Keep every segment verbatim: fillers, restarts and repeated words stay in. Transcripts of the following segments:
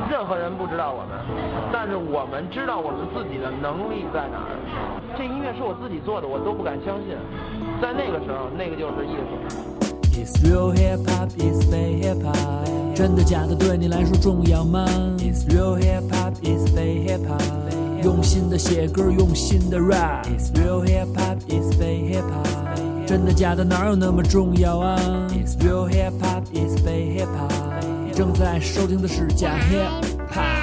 任何人不知道我们，但是我们知道我们自己的能力在哪儿。这音乐是我自己做的，我都不敢相信。在那个时候，那个就是艺术。 It's real hip hop, it's fake hip hop。真的假的对你来说重要吗 ？It's real hip hop, it's fake hip hop。用心的写歌，用心的 rap。It's real hip hop, it's fake hip hop。真的假的哪有那么重要啊 ？It's real hip hop, it's fake hip hop。你正在收听的是假 hip hop。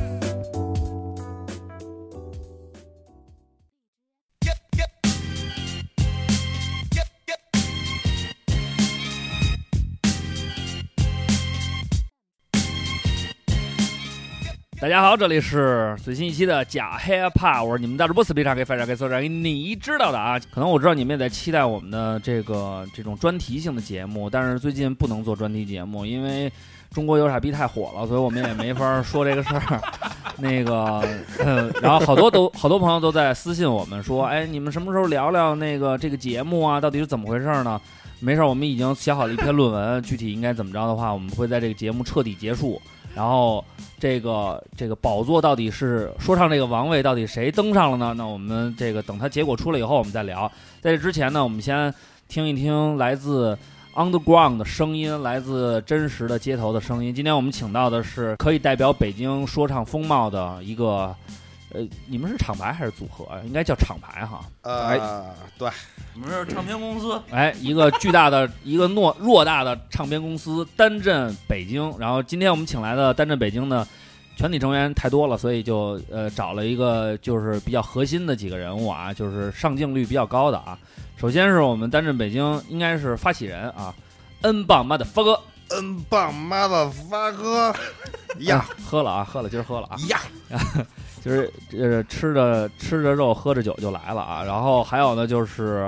大家好，这里是最新一期的假 hiphop， 我是你们大主播斯皮场，给翻唱给所长，你知道的啊。可能我知道你们也在期待我们的这个这种专题性的节目，但是最近不能做专题节目，因为中国有傻逼太火了，所以我们也没法说这个事儿。那个，嗯，然后好多都好多朋友都在私信我们说，哎，你们什么时候聊聊那个这个节目啊？到底是怎么回事呢？没事，我们已经写好了一篇论文，具体应该怎么着的话，我们会在这个节目彻底结束。然后这个这个宝座到底是说唱这个王位到底谁登上了呢？那我们这个等它结果出来以后我们再聊。在这之前呢，我们先听一听来自 underground 的声音，来自真实的街头的声音。今天我们请到的是可以代表北京说唱风貌的一个，呃，你们是厂牌还是组合？应该叫厂牌哈。 呃， 哎、 对， 我们是唱片公司。 哎，一个巨大的、一个偌偌大的唱片公司单镇北京。然后今天我们请来的单镇北京的全体成员太多了，所以就呃找了一个就是比较核心的几个人物啊，就是上镜率比较高的啊。首先是我们单镇北京应该是发起人啊，恩棒妈的发哥， 恩棒妈的发哥呀、 嗯，喝了啊，喝了，今儿喝了啊呀。 就是呃吃着吃着肉喝着酒就来了啊，然后还有呢就是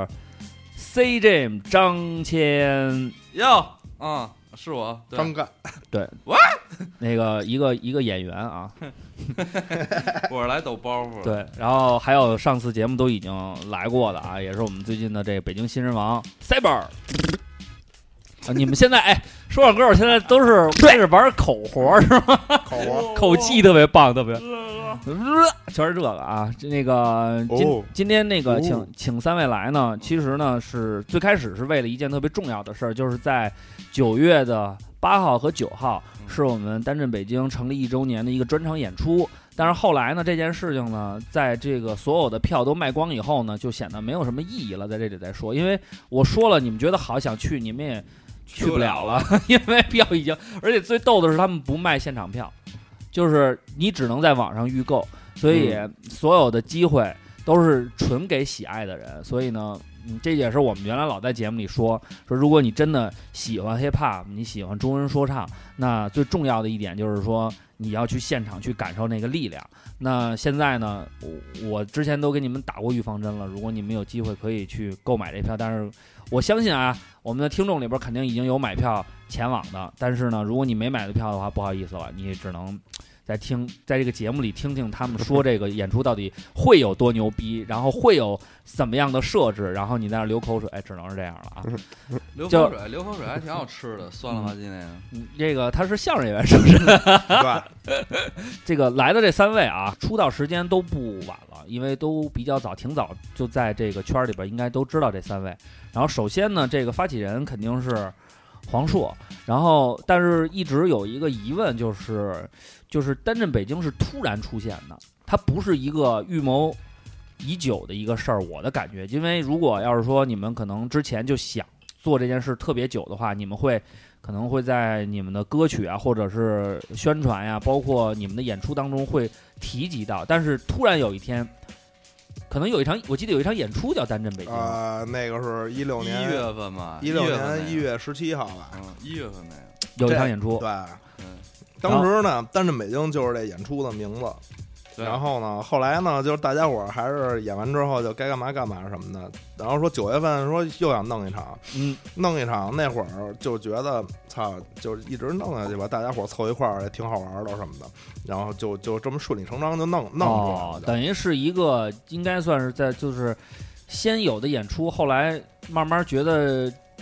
C J 张谦哟啊，是我张干对 What 那个一个一个演员啊， 我是来抖包袱对，然后还有上次节目都已经来过的啊，也是我们最近的这个北京新人王 Cyber。啊、你们现在哎，说唱歌手现在都是开始玩口活是吗？ 口活口技特别棒，特别，全是这个啊。那个今、 哦、 今天那个请、哦、请三位来呢，其实呢是最开始是为了一件特别重要的事儿，就是在九月的八号和九号是我们单镇北京成立一周年的一个专场演出。但是后来呢，这件事情呢，在这个所有的票都卖光以后呢，就显得没有什么意义了。在这里再说，因为我说了，你们觉得好想去，你们也去不了了，因为票已经，而且最逗的是他们不卖现场票，就是你只能在网上预购，所以所有的机会都是纯给喜爱的人。所以呢，嗯，这也是我们原来老在节目里说说，如果你真的喜欢 hip hop， 你喜欢中文说唱，那最重要的一点就是说，你要去现场去感受那个力量。那现在呢，我我之前都给你们打过预防针了，如果你们有机会可以去购买这票，但是我相信啊，我们的听众里边肯定已经有买票前往的，但是呢，如果你没买的票的话，不好意思了，你只能在听在这个节目里听听他们说这个演出到底会有多牛逼，然后会有怎么样的设置，然后你在那流口水，哎，只能是这样了啊。 流口水，流口水还挺好吃的，酸了吧唧那个。 嗯，这个他是相声演员，是不是？对。这个来的这三位啊，出道时间都不晚了，因为都比较早，挺早就在这个圈里边，应该都知道这三位。然后首先呢，这个发起人肯定是黄硕，然后但是一直有一个疑问，就是就是单镇北京是突然出现的，它不是一个预谋已久的一个事儿，我的感觉。因为如果要是说你们可能之前就想做这件事特别久的话，你们会可能会在你们的歌曲啊，或者是宣传呀、啊，包括你们的演出当中会提及到，但是突然有一天。可能有一场，我记得有一场演出叫单镇北京啊、呃，那个是一六年一月份吧， 一六年一月十七号吧， 嗯，一月份那个有一场演出， 对， 嗯， 当时呢，单镇北京就是这演出的名字。然后呢，后来呢，就是大家伙还是演完之后就该干嘛干嘛什么的。然后说九月份说又想弄一场， 嗯， 弄一场那会儿就觉得操，就一直弄下去吧，大家伙凑一块儿也挺好玩的什么的。然后就就这么顺理成章就弄弄出来了、 哦，等于是一个应该算是在就是先有的演出，后来慢慢觉得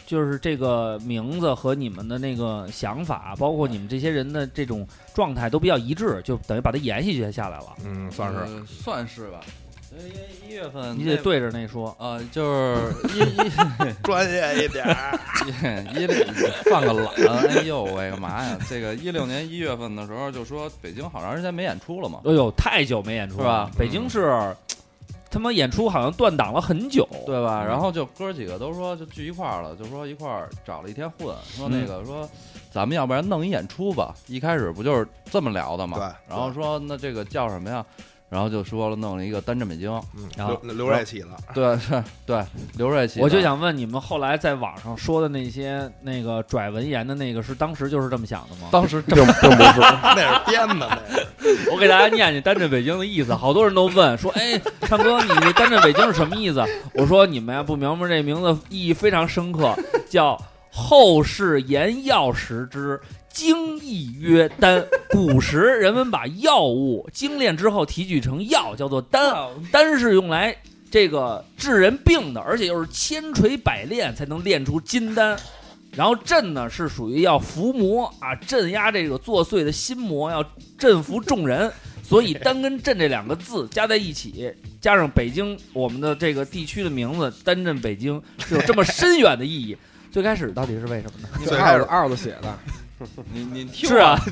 就是这个名字和你们的那个想法，包括你们这些人的这种状态都比较一致，就等于把它延续下来了。 嗯，算是、 呃、算是吧。一一月份你得对着那说啊、呃，就是一一专业一点儿， 一六犯个懒，哎呦喂，干嘛呀？这个一六年一月份的时候就说北京好长时间没演出了嘛。 哎呦，太久没演出了， 是吧？ 北京是、嗯、他妈演出好像断档了很久， 对吧？然后就哥几个都说就聚一块儿了，就说一块儿找了一天混，说那个、嗯、说咱们要不然弄一演出吧。一开始不就是这么聊的嘛？ 对。 然后说那这个叫什么呀？然后就说了，弄了一个单镇北京， 嗯， 然后刘瑞起了， 对，是，对，刘瑞起。 我就想问你们，后来在网上说的那些那个拽文言的那个，是当时就是这么想的吗？ 当时并并不是，那是编的，那是。我给大家念念单镇北京的意思，好多人都问说，哎，唱歌你这单镇北京是什么意思？我说你们呀不明白这名字意义非常深刻，叫后世言药食之。精义曰丹，古时人们把药物精炼之后提取成药，叫做丹。丹是用来这个治人病的，而且又是千锤百炼才能炼出金丹。然后镇呢是属于要伏魔啊，镇压这个作祟的心魔，要镇服众人。所以丹跟镇这两个字加在一起，加上北京我们的这个地区的名字丹镇北京，是有这么深远的意义。最开始到底是为什么呢？ 最开始二子写的。 你你听是啊，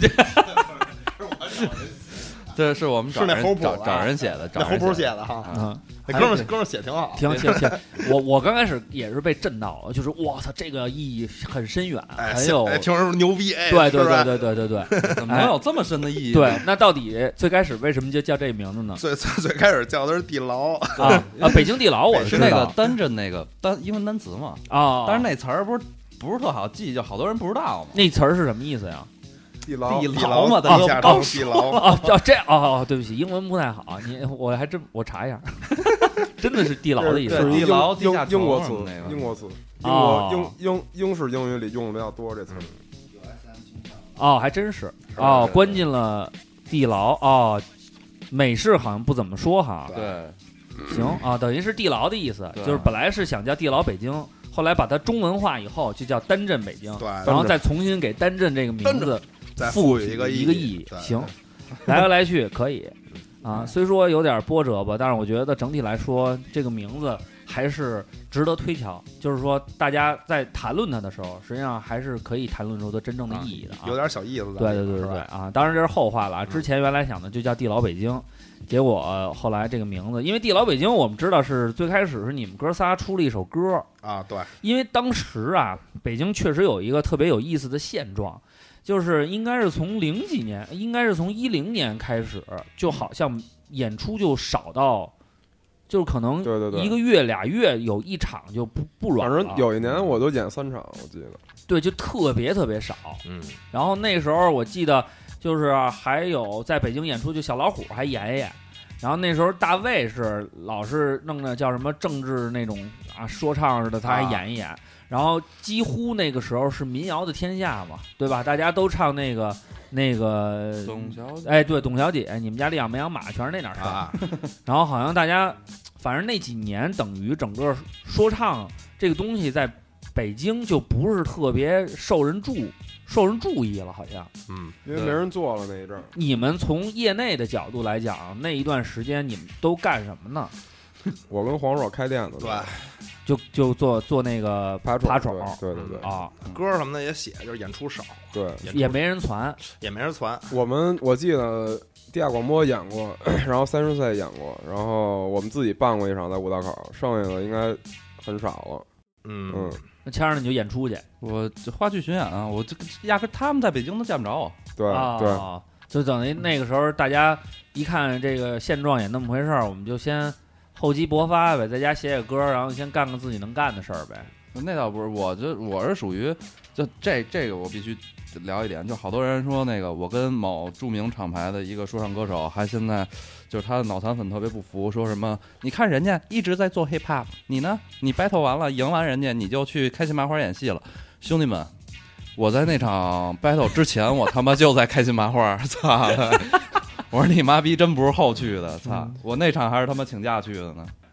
这是我们找人找找人写的， 那猴谱写的哈。嗯，哥们哥们写挺好， 挺挺挺。我我刚开始也是被震到了，就是我操，这个意义很深远，很有， 听着牛逼，哎， 对对对对对对对， 怎么能有这么深的意义？ 对，那到底最开始为什么就叫这名字呢？ 最最最开始叫的是地牢啊啊，北京地牢，我是那个单镇那个单英文单词嘛啊， 但是那词儿不是。不是特好记，就好多人不知道嘛。 那词儿是什么意思呀？ 地牢， 地牢嘛， 地下城地牢哦哦，这哦哦，对不起，英文不太好，你我还真我查一下，真的是地牢的意思。 是地牢、地下英国词， 英国词，英国英英英式英语里用的比较多这词。 哦，还真是哦，关进了地牢哦，美式好像不怎么说哈。 对， 行啊，等于是地牢的意思，就是本来是想叫地牢北京。后来把它中文化以后，就叫单镇北京， 对， 然后再重新给单镇这个名字赋予一个一个意义。行，来来来去可以啊，虽说有点波折吧，但是我觉得整体来说，这个名字还是值得推敲。就是说，大家在谈论它的时候，实际上还是可以谈论出它真正的意义的啊， 有点小意思的。 对对对对对啊，当然这是后话了。之前原来想的就叫地牢北京。结果、呃、后来这个名字，因为地牢北京，我们知道是最开始是你们哥仨出了一首歌啊，对， 因为当时啊，北京确实有一个特别有意思的现状，就是应该是从零几年，应该是从一零年开始，就好像演出就少到，就是可能一个月俩月有一场就不不软了。 反正有一年我都演三场，我记得。 对，就特别特别少。 嗯， 然后那时候我记得。就是还有在北京演出，就小老虎还演一演，然后那时候大卫是老是弄的叫什么政治那种啊说唱似的，他还演一演，啊、然后几乎那个时候是民谣的天下嘛，对吧？大家都唱那个那个董小姐， 哎，对，董小姐，你们家里养没养马，全是那哪唱，啊、然后好像大家反正那几年等于整个说唱这个东西在北京就不是特别受人注。受人注意了，好像， 嗯， 因为没人做了那一阵儿。 你们从业内的角度来讲，那一段时间你们都干什么呢？ 我跟黄硕开店的， 对， 就就做做那个爬爬宠，对对对啊， 歌什么的也写，就是演出少， 对， 也没人传， 也没人传。 我们我记得地下广播演过，然后三十岁演过，然后我们自己办过一场在五道口，剩下的应该很少了。 嗯嗯。 那谦儿你就演出去， 我就话剧巡演啊，我这压根他们在北京都见不着我。 对、 啊、 对， 就等于那个时候大家一看这个现状也那么回事儿，我们就先厚积薄发呗，在家写写歌，然后先干个自己能干的事儿呗。 那倒不是，我就我是属于就这这个我必须聊一点，就好多人说那个我跟某著名厂牌的一个说唱歌手还现在。就是他的脑残粉特别不服，说什么你看人家一直在做 hip hop， 你呢？你 battle 完了赢完人家，你就去开心麻花演戏了。兄弟们，我在那场 battle 之前，我他妈就在开心麻花，操！我说你妈逼真不是后去的，操！我那场还是他妈请假去的呢。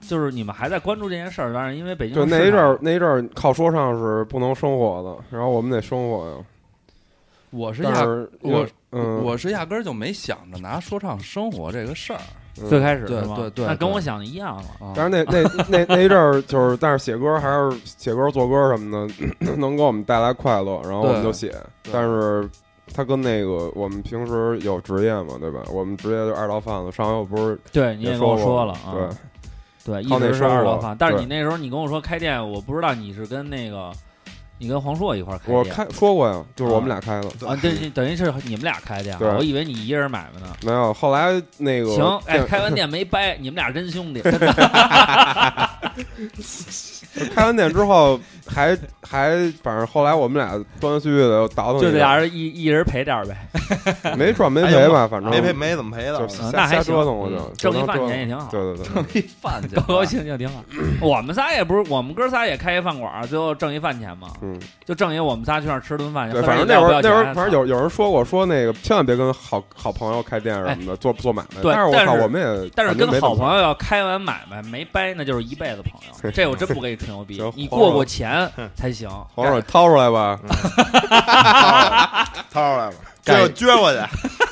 就是你们还在关注这件事儿，当然因为北京就那一阵儿那一阵儿靠说唱是不能生活的，然后我们得生活呀。 我是压但是我嗯， 我是压根儿就没想着拿说唱生活这个事儿。 最开始对是吗？ 对对那跟对我想的一样了。 啊但是那那那那一阵儿就是，但是写歌还是写歌做歌什么的，能给我们带来快乐，然后我们就写。但是他跟那个我们平时有职业嘛，对吧？我们职业就二道贩子，上回我不是对，你也跟我说了啊。 对对，一直是二道贩。但是对你那时候你跟我说开店，我不知道你是跟那个。你跟黄硕一块儿开店， 我开说过呀，就是我们俩开的啊，对，等于是你们俩开店，我以为你一人买卖呢。 没有，后来那个行，哎，开完店没掰，你们俩真兄弟，真的。 开完店之后，还还反正后来我们俩断断续续的又倒腾， 就这俩人一一人赔点儿呗， 没赚没赔吧，反正没赔没怎么赔的， 那还折腾我就挣一饭钱也挺好， 对对对， 挣一饭钱， 高高兴兴挺好。我们仨也不是，我们哥仨也开一饭馆，最后挣一饭钱嘛， 嗯， 就挣一我们仨去那儿吃顿饭。 对，反正那会儿那会儿，反正有有人说过，说那个千万别跟好好朋友开店什么的，做做买卖。 对， 但是我靠，我们也但是跟好朋友要开完买卖没掰，那就是一辈子朋友。这我真不给你吹牛逼，你过过钱才行。 黄手掏出来吧， 掏出来吧，这就撅过去。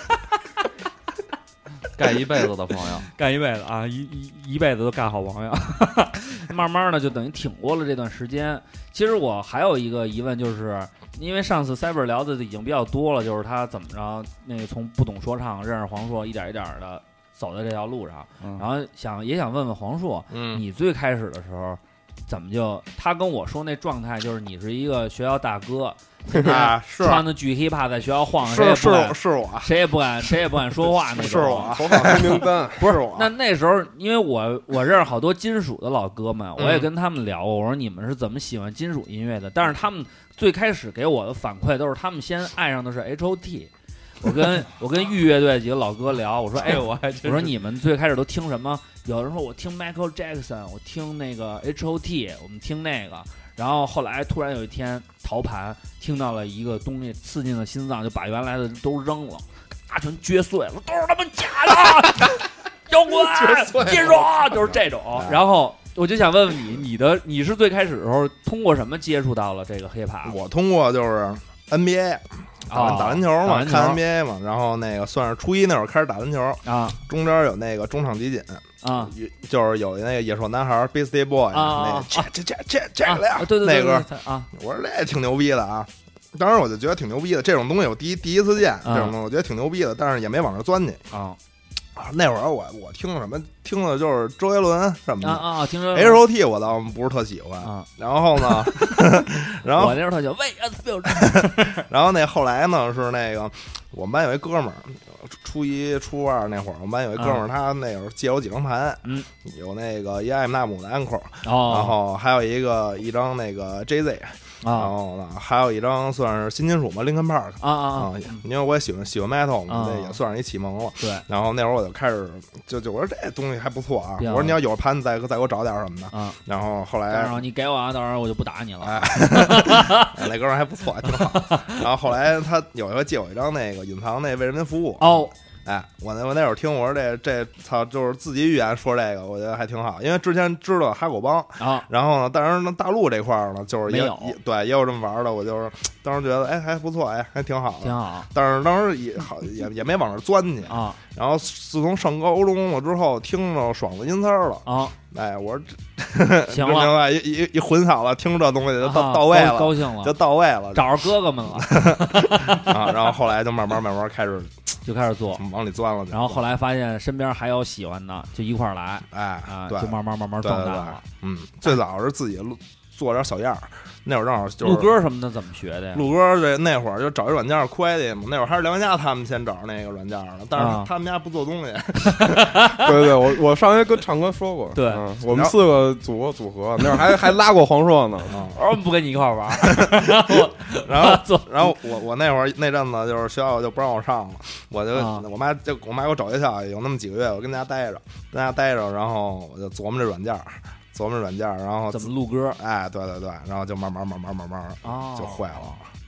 干一辈子的朋友， 干一辈子啊，一一一辈子都干好朋友，慢慢的就等于挺过了这段时间。其实我还有一个疑问，就是因为上次 Cyber 聊的已经比较多了，就是他怎么着那个从不懂说唱认识黄硕，一点一点的走在这条路上， 嗯、 然后想也想问问黄硕， 嗯， 你最开始的时候怎么就他跟我说那状态，就是你是一个学校大哥。 啊，是穿的巨 hiphop 在学校晃， 是是是我， 谁也不敢，谁也不敢说话那种。 是我， 头发黑名单， 不是我。 那那时候，因为我我认识好多金属的老哥们， 嗯、 我也跟他们聊过，我说你们是怎么喜欢金属音乐的？但是他们最开始给我的反馈都是他们先爱上的是 H O T。我跟我跟玉乐队几个老哥聊，我说哎，我还我说你们最开始都听什么？有人说我听 Michael Jackson， 我听那个 H O T， 我们听那个。然后后来突然有一天陶盘听到了一个东西刺进了心脏，就把原来的都扔了，咔全撅碎了，都是他们假的，摇滚、金属，就是这种。然后我就想问问你，你的你是最开始的时候通过什么接触到了这个 hiphop？ 我通过就是 N B A。打打篮球嘛， 球看 N B A 嘛，然后那个算是初一那会儿开始打篮球啊， 中间有那个中场集锦啊， 就是有那个野兽男孩 Beastie Boy 那个这这这这这个呀， 对对那个啊， 我说这挺牛逼的啊，当时我就觉得挺牛逼的，这种东西我第一第一次见，这种东西我觉得挺牛逼的，但是也没往这钻去啊。 那会儿我我听什么听的就是周杰伦什么的啊啊，听说 H O T 我倒不是特喜欢啊。 然后呢，然后我那时候特喜欢为 S F I， 然后那后来呢是那个我们班有一哥们儿，初一初二那会儿，我们班有一哥们儿，他那会儿借我几张盘， 嗯， 有那个伊艾姆纳姆的 Encore， 哦， 然后还有一个一张那个 J Z。然后呢，还有一张算是新金属嘛 ，Linkin Park 啊啊啊，因为我也喜欢喜欢 metal 嘛，这也算是一启蒙了。 对。 然后那会儿我就开始就就我说这东西还不错啊，我说你要有盘子再再给我找点什么的啊。 然后后来， 然后你给我啊，到时候我就不打你了。 哎，那哥们还不错，挺好。然后后来他有一回借我一张那个隐藏那为人民服务哦。 哎，我那我那会儿听，我说这这操，就是自己语言说这个，我觉得还挺好，因为之前知道哈狗帮啊， 然后呢，但是呢大陆这块儿呢，就是也没有对也有这么玩的，我就是当时觉得哎还不错，哎还挺好的， 挺好。 但是当时也好也也没往那钻去啊。 然后自从上高中了之后，听着爽子音色了啊， 哎，我说行了， 一一一混好了，听这东西就到、啊、到位了， 高兴了， 就到位了， 找着哥哥们了啊。然后后来就慢慢慢慢开始。 就开始做， 往里钻了。 然后后来发现身边还有喜欢的，就一块儿来， 哎， 啊， 对， 就慢慢慢慢壮大了。 嗯，最早是自己录做点小样儿，那会儿正好就是录歌什么的，怎么学的呀？ 录歌这那会儿就找一软件 Quality 嘛，那会儿还是梁家他们先找那个软件的，但是他们家不做东西。 对对，我我上回跟唱歌说过， 对， 嗯、我们四个组过组合，那会儿还还拉过黄硕呢。 我说不跟你一块玩， 然后然后然后我我那会儿那阵子就是学校就不让我上了，我就、 啊、 我妈就我妈给我找学校，有那么几个月我跟家待着，跟家待着，然后我就琢磨这软件。琢磨软件，然后怎么录歌？ 哎，对对对，然后就慢慢慢慢慢慢哦就会了。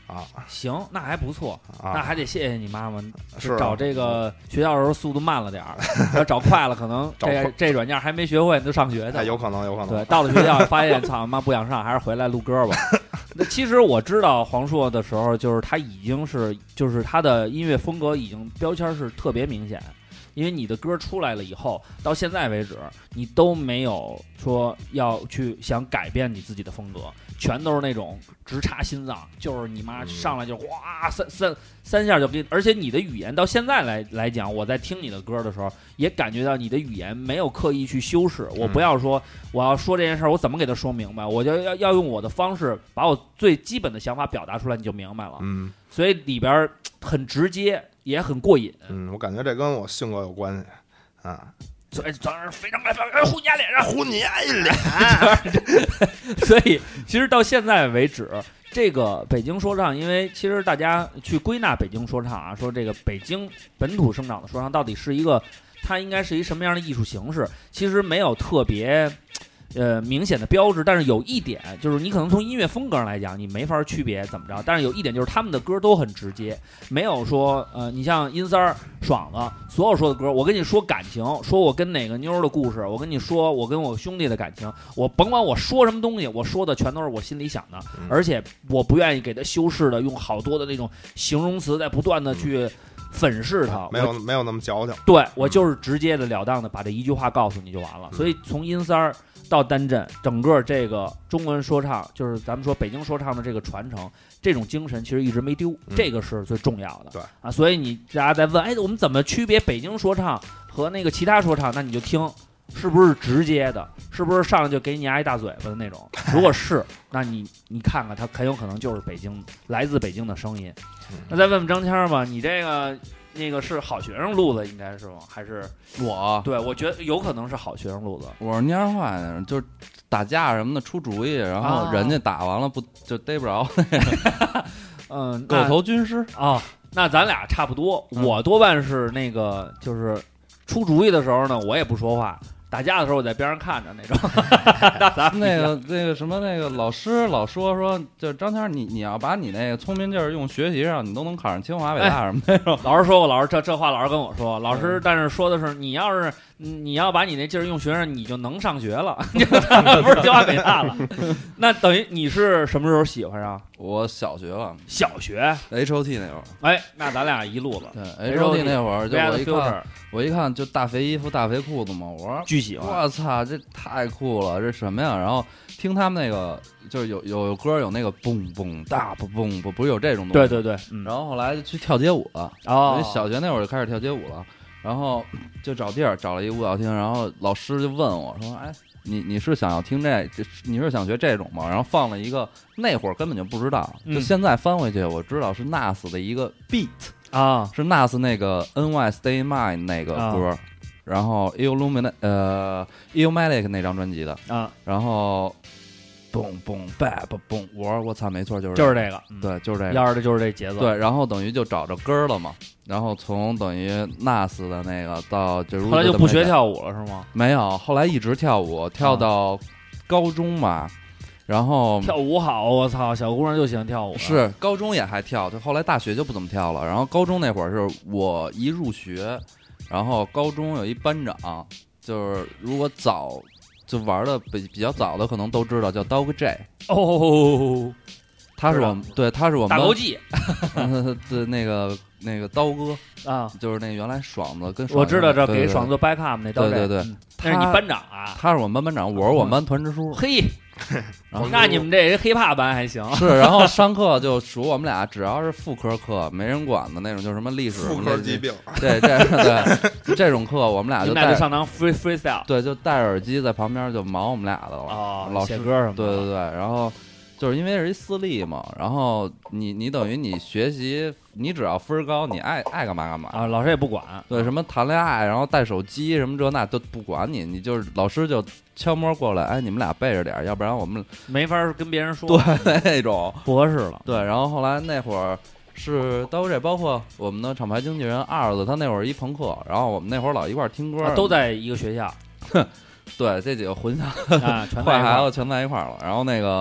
啊， 行，那还不错， 啊那还得谢谢你妈妈， 是找这个学校的时候速度慢了点儿，要找快了，可能找这这软件还没学会，你就上学去哎， 了。 有可能，有可能。 对，到了学校发现操妈不想上，还是回来录歌吧。那其实我知道黄硕的时候，就是他已经是，就是他的音乐风格已经标签是特别明显。因为你的歌出来了以后，到现在为止，你都没有说要去想改变你自己的风格，全都是那种直插心脏，就是你妈上来就哇三三三下就给，而且你的语言到现在来来讲，我在听你的歌的时候，也感觉到你的语言没有刻意去修饰。我不要说我要说这件事儿，我怎么给他说明白，我就要要用我的方式把我最基本的想法表达出来，你就明白了。 嗯， 所以里边很直接。也很过瘾， 嗯，我感觉这跟我性格有关系啊。 所以当时非常害怕，呼你丫脸上， 呼你丫一脸。 所以其实到现在为止，这个北京说唱，因为其实大家去归纳北京说唱啊，说这个北京本土生长的说唱到底是一个，它应该是一什么样的艺术形式？其实没有特别。呃，明显的标志，但是有一点就是你可能从音乐风格上来讲，你没法区别怎么着。但是有一点就是他们的歌都很直接，没有说呃，你像阴三儿、爽子，所有说的歌，我跟你说感情，说我跟哪个妞的故事，我跟你说我跟我兄弟的感情，我甭管我说什么东西，我说的全都是我心里想的，而且我不愿意给他修饰的，用好多的那种形容词在不断的去粉饰它， 没有没有那么矫情。 对我就是直接的了当的把这一句话告诉你就完了。所以从阴三儿到单震，整个这个中文说唱，就是咱们说北京说唱的这个传承，这种精神其实一直没丢， 嗯、 这个是最重要的。 对啊，所以你大家在问，哎，我们怎么区别北京说唱和那个其他说唱？那你就听，是不是直接的？是不是上来就给你挨一大嘴巴的那种？如果是，那你你看看，他很有可能就是北京来自北京的声音。那再问问张谦吧，你这个。那个是好学生路子，应该是吗？还是我？ 对，我觉得有可能是好学生路子。 我是蔫坏的，就是打架什么的出主意，然后人家打完了不就逮不着。 嗯， 狗头军师啊、哦，那咱俩差不多。我多半是那个，就是出主意的时候呢，我也不说话。打架的时候我在边上看着那种，那咱们那个那个什么那个老师老说说，就张谦你你要把你那个聪明劲儿用学习上，你都能考上清华北大什么那种。 哎、老师说过，老师这这话老师跟我说，老师但是说的是你要是你要把你那劲儿用学上，你就能上学了，不是清华北大了。那等于你是什么时候喜欢上？ 我小学了， 小学 H O T 那会儿。 哎，那咱俩一路了。 对 H O T 那会儿，就我一看，我一看就大肥衣服、大肥裤子嘛，我说巨喜欢。 我操，这太酷了，这什么呀？然后听他们那个，就是有有歌有那个嘣嘣大嘣嘣不不是有这种东西？ 对对对。嗯、 然后后来就去跳街舞了。 哦。 小学那会儿就开始跳街舞了，然后就找地儿找了一舞蹈厅，然后老师就问我说：“哎。”你你是想要听这这你是想学这种吗？然后放了一个那会儿根本就不知道，就现在翻回去我知道是 Nas 的一个 beat 啊， 是 Nas 那个 N Y Stay Mine 那个歌，啊、然后 Illumina 呃 Illmatic 那张专辑的啊， 然后嘣嘣叭叭嘣，我说我操，没错，就是就是这个， 对，就是这个， 要的就是这节奏， 对，然后等于就找着歌了嘛。然后从等于 Nas 的那个到就后来就不学跳舞了是吗？ 没有，后来一直跳舞，跳到高中嘛。然后跳舞好，我操，小姑娘就喜欢跳舞。 是高中也还跳，就后来大学就不怎么跳了。然后高中那会儿是我一入学，然后高中有一班长，就是如果早就玩的比比较早的，可能都知道叫 Dog J 哦。 他是我们对，他是我们大狗记的那个那个刀哥啊， 就是那原来爽子跟爽我知道这给给爽子做 backup 那刀， 对对对， 那是你班长啊， 他是我们班班长，我是我们班团支书。 嘿，那你们这黑怕班还行是，然后上课就数我们俩，只要是副科课没人管的那种，就什么历史妇科疾病， 对这对这种课我们俩就那就上堂 free freestyle， 对，就戴着耳机在旁边就忙我们俩的了。 哦， 老师写歌什么的， 对对对，然后。就是因为是一私立嘛，然后你你等于你学习，你只要分高，你爱爱干嘛干嘛啊，老师也不管。 对，什么谈恋爱，然后带手机什么这那都不管你，你就是老师就悄摸过来，哎，你们俩背着点，要不然我们没法跟别人说。 对，那种不合适了。 对，然后后来那会儿是到这，包括我们的厂牌经纪人二子，他那会儿一朋克，然后我们那会儿老一块儿听歌、 啊，都在一个学校。 对，这几个混淆啊， 坏孩子全在一块儿了，然后那个。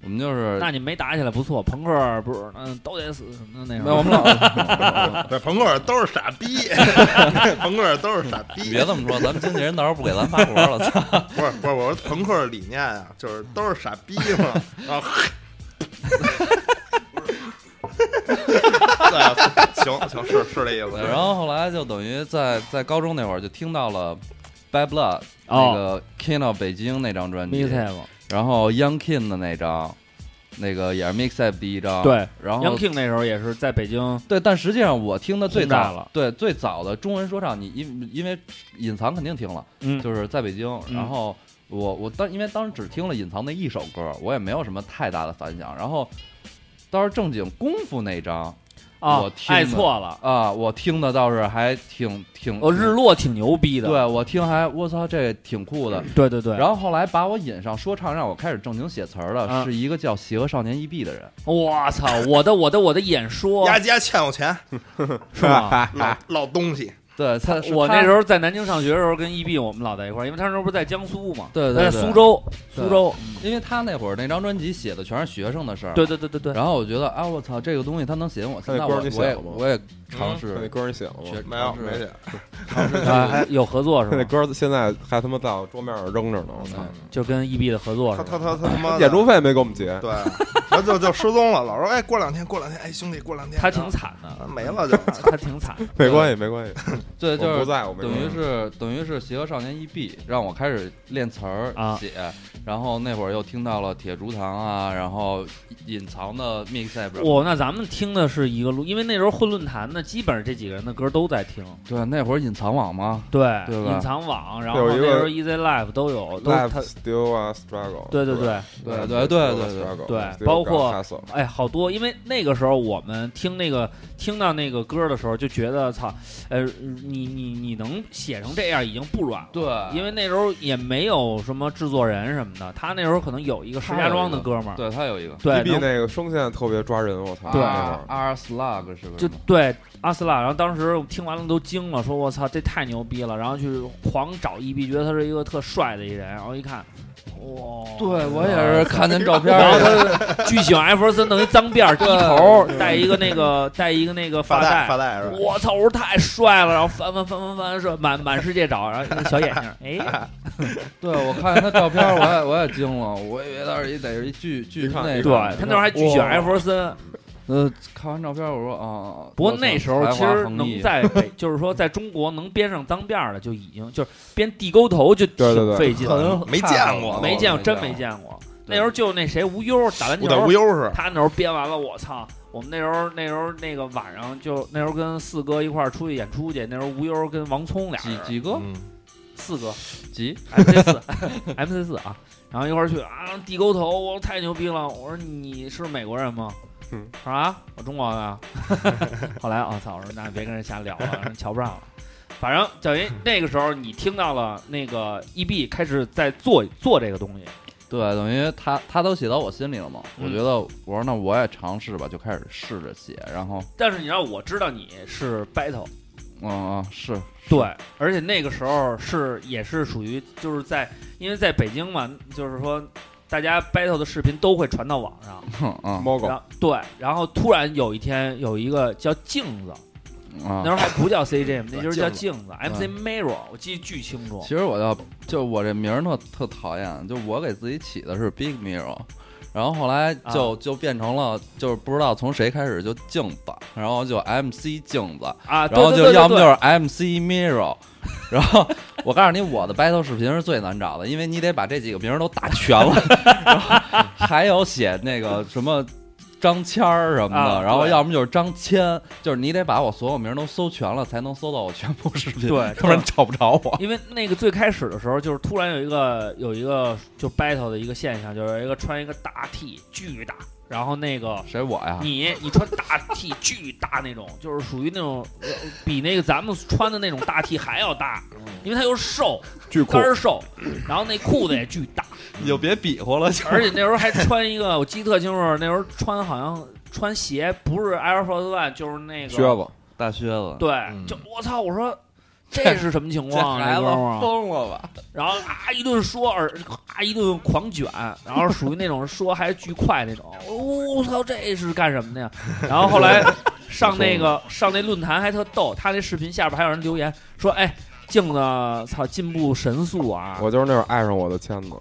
我们就是， 那你没打起来不错，朋克不是嗯都得死什么的那种。 我们老对朋克都是傻逼，朋克都是傻逼。 别这么说，咱们经纪人到时候不给咱发活了，操！ 不是不是，我说朋克的理念啊，就是都是傻逼嘛，然后。对，行行是是这意思。 然后后来就等于在在高中那会儿就听到了 Bad Blood、哦、那个 King of 北京那张专辑，然后 Young King 的那张，那个也是 Mixtape 第一张。 对， 然后 Young King 那时候也是在北京。 对，但实际上我听的最早了， 对最早的中文说唱，你因因为隐藏肯定听了， 嗯， 就是在北京， 嗯、 然后我我当因为当时只听了隐藏的一首歌，我也没有什么太大的反响，然后。倒是正经功夫那张， 啊， 我听爱错了啊，我听的倒是还挺挺， 哦，日落挺牛逼的， 对我听还我操这挺酷的， 对对对。 然后后来把我引上说唱，让我开始正经写词儿的， 啊、 是一个叫邪恶少年 E B 的人。 我操，我的我的我的演说， 丫家欠我钱， 是吧？ 老老东西。 对他， 我那时候在南京上学的时候，跟 E B 我们老在一块儿，因为他那时候不是在江苏嘛， 对对， 在苏州，苏州， 因为他那会儿那张专辑写的全是学生的事儿， 对对对对对。 然后我觉得啊，我操，这个东西他能写我，那我我也我也尝试。 那歌你写了吗？ 没有，没写。 尝试还有合作是吧？ 那歌现在还他妈在我桌面上扔着呢，我操！ 就跟 E B 的合作是吧？ 他他他他妈演出费没给我们结， 对，然后就就失踪了，老说哎过两天过两天，哎兄弟过两天。 他挺惨的， 没了就。 他挺惨， 没关系没关系。 对，就是不在。 等于是等于是邪恶少年 E B 让我开始练词儿写、啊，然后那会儿又听到了铁竹堂啊，然后隐藏的 mixtape。 我那咱们听的是一个路，因为那时候混论坛的基本上这几个人的歌都在听。 对，那会儿隐藏网嘛， 对， 对隐藏网，然后那时候 Easy Life 都有，都 Life Still 啊 Struggle。 对对对对对对对对对，包括哎好多，因为那个时候我们听那个听到那个歌的时候就觉得操，呃，你你你能写成这样已经不软了。 对， 因为那时候也没有什么制作人什么的，他那时候可能有一个石家庄的哥们儿， 对他有一个， 对， E B 那个声线特别抓人，我操， 对 ，R Slug 是不是？ 就对阿斯拉，然后当时听完了都惊了，说我操这太牛逼了，然后去狂找 E B， 觉得他是一个特帅的一人，然后一看。哇！ 对我也是看见照片， 然后他巨喜欢艾弗森，弄一脏辫儿，低头，戴一个那个戴一个那个发带， 发带是吧？ 我操！我说太帅了，然后翻翻翻翻翻是满满世界找，然后那个小眼睛，哎， 对我看见他照片，我也我也惊了，我以为他是一得是一巨巨那， 对他那时候还巨喜欢艾弗森。 呃，看完照片我说啊， 不过那时候其实能在北，就是说在中国能编上脏辫儿的就已经就是编地沟头就挺费劲的， 没见过， 没见过，真没见过。那时候就那谁无忧打篮球， 无忧是， 他那时候编完了，我操！我们那时候那时候那个晚上就那时候跟四哥一块儿出去演出去，那时候无忧跟王聪俩人， 几几个？ 四个几 M C 四 M C 四啊，然后一块儿去啊地沟头，我太牛逼了！我说你是美国人吗？ 嗯， 说啊，我中国的。后来我操，我说那别跟人瞎聊了，人瞧不上了。反正等于那个时候你听到了那个 E B 开始在做做这个东西， 对，等于他他都写到我心里了嘛。 嗯、 我觉得我说那我也尝试吧，就开始试着写，然后但是你知道我知道你是 battle， 嗯嗯是， 对，而且那个时候是也是属于就是在因为在北京嘛，就是说。大家 battle 的视频都会传到网上， 嗯， 然后对，然后突然有一天有一个叫镜子， 啊、 那时候还不叫 C J， 那时候叫镜子 ，M C Mirror， 我记得巨清楚。 其实我要就我这名儿特特讨厌，就我给自己起的是 Big Mirror， 然后后来就、啊、就变成了就是不知道从谁开始就镜子，然后就 M C 镜子啊， 然后就要么就是 M C Mirror。然后我告诉你，我的 battle 视频是最难找的，因为你得把这几个名都打全了，然后还有写那个什么张谦儿什么的， 啊、 然后要么就是张谦，就是你得把我所有名都搜全了，才能搜到我全部视频， 对， 要不然找不着我。 因为那个最开始的时候，就是突然有一个有一个就 battle 的一个现象，就是一个穿一个大 T 巨大。然后那个谁我呀？ 你你穿大 T 巨大那种，就是属于那种比那个咱们穿的那种大 T 还要大，因为它又瘦， 巨干瘦，然后那裤子也巨大， 你就别比划了。 而且那时候还穿一个，我记得特清楚，那时候穿好像穿鞋不是 Air Force One 就是那个靴子， 大靴子。 对， 嗯、 就我操，我说这是什么情况？ 孩子疯疯了吧？ 然后啊一顿说，啊一顿狂卷，然后属于那种说还巨快那种。我、哦、操，这是干什么的呀？然后后来上那个上那论坛还特逗，他那视频下边还有人留言说：“哎，镜子，操，进步神速啊！” 我就是那会儿爱上我的签子。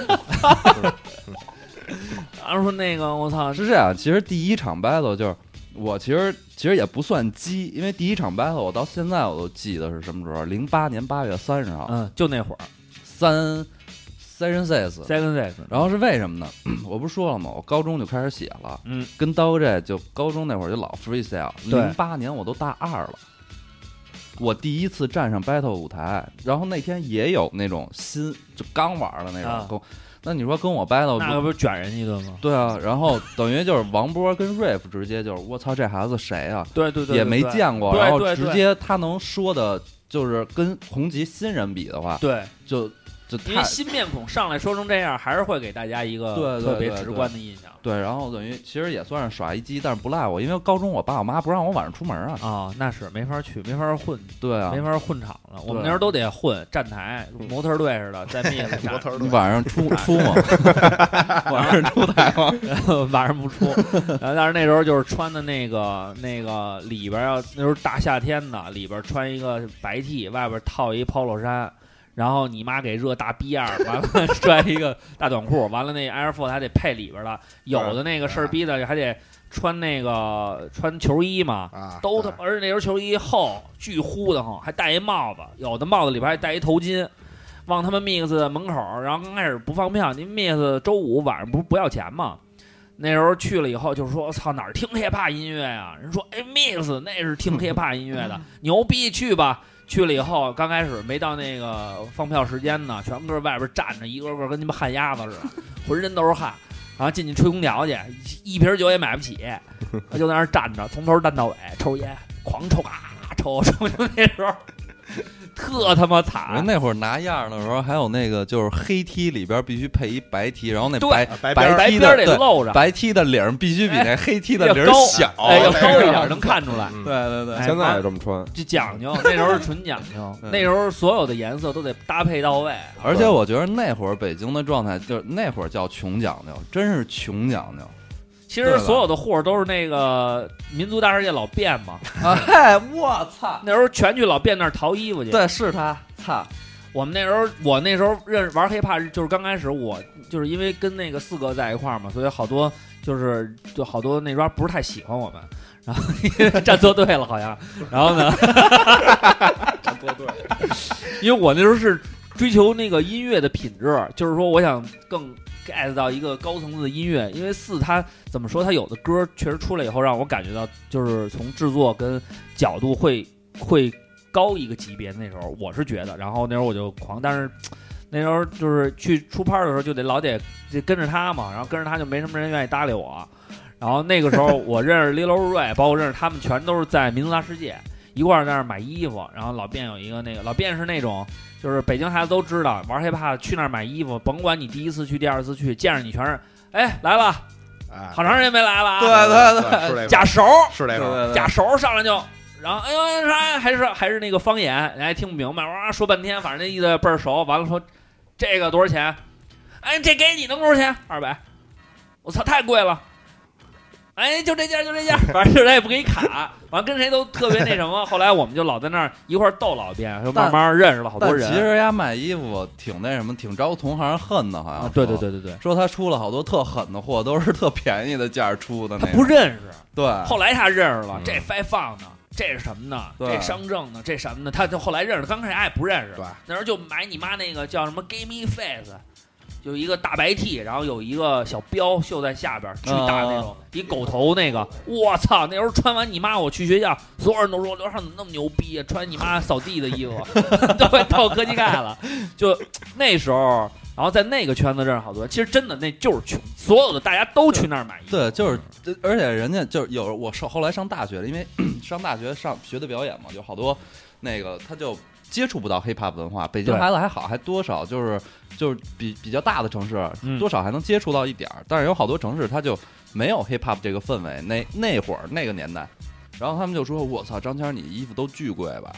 然后说那个我操是这样，其实第一场 battle 就是我其实其实也不算鸡，因为第一场 battle 我到现在我都记得是什么时候，零八年八月三十号， 嗯，就那会儿三 Seven Six Seven Six， 然后是为什么呢？我不是说了吗？我高中就开始写了， 嗯， 跟刀这就高中那会儿就老 freestyle， 零八年我都大二了。我第一次站上 battle 舞台，然后那天也有那种新就刚玩的那种，啊、那你说跟我 battle， 那不是卷人一顿吗？ 对啊，然后等于就是王波跟 Riff 直接就是我操这孩子谁啊？ 对对 对, 对， 也没见过， 对然后直接他能说的，就是跟红旗新人比的话， 对， 就就因为新面孔上来说成这样，还是会给大家一个对特别直观的印象。 对，然后等于其实也算是耍一鸡，但是不赖我，因为高中我爸我妈不让我晚上出门啊。 啊、哦，那是没法去，没法混。 对啊， 没法混场了。我们那时候都得混站台，模特队似的，在面子模特队。 你晚上出出吗？晚上出台吗？ 晚上不出。然后但是那时候就是穿的那个那个里边要那时候大夏天的，里边穿一个白 T， 外边套一 polo 衫。然后你妈给热大逼样，完了穿一个大短裤，完了那 Air Force 还得配里边的，有的那个事儿逼的还得穿那个穿球衣嘛， 啊、 都他妈，而且那时候球衣厚，巨呼的慌，还戴一帽子，有的帽子里边还戴一头巾。往他们 Mix 门口，然后刚开始不放票，因为 Mix 周五晚上不不要钱嘛。那时候去了以后就说：“操，哪儿听 hiphop 音乐呀？”人说：“哎 ，Mix 那是听 hiphop 音乐的，牛逼，去吧。”去了以后，刚开始没到那个放票时间呢，全搁外边站着，一个个跟你们旱鸭子似的，浑身都是汗。然后进去吹空调去，一瓶酒也买不起，他就在那儿站着，从头站到尾，抽烟，狂抽啊，抽抽，就那时候。特他妈惨！ 人那会儿拿样的时候，还有那个就是黑 T 里边必须配一白 T， 然后那白白白 T 的得露着， 白 T 的领必须比那黑 T 的领小， 哎，要高一点能看出来。 对对对， 现在也这么穿， 就讲究。那时候是纯讲究，那时候所有的颜色都得搭配到位。 而且我觉得那会儿北京的状态，就是那会儿叫穷讲究，真是穷讲究。 其实所有的货都是那个民族大世界老卞嘛， 啊嗨，我操！ 那时候全去老卞那儿淘衣服去。 对，是他，操！ 我们那时候，我那时候认识玩 hiphop， 就是刚开始我就是因为跟那个四哥在一块儿嘛，所以好多就是就好多那边不是太喜欢我们，然后因为站错队了好像，然后呢， 站错队， 因为我那时候是追求那个音乐的品质，就是说我想更。get 到一个高层次的音乐，因为四它怎么说，它有的歌确实出来以后让我感觉到，就是从制作跟角度会会高一个级别。那时候我是觉得，然后那时候我就狂，但是那时候就是去出拍的时候就得老得得跟着他嘛，然后跟着他就没什么人愿意搭理我。然后那个时候我认识 Lil Ray， 包括认识他们，全都是在民族大世界一块儿在那儿买衣服。然后老卞有一个那个老卞是那种。就是北京孩子都知道，玩 hiphop 去那儿买衣服，甭管你第一次去、第二次去，见着你全是，哎，来了， 哎， 好长时间没来了啊！ 对对对， 假熟， 是那种假熟上来就，然后哎呦啥，还是还是那个方言，人家听不明白，哇说半天，反正那意思倍儿熟。完了说这个多少钱？哎，这给你能多少钱？二百。我操，太贵了。哎，就这件，就这件，反正就是他也不给你卡，完跟谁都特别那什么。后来我们就老在那儿一块儿逗老卞，就慢慢认识了好多人。 其实人家卖衣服挺那什么，挺招同行恨的，好像、 啊。对对对对对， 说他出了好多特狠的货，都是特便宜的价出的那。 他不认识， 对。 后来他认识了， 嗯、 这非放的，这是什么呢？这商正的，这什么呢？他就后来认识，刚开始他也不认识。 对， 那时候就买你妈那个叫什么 Give Me Face。就一个大白 T， 然后有一个小标绣在下边，巨大那种，一狗头那个，我操！那时候穿完你妈，我去学校，所有人都说刘畅怎么那么牛逼啊，穿你妈扫地的衣服，都快到科技盖了。就那时候，然后在那个圈子认识好多人，其实真的那就是穷，所有的大家都去那儿买衣服。 对，就是，而且人家就是有我上后来上大学了，因为上大学上学的表演嘛，就好多那个他就。接触不到 hiphop 文化，北京孩子还好，还多少就是就是比比较大的城市， 嗯、 多少还能接触到一点儿。但是有好多城市它就没有 hiphop 这个氛围。那那会儿那个年代，然后他们就说：“我操，张谦，你衣服都巨贵吧？”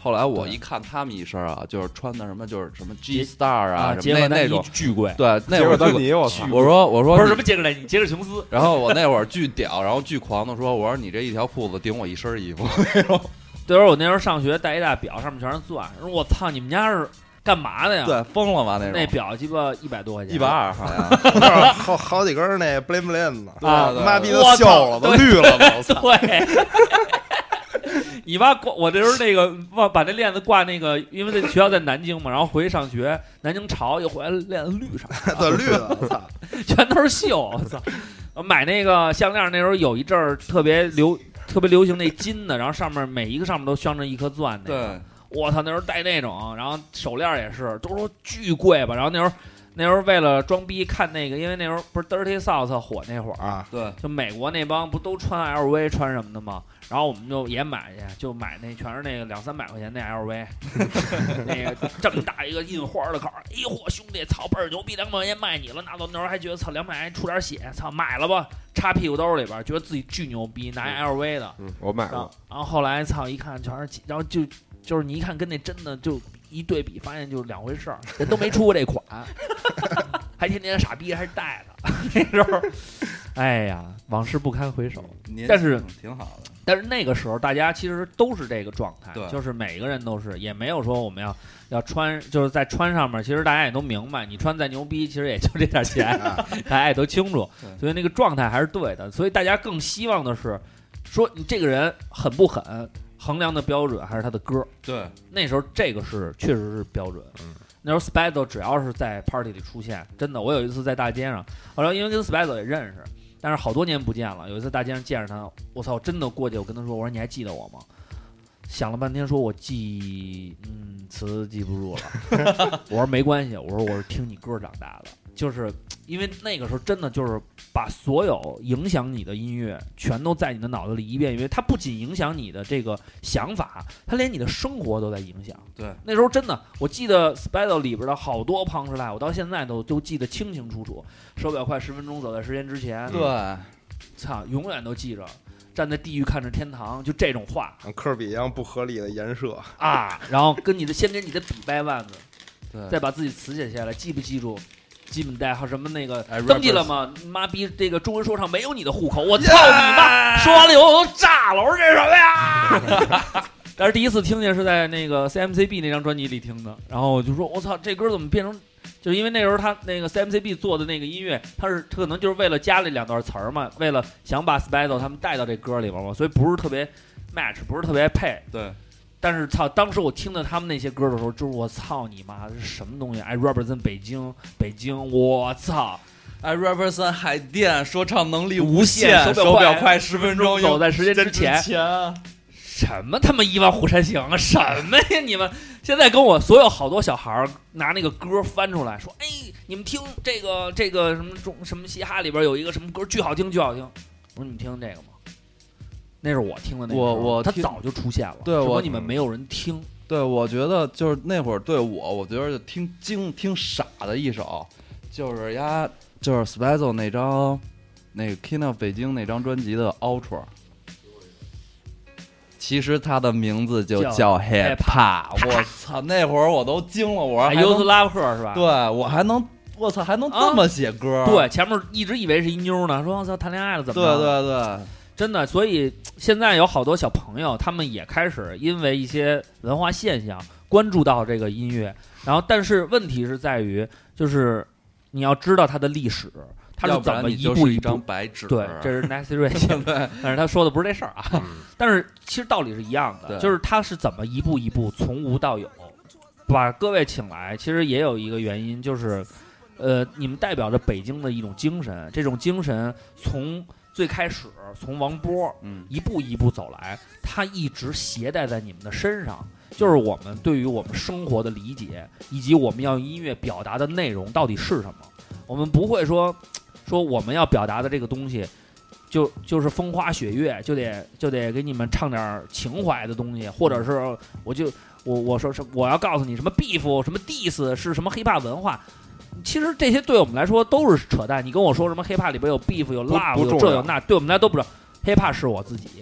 后来我一看他们一身啊，就是穿的什么，就是什么 G Star 啊，什么那那种巨贵。 对，那会儿丹尼，我操！ 我说我说不是什么杰克丹尼，杰克琼斯。 然后我那会儿巨屌，然后巨狂的说，我说你这一条裤子顶我一身衣服那种。 对，我那时候上学带一大表，上面全是钻。说我操，你们家是干嘛的呀？ 对，疯了吧那种。 那表鸡巴一百多块钱， 一百二好像。 好好几根那 bling bling 的啊， 妈逼都锈了，都绿了，我操！ 对。你妈挂我这时候那个把把那链子挂那个，因为那学校在南京嘛，然后回去上学，南京潮又回来链子绿上了， 对绿了，我操， 全都是锈，我操！我买那个项链那时候有一阵儿特别流特别流行那金的，然后上面每一个上面都镶着一颗钻那个， 对， 我操，那时候戴那种，然后手链也是，都说巨贵吧，然后那时候。那时候为了装逼看那个，因为那时候不是 Dirty South 火那会儿啊， 对， 就美国那帮不都穿 L V 穿什么的吗？然后我们就也买去，就买那全是那个两三百块钱那 L V， 那个这么大一个印花的口，哎呦我兄弟，操倍儿牛逼，两百块钱卖你了，拿到那时候还觉得操两百还出点血，操买了吧，插屁股兜里边，觉得自己巨牛逼，拿 L V 的， 嗯，我买了， 然后后来操一看全是，然后就就是你一看跟那真的就一对比，发现就两回事儿，人都没出过这款。还天天傻逼还是带的，那时候，哎呀，往事不堪回首。但是挺好的。 但是那个时候大家其实都是这个状态， 对， 就是每个人都是，也没有说我们要要穿，就是在穿上面，其实大家也都明白，你穿再牛逼，其实也就这点钱，大家也都清楚，所以那个状态还是对的。所以大家更希望的是，说你这个人狠不狠，衡量的标准还是他的歌。 对， 那时候这个是确实是标准。嗯。那时候 Spider 只要是在 party 里出现，真的，我有一次在大街上，后来因为跟 Spider 也认识，但是好多年不见了。有一次大街上见着他，我操，真的过去，我跟他说，我说你还记得我吗？想了半天，说我记，嗯，词记不住了。我说没关系，我说我是听你歌长大的，就是因为那个时候真的就是把所有影响你的音乐全都在你的脑子里一遍一遍，它不仅影响你的这个想法，它连你的生活都在影响。 对， 那时候真的，我记得 Spider 里边的好多 punchline，我到现在都都记得清清楚楚。手表快十分钟，走在时间之前。 对， 操，永远都记着。站在地狱看着天堂，就这种话， 科比一样不合理的颜射啊，然后跟你的先跟你的笔掰腕子， 对， 再把自己词写下来，记不记住？基本带还有什么那个登记了吗？妈逼，这个中文说唱没有你的户口，我操你妈！说完了以后我都炸了，我说这是什么呀？但是第一次听见是在那个 C M C B 那张专辑里听的，然后我就说我操，这歌怎么变成？就是因为那时候他那个 C M C B 做的那个音乐，他是可能就是为了加了两段词儿嘛，为了想把 Spider 他们带到这歌里边嘛，所以不是特别 match， 不是特别配。 对。 但是操，当时我听到他们那些歌的时候，就是我操你妈，这是什么东西 ？I represent 北京，北京，我操 ！I represent 海淀，说唱能力无限， 手表快十分钟， 走在时间之前。 什么他妈亿万虎山行啊？什么呀？你们现在跟我所有好多小孩儿拿那个歌翻出来说，哎，你们听这个这个什么中什么嘻哈里边有一个什么歌巨好听巨好听。我说你们听这个吗？那是我听的那个， 我我他早就出现了， 对我你们没有人听。 对，我觉得就是那会儿对我，我觉得就听惊听傻的一首，就是呀，就是 Spizo 那张那个 King of 北京那张专辑的 Ultra。其实他的名字就叫 Hip Hop， 我操，那会儿我都惊了，我说 I Use Love Her 是吧？ 对，我还能，我操，还能这么写歌？ 啊、对，前面一直以为是一妞呢，说我操谈恋爱了怎么着？ 对对对， 真的，所以现在有好多小朋友，他们也开始因为一些文化现象关注到这个音乐，然后但是问题是在于，就是你要知道它的历史。他是怎么一步一步？张白纸。 对，这是 Nasty Rich 对，但是他说的不是这事儿啊。嗯、但是其实道理是一样的，就是他是怎么一步一步从无到有，把各位请来，其实也有一个原因，就是呃，你们代表着北京的一种精神，这种精神从最开始从王波嗯一步一步走来，他一直携带在你们的身上。就是我们对于我们生活的理解，以及我们要音乐表达的内容到底是什么，我们不会说。说我们要表达的这个东西，就就是风花雪月，就得就得给你们唱点情怀的东西，或者是我就我我说是我要告诉你什么 beef 什么 diss 是什么 hiphop 文化，其实这些对我们来说都是扯淡。你跟我说什么 hiphop 里边有 beef 有 love 有这有那，对我们来都不知道。hiphop 是我自己，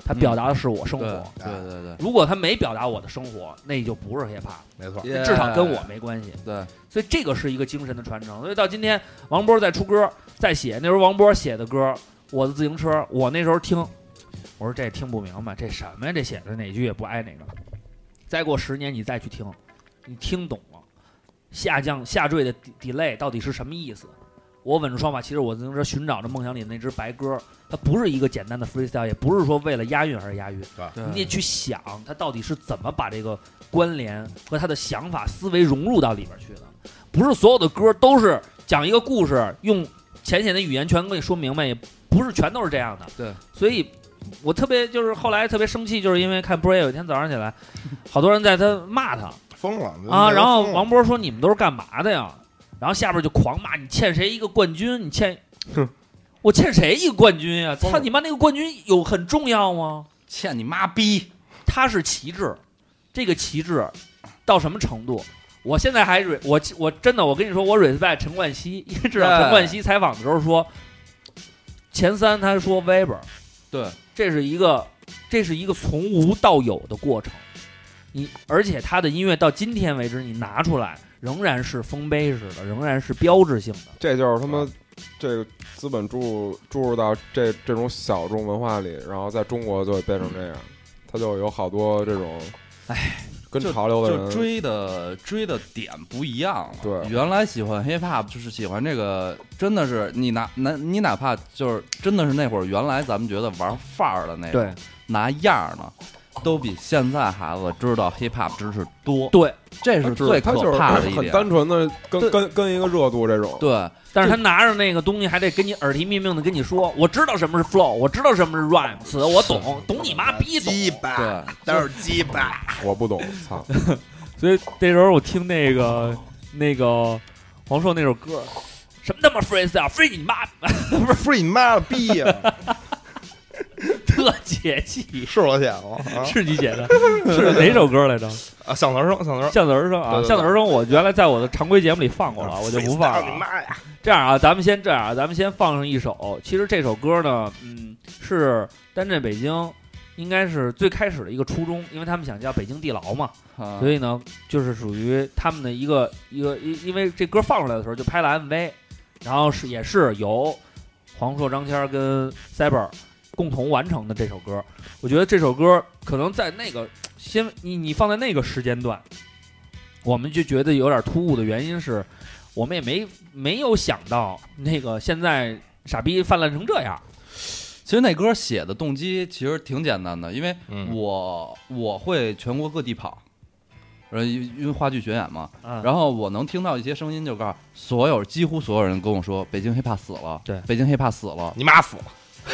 他表达的是我生活。 对对对对， 如果他没表达我的生活，那就不是 hiphop， 没错， 至少跟我没关系。 对， 所以这个是一个精神的传承。所以到今天，王波在出歌，在写，那时候王波写的歌，我的自行车，我那时候听，我说这听不明白，这什么呀？这写的哪句也不挨哪个。再过十年你再去听，你听懂了，下降下坠的 delay 到底是什么意思？我稳住双把，其实我自行车寻找着梦想里的那只白鸽，它不是一个简单的 freestyle， 也不是说为了押韵而押韵，你得去想它到底是怎么把这个关联和他的想法思维融入到里边去的。不是所有的歌都是讲一个故事，用浅显的语言全跟你说明白，也不是全都是这样的。 对， 所以我特别就是后来特别生气，就是因为看波爷有一天早上起来，好多人在他骂他疯了啊，然后王波说你们都是干嘛的呀？然后下边就狂骂你欠谁一个冠军？你欠，我欠谁一个冠军呀？操你妈！那个冠军有很重要吗？ 欠你妈逼！ 他是旗帜，这个旗帜到什么程度？我现在还我我真的我跟你说，我 respect 陈冠希，因为知道陈冠希采访的时候说，前三他说 Weber， 对， 这是一个这是一个从无到有的过程。你而且他的音乐到今天为止，你拿出来仍然是丰碑式的，仍然是标志性的。 这就是他们这个资本注入注入到这这种小众文化里，然后在中国就会变成这样，他就有好多这种， 哎， 跟潮流的人就追的追的点不一样了。 对， 原来喜欢 hip hop 就是喜欢这个，真的是你拿拿你哪怕就是真的是那会儿原来咱们觉得玩范儿的那种，拿样呢。都比现在孩子知道 hip hop 知识多， 对， 这是最可怕的一点。 很单纯的跟跟跟一个热度这种， 对。 但是他拿着那个东西，还得跟你耳提面命的跟你说，我知道什么是 flow， 我知道什么是 rhyme 词，我懂，懂你妈逼懂， 鸡巴， 对， 都是鸡巴， 我不懂，操。 所以那时候我听那个那个黄硕那首歌，什么他妈 freestyle，free 你妈， 不是 free 你妈的逼呀！ 特解气， 是我写的吗？啊、 是你写的，是哪首歌来着？ 啊，响子声，响子声， 响子声啊，响子声，我原来在我的常规节目里放过了，啊、我就不放了。 你妈呀！ 这样啊，咱们先这样，咱们先放上一首。其实这首歌呢，嗯，是单镇北京应该是最开始的一个初衷，因为他们想叫北京地牢嘛， 啊、 所以呢，就是属于他们的一个一个，因因为这歌放出来的时候就拍了 M V， 然后是也是由黄硕、张谦跟 Cyber。共同完成的这首歌，我觉得这首歌可能在那个先你你放在那个时间段，我们就觉得有点突兀的原因是，我们也没没有想到那个现在傻逼泛滥成这样。 其实那歌写的动机其实挺简单的，因为我、嗯、我会全国各地跑，呃，因为话剧学演嘛， 嗯、 然后我能听到一些声音，就告诉所有几乎所有人跟我说，北京 hiphop 死了， 对， 北京 hiphop 死了， 你妈死了。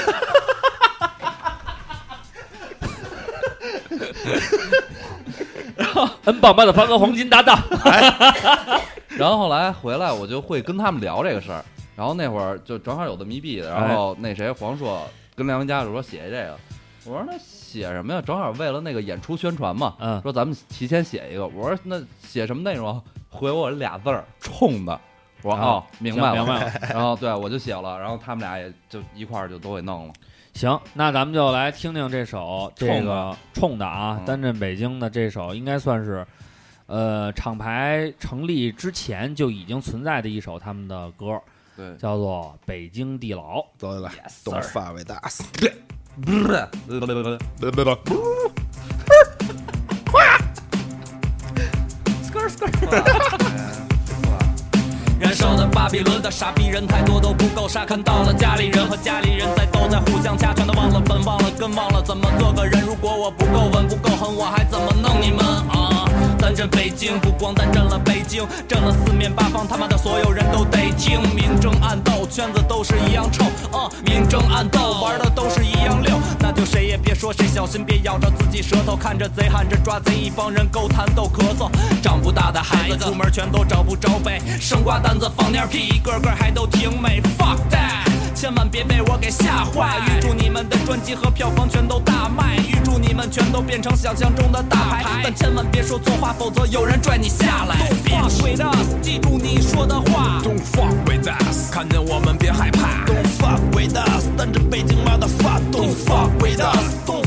然后很棒棒的发个黄金搭档， 哎、然后后来回来我就会跟他们聊这个事儿，然后那会儿就正好有的迷币的，然后那谁黄硕跟梁文佳就说写这个，我说那写什么呀？正好为了那个演出宣传嘛， 嗯， 说咱们提前写一个，我说那写什么内容？回我俩字儿冲的，我说哦明白了明白了， 然后对我就写了，然后他们俩也就一块儿就都给弄了。 行，那咱们就来听听这首这个冲的啊，单镇北京的这首应该算是，呃，厂牌成立之前就已经存在的一首他们的歌， 对， 叫做《北京地牢》。 走起来，东发为大死， 不是，对对对对对对对， 哇 ，skr skr。燃烧的巴比伦的傻逼人太多都不够杀，看到了家里人和家里人在都在互相掐，全都忘了本，忘了根，忘了怎么做个人。如果我不够稳不够狠，我还怎么弄你们啊？单镇北京不光单镇了北京，震了四面八方，他妈的所有人都得听。明争暗斗，圈子都是一样臭啊！明争暗斗，玩的都是一样溜，那就谁也别说谁，小心别咬着自己舌头。看着贼喊着抓贼，一帮人勾弹斗咳嗽，长不大的孩子出门全都找不着北，生瓜蛋子放点屁，个个还都挺美。Fuck that， 千万别被我给吓坏。预祝你们的专辑和票房全都大卖，预祝你们全都变成想象中的大牌，但千万别说错话，否则有人拽你下来。Don't fuck with us， 记住你说的话。Don't fuck with us， 看见我们别害怕。Don't fuck with us， 单着北京妈的发。Don't fuck with us，Don't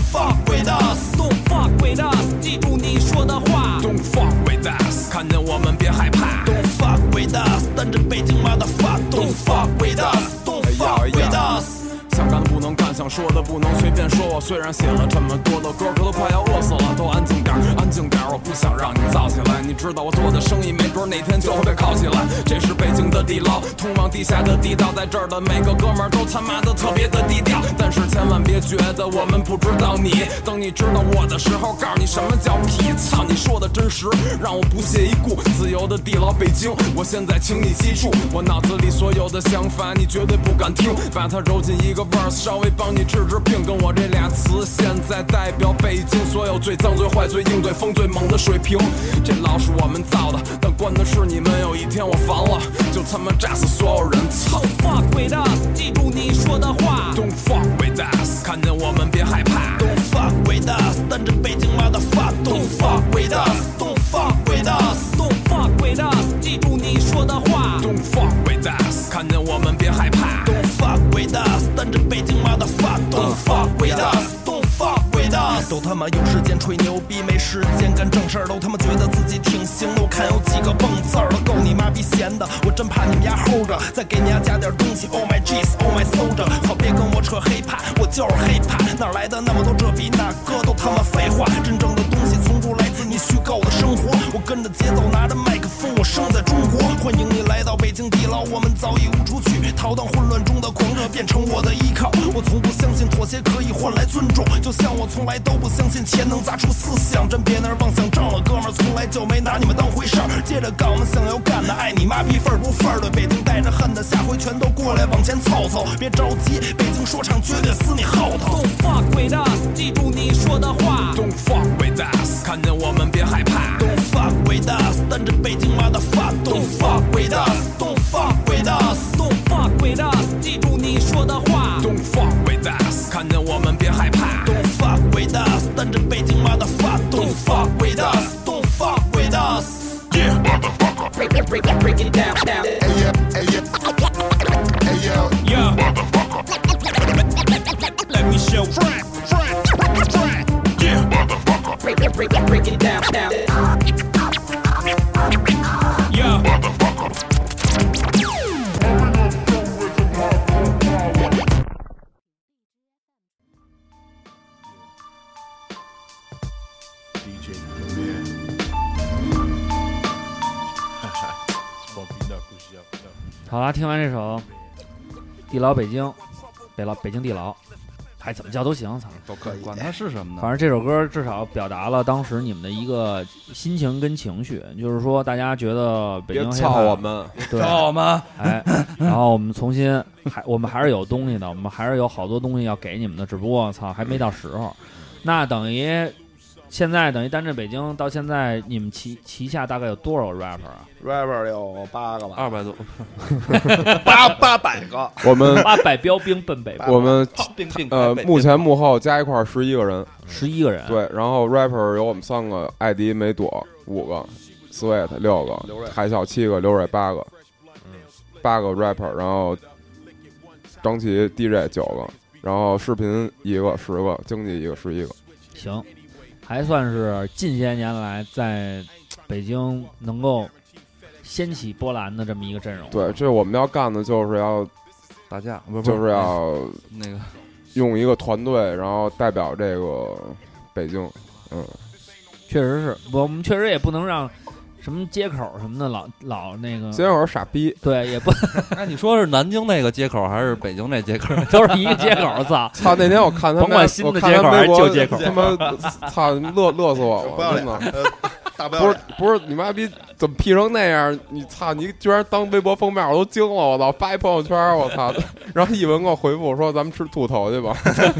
fuck with us Don't fuck with us 记住你说的话 Don't fuck with us 看见我们别害怕 Don't fuck with us 单着北京妈的发 Don't fuck with us Don't fuck with us想干的不能干，想说的不能随便说。我虽然写了这么多的歌，可都快要饿死了。都安静点，安静点，我不想让你燥起来。你知道我做的生意，没准哪天就会被铐起来。这是北京的地牢，通往地下的地道，在这儿的每个哥们儿都他妈的特别的低调。但是千万别觉得我们不知道你，等你知道我的时候，告诉你什么叫屁。操，你说的真实，让我不屑一顾。自由的地牢北京，我现在请你记住，我脑子里所有的想法，你绝对不敢听，把它揉进一个。稍微帮你治治病，跟我这俩词现在代表北京所有最脏最坏最硬最疯最猛的水平。这牢是我们造的，但关的是你们。有一天我烦了，就他妈炸死所有人。操 fuck with us 记住你说的话 Don't fuck with us 看见我们别害怕 Don't fuck with us 单着北京妈的发 Don't fuck with us Don't fuck with us Don't fuck with us 记住你说的话 Don't fuck with us 看见我们别害怕 Don't fuck with us 单着北京妈的发 Don't fuck with us Don't fuck with us 都他妈有时间吹牛逼没时间干正事儿，都他妈觉得自己挺行的。我看有几个蹦字儿的够你妈逼闲的，我真怕你们家齁着，再给你家加点东西。Oh my jeez Oh my soldier 操，别跟我扯黑怕，我就是黑怕，哪来的那么多这比那个，都他妈废话。真正的东西从不来自你虚构的生活，我跟着节奏拿着麦克风，我生在中国。欢迎你来到北京地牢，我们早已无处去，逃荡混乱中的狂热变成我的依靠。我从不相信妥协可以换来尊重，就像我从来都不相信钱能砸出思想。真别那儿妄想症了，哥们儿从来就没拿你们当回事儿。接着干我们想要干的，爱你妈逼份儿不份儿，对北京带着恨的，下回全都过来往前凑凑，别着急，北京说唱绝对撕你后头。Don't fuck with us 记住你说的话 Don't fuck with us 看见我们别害怕 Don't fuck with us 单着北京妈的发 Don't fuck with us Don't fuck with us Don't fuck with us 记住你说的话 Don't fuck with us 看见我们别害怕 Don't fuck with us 单着北京妈的发 Don't fuck with us Don't fuck with us Yeah motherfucker Break it break it break it down down Hey yeah hey yeah Hey yo Yeah motherfucker Let me show Frank Frank Frank Yeah motherfucker Break it break it break it down down Yeah motherfucker 好啦，听完这首《地牢北京》，北牢北京地牢，还怎么叫都行，操， 都可以， 管它是什么呢？ 反正这首歌至少表达了当时你们的一个心情跟情绪，就是说大家觉得北京别操我们， 对， 操我们， 哎，然后我们重新还我们还是有东西的，我们还是有好多东西要给你们的，只不过操还没到时候。那等于现在等于单镇北京到现在，你们旗旗下大概有多少 rapper 啊 ？rapper 有八个吧， 二百多， 八八百个。 我们八百标兵奔北， 我们并并呃目前幕后加一块十一个人， 十一个人。 对，然后 rapper 有我们三个，艾迪、梅朵五个 ，Sweet 六个，海啸七个，刘蕊八个，八个 rapper， 然后张琪 D J 九个，然后视频一个十个，经济一个十一个。 行。还算是近些年来在北京能够掀起波澜的这么一个阵容。 对，这我们要干的就是要打架，不就是要那个用一个团队，然后代表这个北京。嗯， 确实是，我们确实也不能让什么街口什么的老老那个街口傻逼。 对，也不。 哎，你说是南京那个街口还是北京那街口？ 都是一个街口，操！ 操！那天我看他们， 甭管新的街口还是旧街口， 他妈操，乐乐死我了，真的。 大不不是不是，你妈逼怎么 P 成那样？你操！你居然当微博封面，我都惊了！我操！发一朋友圈，我操！然后一文给我回复说：“咱们吃兔头去吧。”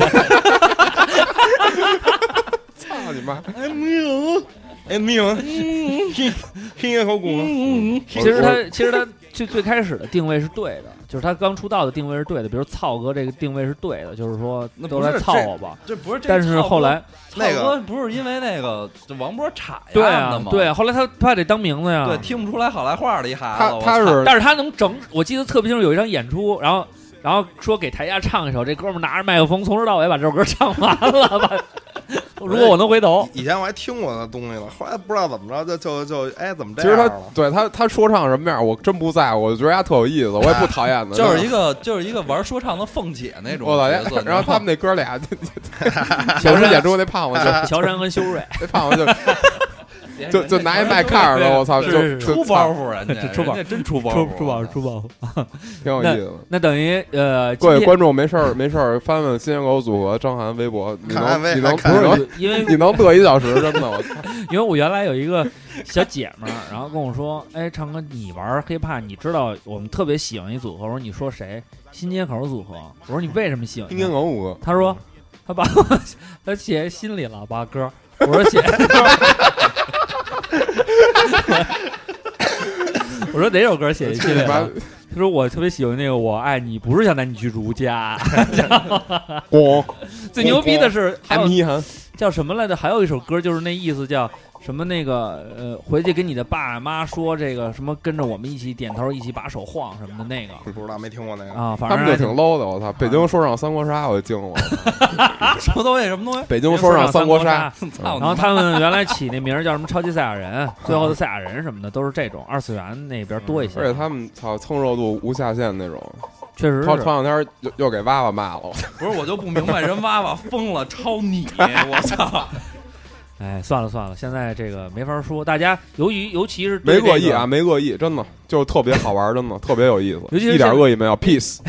操你妈！ 哎没有。哎，没有，听听也好功了。 其实他，其实他最最开始的定位是对的，就是他刚出道的定位是对的。比如操哥这个定位是对的，就是说都来操我吧。 这不是， 但是后来那个不是因为那个王波插呀对啊， 吗？ 对啊，后来他他得当名字呀， 对，听不出来好赖话的一孩子。 他他是， 但是他能整，我记得特别清楚，有一场演出，然后然后说给台下唱一首，这哥们儿拿着麦克风从头到尾把这首歌唱完了吧。如果我能回头， 以前我还听过那东西了，后来不知道怎么着就就就哎怎么这其实他样了？ 对他他说唱什么样，我真不在乎，我觉得他特有意思，我也不讨厌的。 就是一个就是一个玩说唱的凤姐那种我操！ 角色， 然后他们那哥俩，小时演出那胖子就乔杉跟修睿， 那胖子就。就就拿一麦看着了，我操！就出包袱，人家出包人家真出包出袱， 出包出包袱， 挺有意思的。 那等于呃， 各位观众没事儿没事儿翻翻新鲜狗组合张涵微博，你能你能不是因为你能乐一小时，真的我操！ 因为我原来有一个小姐们儿，然后跟我说：“哎，唱歌你玩 hiphop， 你知道我们特别喜欢一组合。”我说：“你说谁？新街口组合。”我说：“你为什么喜欢？” 新街口五个。 他说：“他把我他写心里了，把歌。”我说：“写。”我说哪首歌写进心里了？他说我特别喜欢那个我爱你，不是想带你去如家。 咣！ 最牛逼的是还有涵叫什么来着？还有一首歌就是那意思叫什么那个呃，回去跟你的爸妈说这个什么，跟着我们一起点头，一起把手晃什么的那个。 不知道没听过那个啊，反正他们就挺 low 的，我操！北京说唱三国杀我就惊了， 什么东西什么东西？ 北京说唱三国杀。 然后他们原来起那名叫什么超级赛亚人、最后的赛亚人什么的，都是这种二次元那边多一些。 而且他们操蹭热度无下限那种。 确实是， 前两天又又给娃娃骂了。 不是，我就不明白人娃娃疯了，抄你，我操！ 哎，算了算了，现在这个没法说。大家由于尤其是、 这个、没恶意啊，没恶意，真的就是特别好玩，真的特别有意思， 尤其是一点恶意没有 ，peace。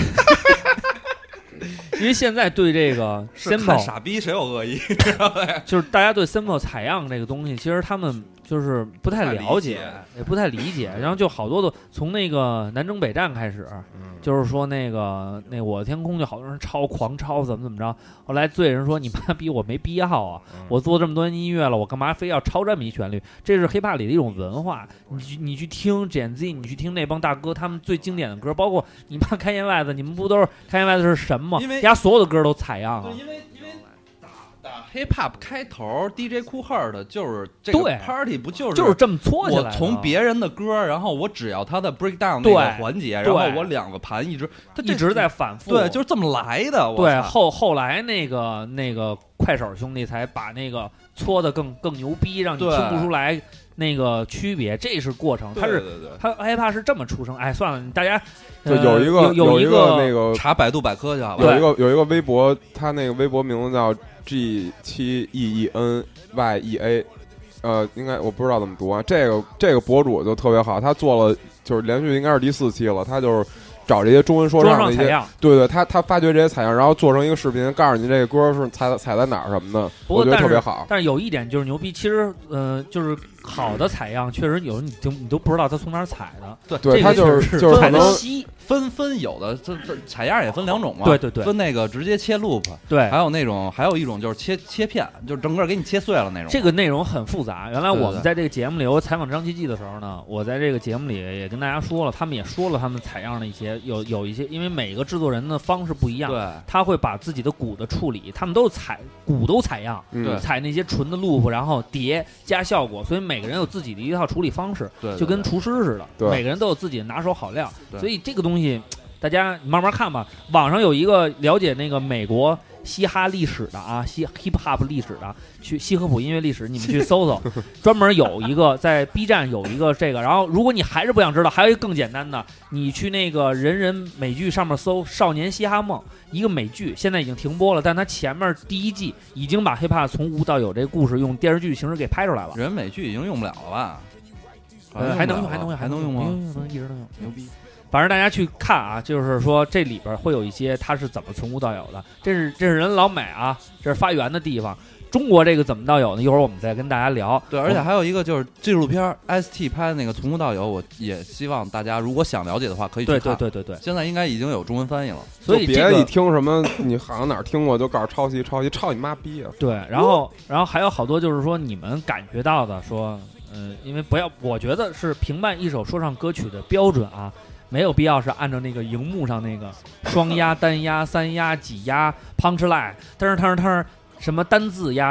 因为现在对这个 sample 傻逼谁有恶意， 就是大家对 sample 采样这个东西，其实他们就是不太了解，也不太理解。然后就好多的从那个南征北战开始，嗯、就是说那个那我的天空就好多人抄狂抄怎么怎么着。后来罪人说你妈逼我没必要啊，嗯、我做这么多年音乐了，我干嘛非要抄这么一旋律？这是 hiphop 里的一种文化。你去你去听 Gen Z， 你去听那帮大哥他们最经典的歌，包括你妈开言外子，你们不都是开言外子是什么？ 因为家所有的歌都采样啊。 因为因为打打 hiphop 开头 D J Cool Herc 就是这个 party 不就是就是这么搓起来的？ 我从别人的歌，然后我只要他的 breakdown 那个环节，然后我两个盘一直他一直在反复， 对，就是这么来的。 对，后后来那个那个快手兄弟才把那个搓的更更牛逼，让你听不出来那个区别，这是过程。他是他 hiphop 是这么出生。哎，算了，大家就有一个、 呃、有一个那个查百度百科去好吧？ 有一个有一个微博，他那个微博名字叫 G 七 E E N Y E A， 呃，应该我不知道怎么读啊。这个这个博主就特别好，他做了就是连续应该是第四期了，他就是找这些中文说唱的一些，对对，他他发掘这些采样，然后做成一个视频，告诉你这个歌是采采在哪儿什么的，我觉得特别好。 但是有一点就是牛逼，其实呃，就是好的采样，确实有你都你都不知道他从哪儿采的。 对，对他就是就是可能分分有的这这采样也分两种嘛， 对对对， 分那个直接切 loop， 对， 还有那种还有一种就是切切片，就是整个给你切碎了那种。 这个内容很复杂。原来我们在这个节目里，我采访张琪琪的时候呢，我在这个节目里也跟大家说了，他们也说了他们采样的一些有有一些，因为每个制作人的方式不一样， 对， 他会把自己的鼓的处理，他们都是采鼓都采样， 对， 采那些纯的 loop， 然后叠加效果，所以每个人有自己的一套处理方式， 对， 就跟厨师似的， 对， 每个人都有自己的拿手好料，所以这个东西。大家慢慢看吧，网上有一个了解那个美国嘻哈历史的啊，嘻 hip hop 历史的，去西河普音乐历史，你们去搜搜，专门有一个在 B 站有一个这个。然后如果你还是不想知道，还有一个更简单的，你去那个人人美剧上面搜《少年嘻哈梦》，一个美剧，现在已经停播了，但它前面第一季已经把 hip hop 从无到有这个故事用电视剧形式给拍出来了。 人美剧已经用不了了吧？ 呃，还能用，还能用， 还能用吗？ 能一直能用， 牛逼。 反正大家去看啊，就是说这里边会有一些它是怎么从无到有的，这是这是人老美啊，这是发源的地方。中国这个怎么到有呢？一会儿我们再跟大家聊。 对，而且还有一个就是纪录片 S T 拍的那个从无到有，我也希望大家如果想了解的话可以去看。 对对对对对， 现在应该已经有中文翻译了， 所以别一听什么你好像哪儿听过就告诉抄袭抄袭，抄你妈逼啊！ 对，然后然后还有好多就是说你们感觉到的说，嗯、呃，因为不要，我觉得是评判一首说唱歌曲的标准啊。没有必要是按照那个荧幕上那个双压、单压、三压、几压、punch line，腾腾腾，什么单字压，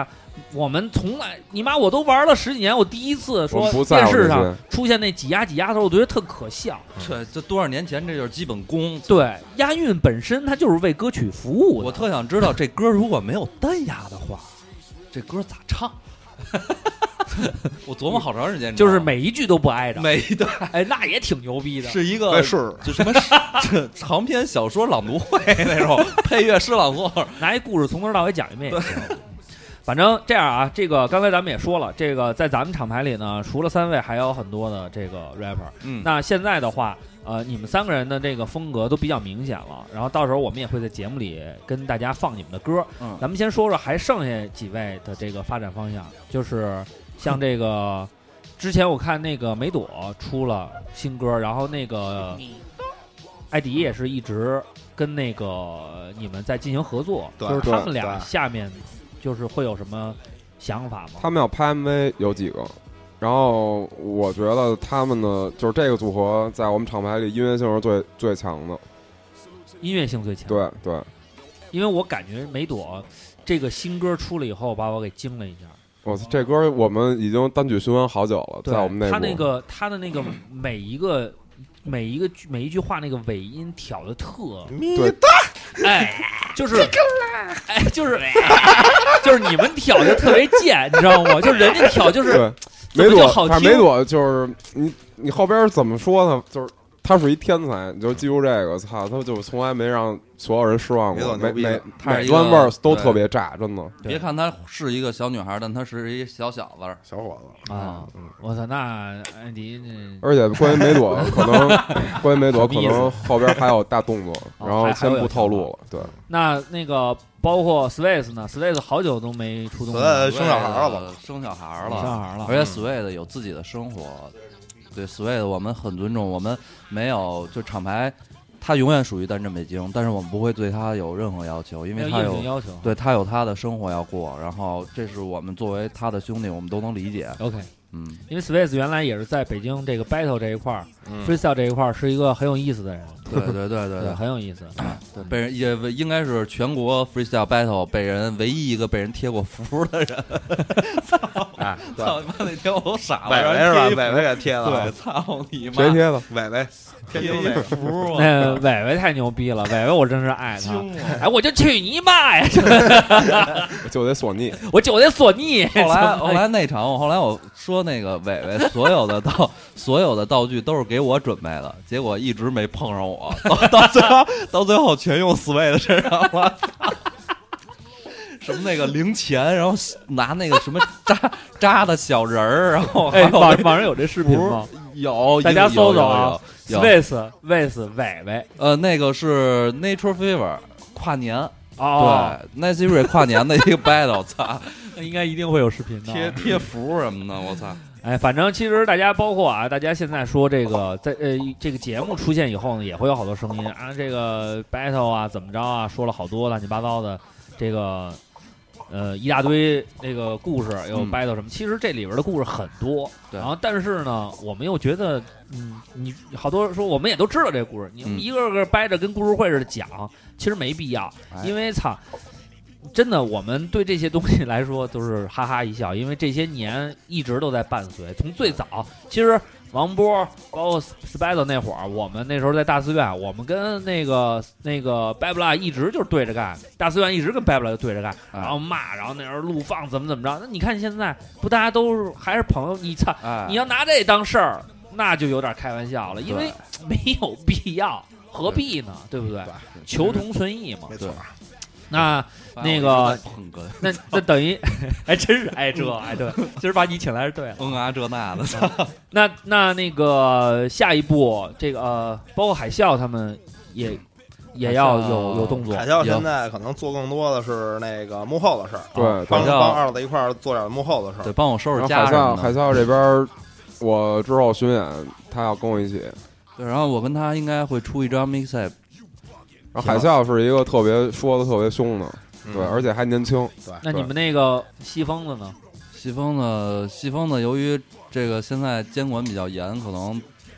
我们从来你妈我都玩了十几年，我第一次说电视上出现那挤压挤压头，我觉得特可笑。 对，这多少年前这就是基本功。 对，押韵本身它就是为歌曲服务的。 我特想知道这歌如果没有单押的话，这歌咋唱？我琢磨好长时间， 就是每一句都不挨着， 每一段， 哎，那也挺牛逼的。 是一个就什么这长篇小说朗读会那种配乐诗朗诵， 拿一故事从头到尾讲一遍。反正这样啊，这个刚才咱们也说了，这个在咱们厂牌里呢，除了三位，还有很多的这个 rapper。嗯，那现在的话，呃，你们三个人的这个风格都比较明显了。然后到时候我们也会在节目里跟大家放你们的歌。嗯，咱们先说说还剩下几位的这个发展方向，就是像这个之前我看那个梅朵出了新歌，然后那个艾迪也是一直跟那个你们在进行合作，就是他们俩下面。就是会有什么想法吗？ 他们要拍 M V 有几个，然后我觉得他们的就是这个组合在我们厂牌里音乐性是最最强的， 音乐性最强。 对对， 因为我感觉梅朵这个新歌出了以后，把我给惊了一下。 我这歌我们已经单曲循环好久了，在我们内部。 他那个他的那个每一个每一个每一句话那个尾音挑的特对， 哎，就是哎，就是就是你们挑的特别贱，你知道吗？就是人家挑就是梅朵，反正梅朵就是你你后边怎么说呢？就是他是一天才，你就记住这个，操，他就从来没让所有人失望过，每每每段 verse 都特别炸，真的。 别看她是一个小女孩，但她是一小小子、 小伙子啊！我操，那安迪这…… 而且关于梅朵，可能关于梅朵可能后边还有大动作，然后先不透露了。对， 那那个包括 Sways 呢 ？Sways 好久都没出动了，生小孩了吧？ 生小孩了， 生小孩了， 而且 Sways 有自己的生活。对 Sways 我们很尊重，我们没有就厂牌，他永远属于单镇北京，但是我们不会对他有任何要求，因为他有要求， 对他有他的生活要过，然后这是我们作为他的兄弟，我们都能理解。 OK， 嗯， 因为 Sways 原来也是在北京这个 battle 这一块儿、嗯、，freestyle 这一块儿是一个很有意思的人， 对对对对对, 对，很有意思。 对，被人也应该是全国 freestyle battle 被人唯一一个被人贴过符的人。操！ 啊， 操你妈！那天我都傻了， 伟伟是吧？伟伟给贴的， 对，操你妈！ 谁贴的？ 伟伟贴一符。 那伟伟太牛逼了，伟伟我真是爱他。哎，我就去你妈呀！ 就得索尼， 我就得索尼。 后来后来那场，我后来我说那个伟伟所有的道所有的道具都是给我准备的，结果一直没碰上我，到到最后到最后全用四位的身上了。什么那个零钱，然后拿那个什么扎扎的小人儿，然后哎，网网上有这视频吗？ 有， 大家搜搜啊 ，Sways Sways 伟伟， 呃，那个是 Nature Fever 跨年， 哦， 对 ，Nature 跨年的一个 battle， 操， 那应该一定会有视频的， 贴贴符什么的，我操。 哎，反正其实大家包括啊，大家现在说这个在呃这个节目出现以后呢，也会有好多声音啊，这个 battle 啊怎么着啊，说了好多乱七八糟的这个。呃，一大堆那个故事，有 battle 什么、嗯，其实这里边的故事很多。 对。 然后，但是呢，我们又觉得，嗯，你好多说我们也都知道这个故事，你一个个掰着跟故事会似的讲，其实没必要， 哎、 因为操，真的，我们对这些东西来说都是哈哈一笑，因为这些年一直都在伴随，从最早，其实。王波包括 Spider 那会儿，我们那时候在大寺院，我们跟那个那个 Babla 一直就是对着干，大寺院一直跟 Babla 就对着干，然后骂，然后那时候录放怎么怎么着。那你看现在不大家都还是朋友，你操、哎，你要拿这当事儿，那就有点开玩笑了，因为没有必要，何必呢？对不对？对求同存异嘛。 没错。 那那个，那那等于还真是哎这哎对，今儿把你请来是对了， 嗯啊这那的。 那那那个下一步，这个呃，包括海啸他们也也要有有动作。 海啸现在可能做更多的是那个幕后的事儿， 对， 帮帮二子一块儿做点幕后的事儿， 对，帮我收拾家。 海啸海啸这边，我之后巡演，他要跟我一起。 对，然后我跟他应该会出一张 mixtape。 然后海啸是一个特别说的特别凶的，嗯、对，而且还年轻。 对， 那你们那个西风的呢？ 西风的西风的，由于这个现在监管比较严，可能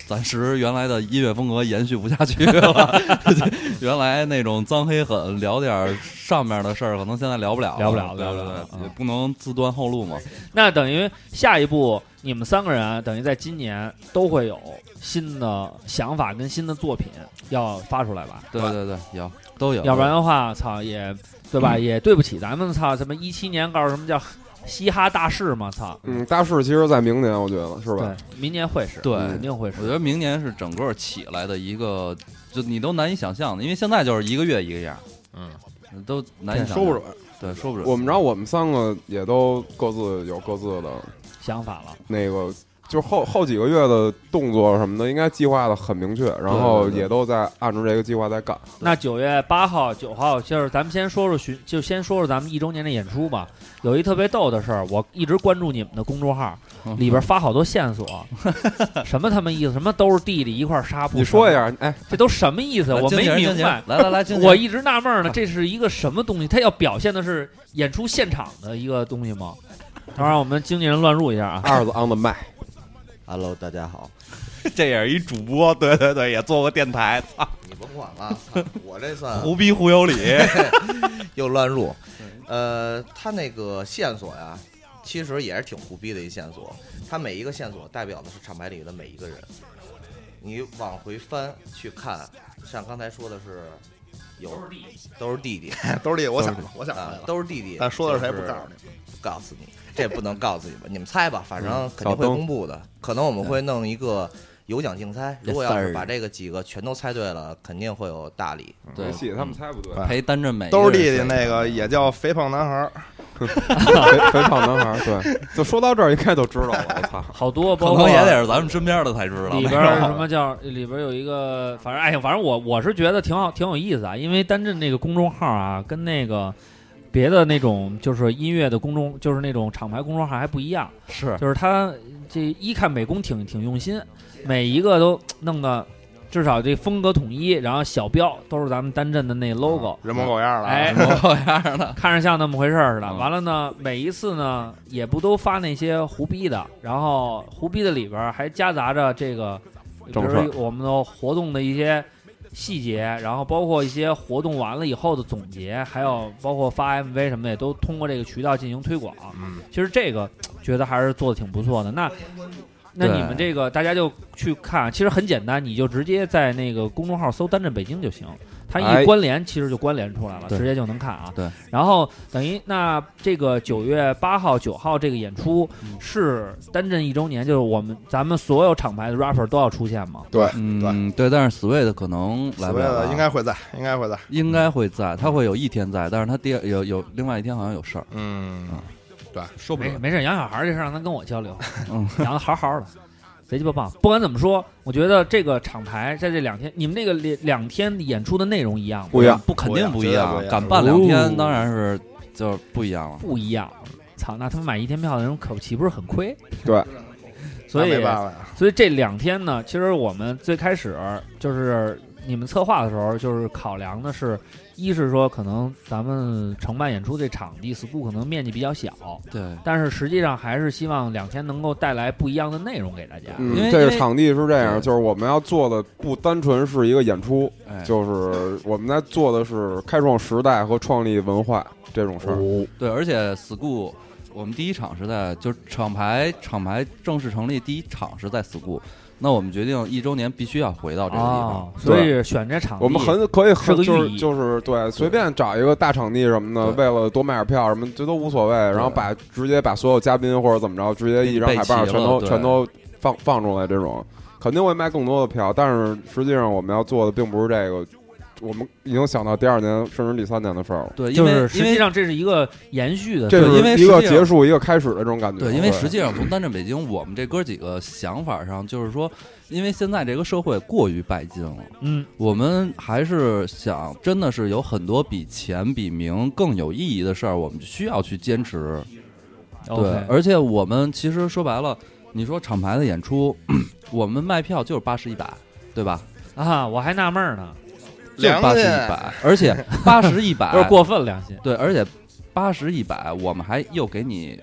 暂时原来的音乐风格延续不下去了，原来那种脏黑狠聊点上面的事儿，可能现在聊不了， 聊不了， 对聊不了， 对，也不能自断后路嘛。 那等于下一步，你们三个人等于在今年都会有新的想法跟新的作品要发出来吧？ 对对对，有都有， 要不然的话，操也对吧？也对不起咱们，操，什么一七年告诉什么叫嘻哈大事嘛，操。 嗯，大事其实在明年，我觉得是吧？ 对，明年会是， 对， 肯定会是。 我觉得明年是整个起来的一个，就你都难以想象的，因为现在就是一个月一个样， 嗯， 都难以想象， 说不准， 对，说不准。 我们然后我们三个也都各自有各自的想法了， 那个。就后后几个月的动作什么的，应该计划的很明确，然后也都在按照这个计划在干。 那九月八号、九号，就是咱们先说说巡，就先说说咱们一周年的演出吧。有一特别逗的事儿，我一直关注你们的公众号，里边发好多线索，什么他妈意思？什么都是弟弟一块纱布？ 你说一下，哎， 这都什么意思？我没明白。 来来来， 我一直纳闷呢，这是一个什么东西？他要表现的是演出现场的一个东西吗？当然，我们经纪人乱入一下啊。 二子 on the mic。 Hello， 大家好，这也是一主播，对对对，也做过电台，操， 你甭管了，我这算胡逼忽悠理， 又乱入。呃，他那个线索呀，其实也是挺胡逼的一线索，他每一个线索代表的是厂牌里的每一个人，你往回翻去看，像刚才说的是。有都是弟弟， 都是弟弟，我想了，我想啊，都是弟弟。 但说的是谁不告诉你？ 不告诉你，这不能告诉你吧？你们猜吧，反正肯定会公布的。可能我们会弄一个有奖竞猜，如果要是把这个几个全都猜对了，肯定会有大礼。 对， 戏他们猜不对， 陪单着美都是弟弟，那个也叫肥胖男孩。 肥肥胖男孩，对，就说到这儿应该都知道了。我操， 好多，包括可能也得是咱们身边的才知道。 里边什么叫里边有一个，反正哎呀，反正我我是觉得挺好，挺有意思啊。因为单阵那个公众号啊，跟那个别的那种就是音乐的公众，就是那种厂牌公众号还不一样。 是， 就是他这一看美工挺挺用心，每一个都弄个。至少这风格统一，然后小标都是咱们单阵的那 logo，、 嗯、人模狗样了， 哎， 人模狗样的， 看着像那么回事似的。嗯、完了呢，每一次呢也不都发那些胡逼的，然后胡逼的里边还夹杂着这个，比如我们的活动的一些细节，然后包括一些活动完了以后的总结，还有包括发 M V 什么的，也都通过这个渠道进行推广。 嗯， 其实这个觉得还是做的挺不错的。那。那你们这个大家就去看，其实很简单，你就直接在那个公众号搜单阵北京就行，它一关联其实就关联出来了，直接就能看啊。 对。 然后等于那这个九月八号、九号这个演出是单阵一周年，就是我们咱们所有厂牌的 rapper 都要出现吗？ 对， 嗯，对。但是 Sway 的可能来不了， 应该会在，应该会在， 应该会在，他会有一天在，但是他第二有有另外一天好像有事儿。 嗯。对，说不没没事，养小孩这事让他跟我交流，嗯，养的好好的，贼鸡巴棒。不管怎么说，我觉得这个厂牌在这两天，你们那个两天演出的内容一样吗？ 不一样， 不肯定不一样。敢办两天，当然是就不一样了。 不一样，操！那他们买一天票的人可岂不是很亏？ 对， 所以所以这两天呢，其实我们最开始就是你们策划的时候，就是考量的是。一是说，可能咱们承办演出这场地 school 可能面积比较小， 对， 但是实际上还是希望两天能够带来不一样的内容给大家。 嗯，因为这个场地是这样，就是我们要做的不单纯是一个演出， 哎、 就是我们在做的是开创时代和创立文化这种事儿、 哦。对，而且 school 我们第一场是在就是厂牌厂牌正式成立第一场是在 school。那我们决定一周年必须要回到这个地方， 哦、所以选这场地我们很可以很是就是就是对随便找一个大场地什么的，为了多卖点票什么这都无所谓，然后把直接把所有嘉宾或者怎么着，直接一张海报全都全都放放出来，这种肯定会卖更多的票，但是实际上我们要做的并不是这个。我们已经想到第二年甚至第三年的事儿了。 对， 就是实际上这是一个延续的， 这是一个结束一个开始的这种感觉。 对，因为实际上从单阵北京，我们这哥几个想法上就是说，因为现在这个社会过于拜金了， 嗯， 我们还是想真的是有很多比钱比名更有意义的事儿，我们需要去坚持。对， okay. 而且我们其实说白了，你说厂牌的演出，我们卖票就是八十一百，对吧？ 啊，我还纳闷呢。 就八十一百，而且八十一百有点过分良心。 对，而且八十一百，我们还又给你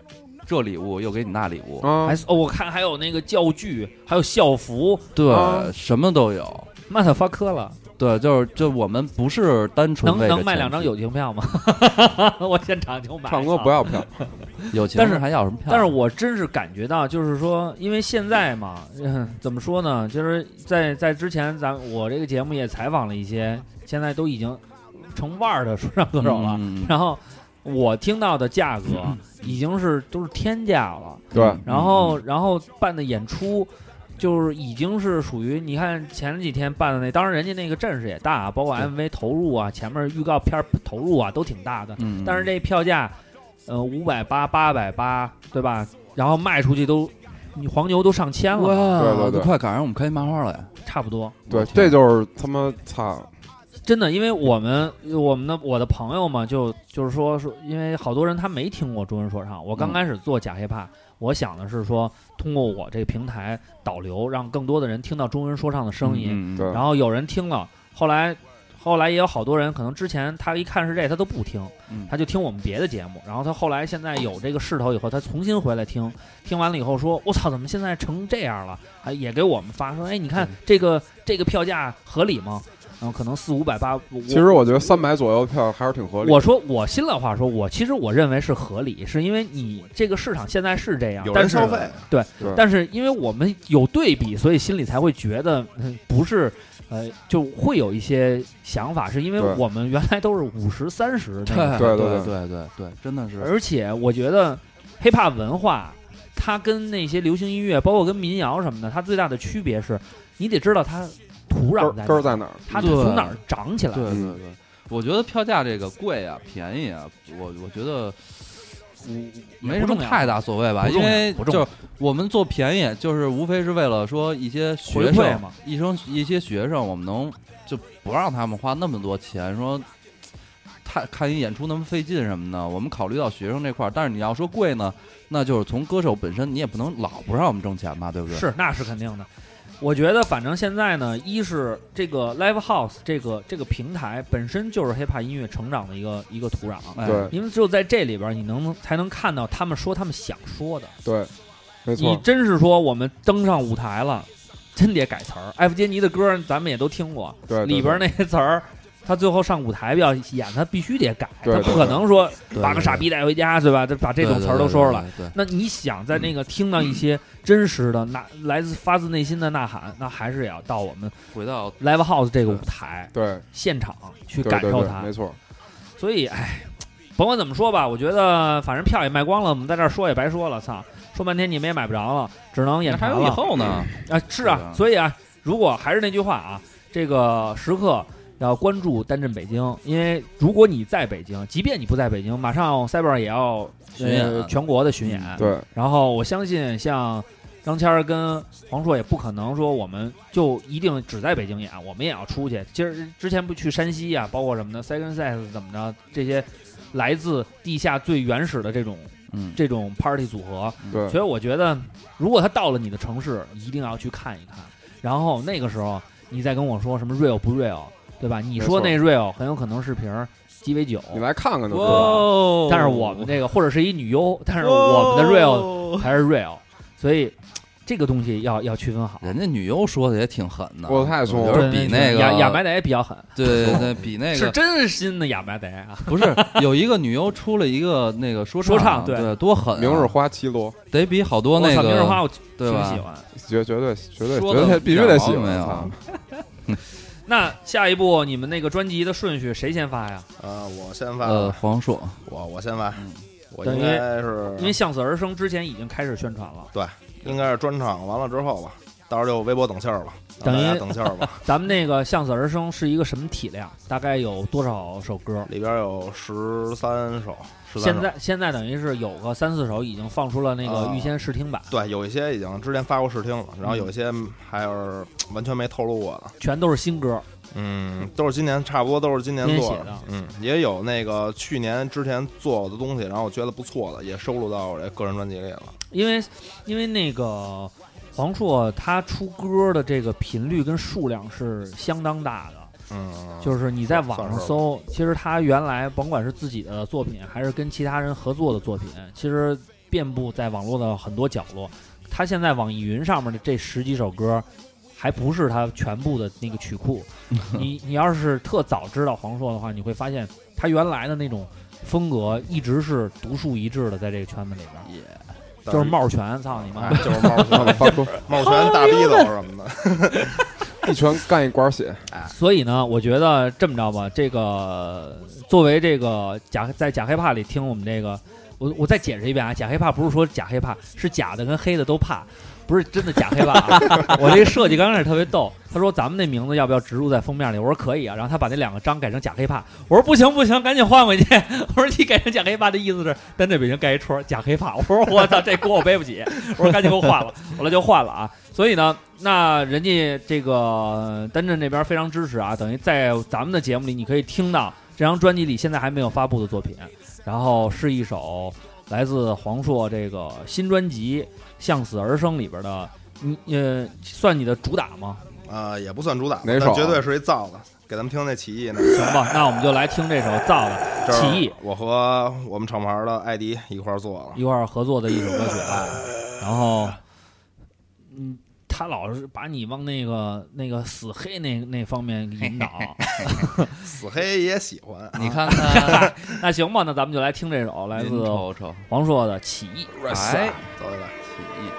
这礼物又给你那礼物， 啊还哦，我看还有那个教具，还有校服， 对， 啊什么都有。 妈的发科了， 对，就是就我们不是单纯能为了能卖两张钱友情票吗？我现场就买。 唱歌不要票， 有钱但是还要什么票？ 但是我真是感觉到，就是说，因为现在嘛，嗯，怎么说呢？就是在在之前，咱我这个节目也采访了一些，现在都已经成腕儿的说唱歌手了。 嗯嗯嗯然后我听到的价格已经是都是天价了。 对， 然后然后办的演出。就是已经是属于你看前几天办的那，当然人家那个阵势也大啊，包括 M V 投入啊，前面预告片投入啊都挺大的。 嗯， 但是这票价，呃，五百八、八百八，对吧？然后卖出去都，你黄牛都上千了， 哇， 对对对都快赶上我们开麻花了呀！ 差不多。 对，这就是他妈操， 真的，因为我们我们的我的朋友嘛，就就是说说，因为好多人他没听过中文说唱，我刚开始做假 hiphop，、嗯、我想的是说通过我这个平台导流，让更多的人听到中文说唱的声音， 嗯嗯对， 然后有人听了，后来后来也有好多人可能之前他一看是这他都不听， 嗯他就听我们别的节目，然后他后来现在有这个势头以后，他重新回来听，听完了以后说，我操，怎么现在成这样了？还也给我们发说，哎，你看这个这个票价合理吗？然后可能四五百八， 其实我觉得三百左右的票还是挺合理的。 我说我心里话说，我其实我认为是合理，是因为你这个市场现在是这样， 有人消费， 对， 对但是因为我们有对比，所以心里才会觉得、嗯、不是，呃，就会有一些想法，是因为我们原来都是五十三十， 对对对对对对对，真的是。 而且我觉得 hiphop 文化，它跟那些流行音乐，包括跟民谣什么的，它最大的区别是，你得知道它。土壤在根儿在哪儿？ 它从哪儿长起来？ 对对对，我觉得票价这个贵啊便宜啊，我我觉得没什么太大所谓吧，因为就是我们做便宜，就是无非是为了说一些学生嘛， 一生一些学生，我们能就不让他们花那么多钱，说太看一演出那么费劲什么的，我们考虑到学生这块儿。但是你要说贵呢，那就是从歌手本身，你也不能老不让我们挣钱吧，对不对？ 是，那是肯定的。我觉得，反正现在呢，一是这个 Live House 这个这个平台本身就是 hiphop 音乐成长的一个一个土壤， 对， 因为只有在这里边，你能才能看到他们说他们想说的， 对，没错。 你真是说我们登上舞台了，真得改词儿。艾弗杰尼的歌咱们也都听过， 对， 里边那些词儿。他最后上舞台要演，他必须得改， 他不可能说把个傻逼带回家，对吧？他把这种词儿都说出来。那你想在那个听到一些真实的、呐来自发自内心的呐喊，那还是要到我们回到 Live House 这个舞台， 对， 现场去感受它。 没错。 所以，哎，甭管怎么说吧，我觉得反正票也卖光了，我们在这儿说也白说了，操，说半天你们也买不着了，只能演唱了。 还有以后呢？ 啊，是啊，所以啊，如果还是那句话啊，这个时刻。要关注单镇北京，因为如果你在北京，即便你不在北京，马上 Cyber 也要巡演、 呃、全国的巡演。 对， 然后我相信像张谦儿跟黄硕也不可能说我们就一定只在北京演，我们也要出去。其实之前不去山西啊，包括什么的 Second Sex 怎么着，这些来自地下最原始的这种、 嗯、 这种 party 组合。 对， 所以我觉得，如果他到了你的城市，一定要去看一看。然后那个时候，你再跟我说什么 real 不 real。对吧？你说那 real 很有可能是瓶鸡尾酒， 你来看看就知道。但是我们这个或者是一女优，但是我们的 real 才是 real， 所以这个东西要要区分好。 人家女优说的也挺狠的， 我太凶了，比那个亚亚白得比较狠。 对对对，比那个是真心的亚白得啊， 不是有一个女优出了一个那个说说唱， 对，多狠、啊！ 明日花绮罗得比好多那个明日花我对吧？ 喜欢， 绝绝对绝对绝对必须得喜欢。 那下一步你们那个专辑的顺序谁先发呀？ 啊，我先发。 呃，黄硕， 我我先发。 嗯、 我应该是因为向死而生之前已经开始宣传了。 对，应该是专场完了之后吧，到时候就微博等信儿吧。 等于等信儿吧。 咱们那个向死而生是一个什么体量？大概有多少首歌？ 里边有十三首。 现在现在等于是有个三四首已经放出了那个预先试听版、 啊，对，有一些已经之前发过试听了，然后有一些还是完全没透露过的， 全都是新歌。 嗯，都是今年差不多都是今年做的， 嗯，也有那个去年之前做过的东西，然后我觉得不错的也收录到我这个人专辑里了。 因为因为那个黄硕他出歌的这个频率跟数量是相当大的。 嗯， 就是你在网上搜，其实他原来甭管是自己的作品，还是跟其他人合作的作品，其实遍布在网络的很多角落。他现在网易云上面的这十几首歌，还不是他全部的那个曲库。你你要是特早知道黄硕的话，你会发现他原来的那种风格一直是独树一帜的，在这个圈子里边。Yeah. 就是帽拳，操你妈！ 就是帽拳，帽拳大逼斗什么的。 一拳干一管血， 所以呢，我觉得这么着吧，这个作为这个假在假黑怕里听我们这个，我我再解释一遍啊，假黑怕不是说假黑怕，是假的跟黑的都怕，不是真的假黑怕啊。我这个设计刚开始特别逗，他说咱们那名字要不要植入在封面里？我说可以啊，然后他把那两个章改成假黑怕，我说不行不行，赶紧换回去。我说你改成假黑怕的意思是单在北京盖一戳假黑怕，我说我操这锅我背不起，我说赶紧给我换了，后来就换了啊。所以呢，那人家这个丹震这边非常支持啊，等于在咱们的节目里，你可以听到这张专辑里现在还没有发布的作品，然后是一首来自黄硕这个新专辑《向死而生》里边的，你呃算你的主打吗？ 啊、呃，也不算主打， 哪首？ 绝对是一造的，给咱们听那起义那。 行吧，那我们就来听这首造的起义。 我和我们厂牌的艾迪一块儿做了， 一块儿合作的一首歌曲啊，然后，嗯。他老是把你往那个那个死黑那那方面引导， 死黑也喜欢。 你看看， 那行吧，那咱们就来听这首来自黄硕的《起义》。 来，走起来， 起义。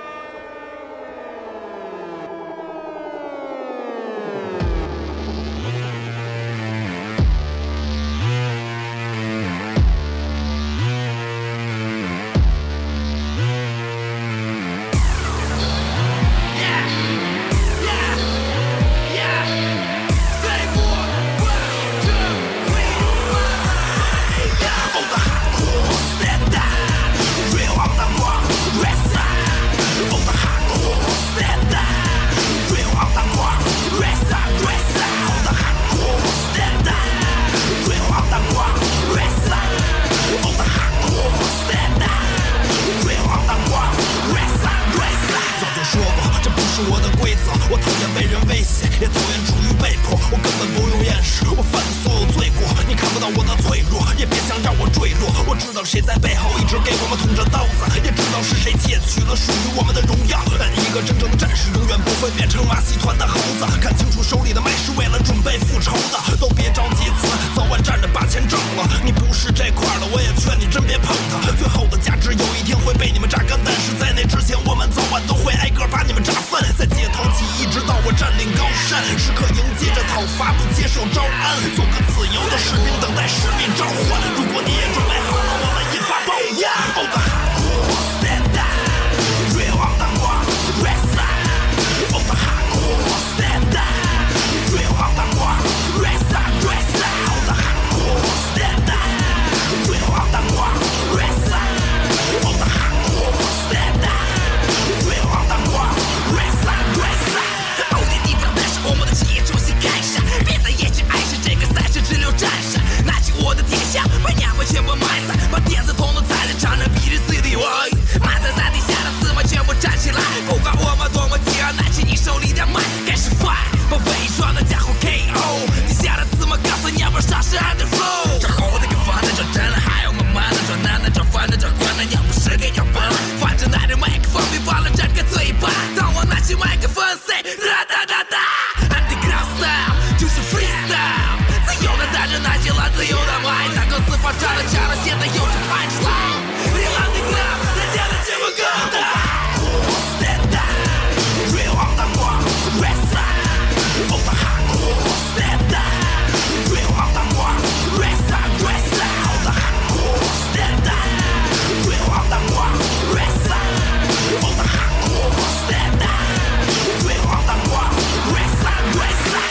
谁在背后一直给我们捅着刀子，也知道是谁窃取了属于我们的荣耀。一个真正的战士永远不会变成马戏团的猴子，看清楚手里的麦是为了准备复仇的。都别着急死，早晚站着把钱挣了。你不是这块的，我也劝你真别碰它。最后的价值有一天会被你们榨干，但是在那之前，我们早晚都会挨个把你们炸翻。在街头起义，直到我占领高山，时刻迎接着讨伐，不接受招安，做个自由的士兵，等待使命召唤。如果你也准备好了，我们引发爆发。Oh the hardcore stand up, real underground west side. Oh the hardcore stand up, real underground west side, west side. Oh the hardcore stand up, real underground west side. Oh the hardcore stand up, real underground west side, west side. 欧弟地方，但是我们的企业重新开始，别再厌倦爱是这个赛事只留战士，拿起我的铁枪，把娘们全部埋死，把电子通通踩在场上，比着 C D voice， 埋在山底下的刺们全部站起来，不管我们多么饥饿，拿起你手里的麦，开始 fight， 把伪装的家伙 K O， 底下的刺们告诉你们上是 under flow， 这猴子跟翻的，这真的还有我们的，这男的这翻的这关的，要不是给你崩了，反正拿着麦克风别忘了这个嘴巴，当我拿起麦克风 say 哒哒哒哒 ，underground style 就是 freestyle， 自由的带着那些烂自由的麦，大哥四方站了枪了，现在又是 punchline， real underground， 大家的节目更大。Stand up, real underground west side. Oh the hardcore stand up, real underground west side, west side. Oh the hardcore stand up, real underground west side. Oh the hardcore stand up, real underground west side, west side.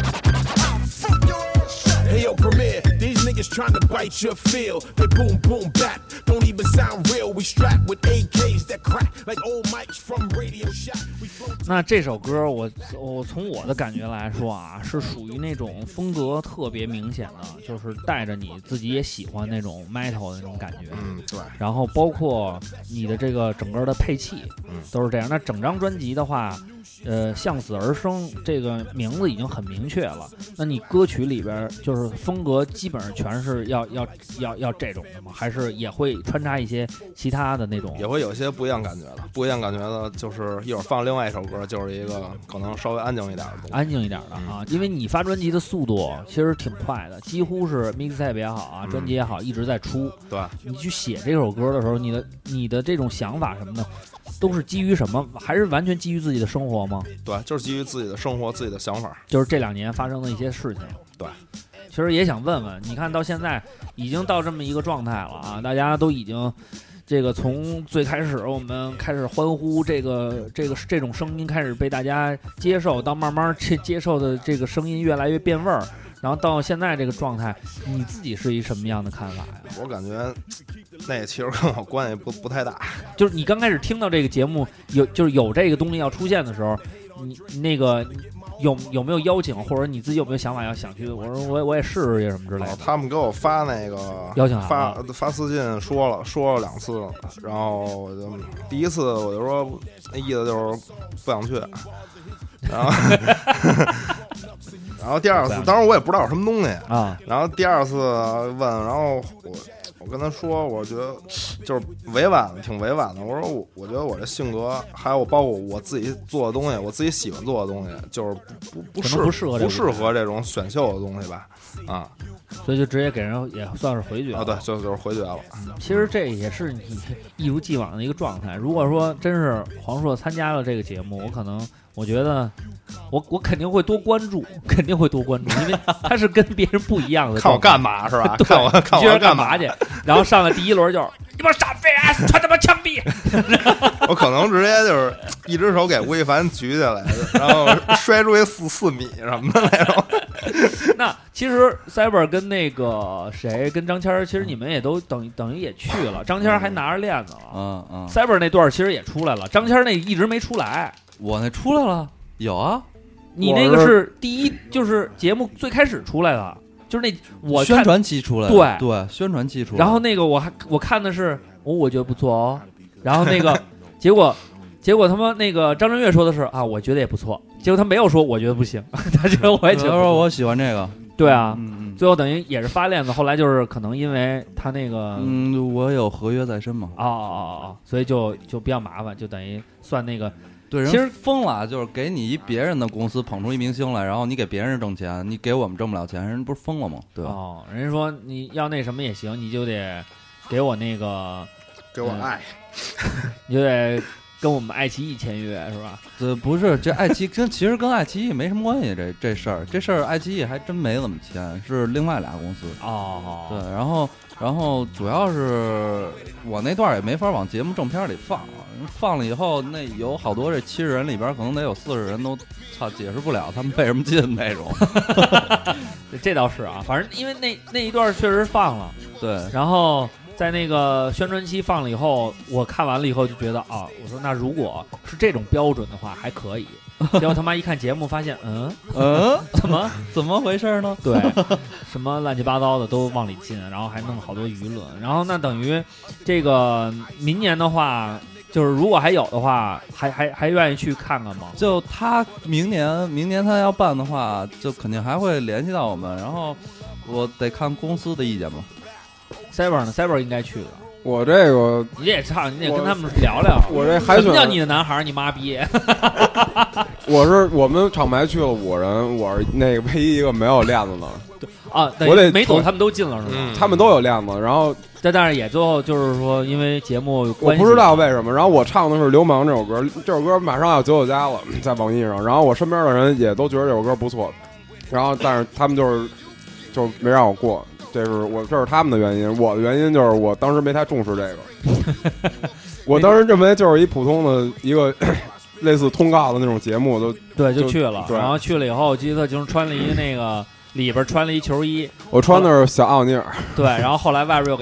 Hey yo, Premier, these niggas trying to bite your feel. They boom boom bap, don't even sound real. We strapped with A Ks that crack like old mics from Radio Shack. 那这首歌我我从我的感觉来说啊，是属于那种风格特别明显的，就是带着你自己也喜欢那种 metal 的那种感觉。 嗯，对。 然后包括你的这个整个的配器， 嗯， 都是这样。那整张专辑的话，呃，向死而生这个名字已经很明确了。那你歌曲里边就是风格基本上全是要要要要这种的吗？还是也会穿插一些其他的那种？ 也会有些不一样感觉的，不一样感觉的，就是一会儿放另外一首歌，就是一个可能稍微安静一点的东西， 安静一点的啊，因为你发专辑的速度其实挺快的，几乎是 mixtape 也好啊，专辑也好，一直在出。 对， 你去写这首歌的时候，你的你的这种想法什么的，都是基于什么？还是完全基于自己的生活吗？ 对，就是基于自己的生活、自己的想法， 就是这两年发生的一些事情。 对， 其实也想问问，你看到现在已经到这么一个状态了啊，大家都已经。这个从最开始我们开始欢呼，这个这个这种声音开始被大家接受，到慢慢接接受的这个声音越来越变味儿，然后到现在这个状态，你自己是一什么样的看法呀？ 我感觉那其实跟我关系不不太大。 就是你刚开始听到这个节目有就是有这个东西要出现的时候，你那个。有有没有邀请，或者你自己有没有想法要想去？我说我我也试试什么之类的。 他们给我发那个邀请发发私信说了说了两次，然后我就第一次我就说那意思就是不想去，然后然后第二次，当时我也不知道有什么东西啊， 然后第二次问，然后我。我跟他说，我觉得就是委婉，挺委婉的。我说我，我觉得我这性格，还有我包括我自己做的东西，我自己喜欢做的东西，就是不不适不适合不适合这种选秀的东西吧，啊， 所以就直接给人也算是回绝了啊，对，就就是回绝了。 其实这也是你一如既往的一个状态。如果说真是黄硕参加了这个节目，我可能我觉得。我我肯定会多关注，肯定会多关注，因为他是跟别人不一样的。 看我干嘛是吧？ 对， 看我看我要干嘛去？然后上来第一轮就是你帮傻废啊，穿他妈枪毙！ 我可能直接就是一只手给吴亦凡举起来，然后摔出去四四米什么的那种。 那其实 Cyber 跟那个谁跟张谦儿，其实你们也都等于等于也去了，张谦儿还拿着链子了。 嗯嗯。 Cyber 那段其实也出来了，张谦儿那一直没出来。 我那出来了。有啊， 你那个是第一，就是节目最开始出来的，就是那我宣传期出来的， 对对，宣传期出来。 然后那个我还我看的是，哦，我觉得不错哦。然后那个结果结果他妈那个张震岳说的是啊，我觉得也不错。结果他没有说我觉得不行，他觉得我也觉得说我喜欢这个。 对啊， 嗯嗯， 最后等于也是发链子，后来就是可能因为他那个， 嗯，我有合约在身嘛。 哦哦哦哦，所以就就比较麻烦，就等于算那个。 对， 其实疯了，就是给你一别人的公司捧出一明星来，然后你给别人挣钱，你给我们挣不了钱，人不是疯了吗？对吧？ 哦，人家说你要那什么也行，你就得给我那个给我爱， 嗯、你就得跟我们爱奇艺签约是吧？ 这不是这爱奇艺跟其实跟爱奇艺没什么关系，这这事儿这事儿爱奇艺还真没怎么签，是另外俩公司。 哦， 对，然后然后主要是我那段也没法往节目正片里放。放了以后，那有好多这七十人里边，可能得有四十人都操解释不了他们为什么进那种。 这倒是啊，反正因为那那一段确实放了， 对。 然后在那个宣传期放了以后，我看完了以后就觉得啊，我说那如果是这种标准的话还可以。结果他妈一看节目，发现嗯嗯， 怎么怎么回事呢？ 对，什么乱七八糟的都往里进，然后还弄好多舆论，然后那等于这个明年的话。就是如果还有的话，还还还愿意去看看吗？ 就他明年明年他要办的话，就肯定还会联系到我们，然后我得看公司的意见吧。 Cyber 呢 ？Cyber 应该去的。 我这个你也唱，你得跟他们聊聊。 我这海选什么叫你的男孩？你妈逼！ 我是我们厂牌去了五人，我是那个唯一一个没有链子的。 啊， 我得没走，他们都进了是吗？ 嗯、他们都有链子，然后但但是也最后就是说，因为节目有我不知道为什么，然后我唱的是《流氓》这首歌，这首歌马上要九九加了，在网易上，然后我身边的人也都觉得这首歌不错，然后但是他们就是就没让我过，这是我这是他们的原因，我的原因就是我当时没太重视这个，我当时认为就是一普通的一个类似通告的那种节目，都对就去了， 然后去了以后，我记得就是穿了一那个。里边穿了一球衣， 我穿的是小奥尼尔， 对，然后后来外边又给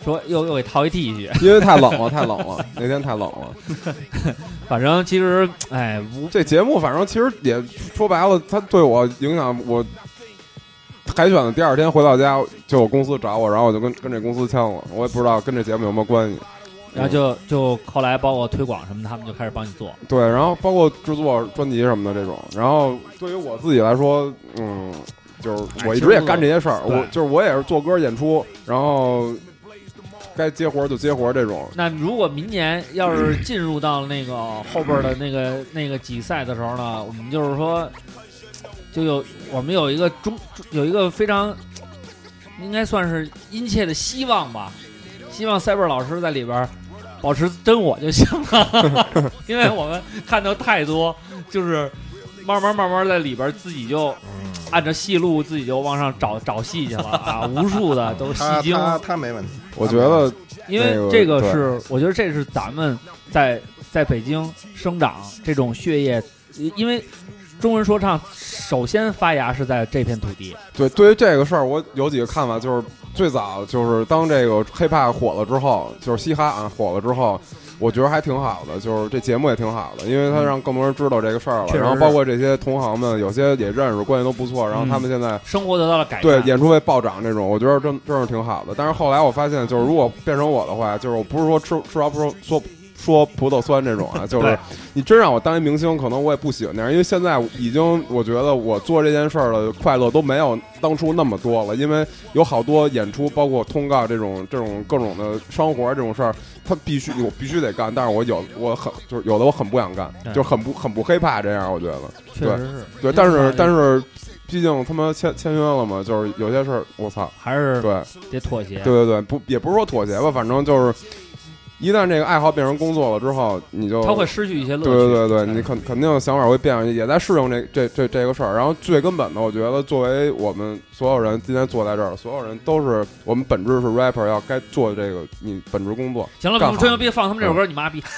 说又又给套一 T 恤， 因为太冷了，太冷了，那天太冷了。 反正其实，哎， 这节目反正其实也说白了，它对我影响，我海选的第二天回到家，就有公司找我，然后我就跟跟这公司签了，我也不知道跟这节目有没有关系。 然后就就后来包括推广什么的，他们就开始帮你做。 对，然后包括制作专辑什么的这种。然后对于我自己来说，嗯，就是我一直也干这些事儿，我就是我也是做歌演出，然后该接活就接活这种。 那如果明年要是进入到那个后边的那个那个比赛的时候呢，我们就是说，就有我们有一个中有一个非常应该算是殷切的希望吧，希望赛博老师在里边保持真我就行了，因为我们看到太多就是慢慢慢慢在里边自己就按照戏路自己就往上找找戏去了啊，无数的都是戏精。 他 他, 他没问题， 我觉得， 因为这个是，我觉得这是咱们在在北京生长这种血液，因为中文说唱首先发芽是在这片土地。 对，对于这个事儿，我有几个看法，就是最早就是当这个hiphop火了之后，就是嘻哈啊火了之后，我觉得还挺好的，就是这节目也挺好的，因为它让更多人知道这个事儿了。然后包括这些同行们，有些也认识，关系都不错。然后他们现在、嗯、 生活得到了改善， 对演出会暴涨这种，我觉得真真是挺好的。但是后来我发现，就是如果变成我的话，就是我不是说吃吃着不说说。说葡萄酸这种啊，就是你真让我当一明星，可能我也不喜欢那样，因为现在已经我觉得我做这件事儿的快乐都没有当初那么多了，因为有好多演出，包括通告这种这种各种的生活这种事儿，他必须我必须得干，但是我有我很就是有的我很不想干，就很不很不黑怕这样，我觉得确实是对，但是但是毕竟他妈签签约了嘛，就是有些事儿我操还是对得妥协， 对对对，不也不是说妥协吧，反正就是。一旦这个爱好变成工作了之后，你就他会失去一些乐趣。 对对对对，你肯肯定想法会变，也在适应这这这这个事儿。然后最根本的，我觉得作为我们所有人今天坐在这儿，所有人都是我们本质是 rapper， 要该做这个你本职工作。 行了，不吹牛逼，放他们这首歌，嗯、你妈逼！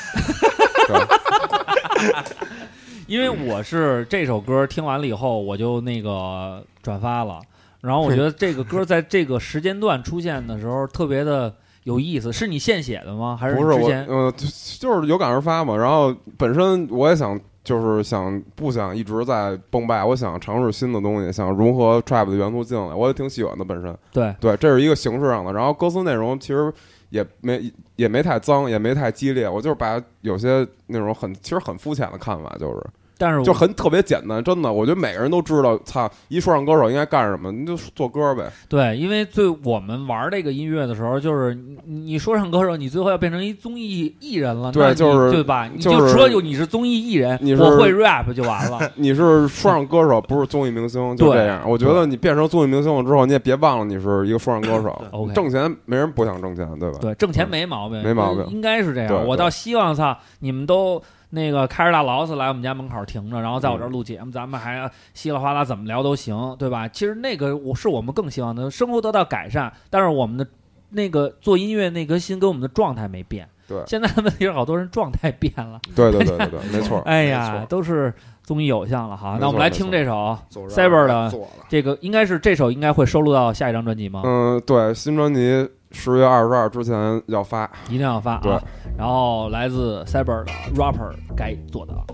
因为我是这首歌听完了以后，我就那个转发了，然后我觉得这个歌在这个时间段出现的时候特别的。有意思，是你现写的吗？还是不是我？ 之前呃，就是有感而发嘛。然后本身我也想，就是想不想一直在崩败，我想尝试新的东西，想融合 trap 的元素进来，我也挺喜欢的。本身对对，这是一个形式上的。然后歌词内容其实也没也没太脏，也没太激烈，我就是把有些那种很其实很肤浅的看法，就是。 但是就很特别简单，真的，我觉得每个人都知道，操，一说唱歌手应该干什么，你就做歌呗。 对，因为最我们玩这个音乐的时候，就是你你说唱歌手，你最后要变成一综艺艺人了， 对，就是对吧？你就说有你是综艺艺人， 你我会 rap 就完了。 你是说唱歌手，不是综艺明星，就这样。我觉得你变成综艺明星了之后，你也别忘了你是一个说唱歌手。 OK， 挣钱没人不想挣钱，对吧？ 对，挣钱没毛病， 没毛病， 应该是这样。我倒希望操你们都。那个开着大劳斯来我们家门口停着，然后在我这儿录节目，嗯、咱们还稀里哗啦怎么聊都行，对吧？其实那个我是我们更希望的，生活得到改善，但是我们的那个做音乐那颗心跟我们的状态没变。 对， 现在问题是好多人状态变了。 对对对对对，没错。 哎呀，都是综艺偶像了哈。那我们来听这首 Cyber 的这个，应该是这首应该会收录到下一张专辑吗？ 嗯，对，新专辑。十月二十二之前要发， 一定要发啊！ 对， 然后来自 Cyber 的 Rapper 该做的。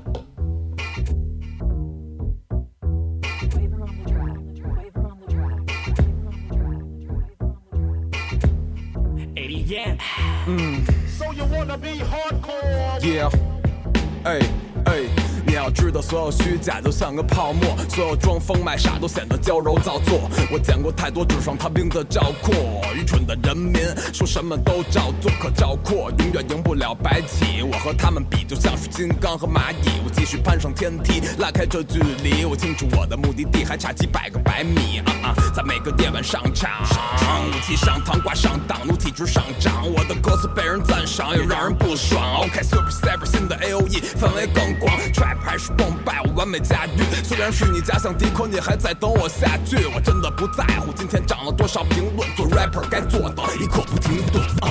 嗯 ，So you wanna be hardcore? Yeah, 哎哎。你要知道，所有虚假就像个泡沫，所有装疯卖傻都显得娇柔造作。我见过太多纸上谈兵的赵括，愚蠢的人民说什么都照做，可赵括永远赢不了白起。我和他们比，就像是金刚和蚂蚁。我继续攀上天梯，拉开这距离。我清楚我的目的地还差几百个百米啊啊！在每个夜晚上场，武器上膛，挂上档，怒体值上涨。我的歌词被人赞赏，也让人不爽。OK，Super Cyber 新的 A O E 氛围更广 ，Trap 还是崩败，我完美驾驭。虽然是你假想敌，可你还在等我下句。我真的不在乎今天涨了多少评论，做 rapper 该做的一刻不停顿。啊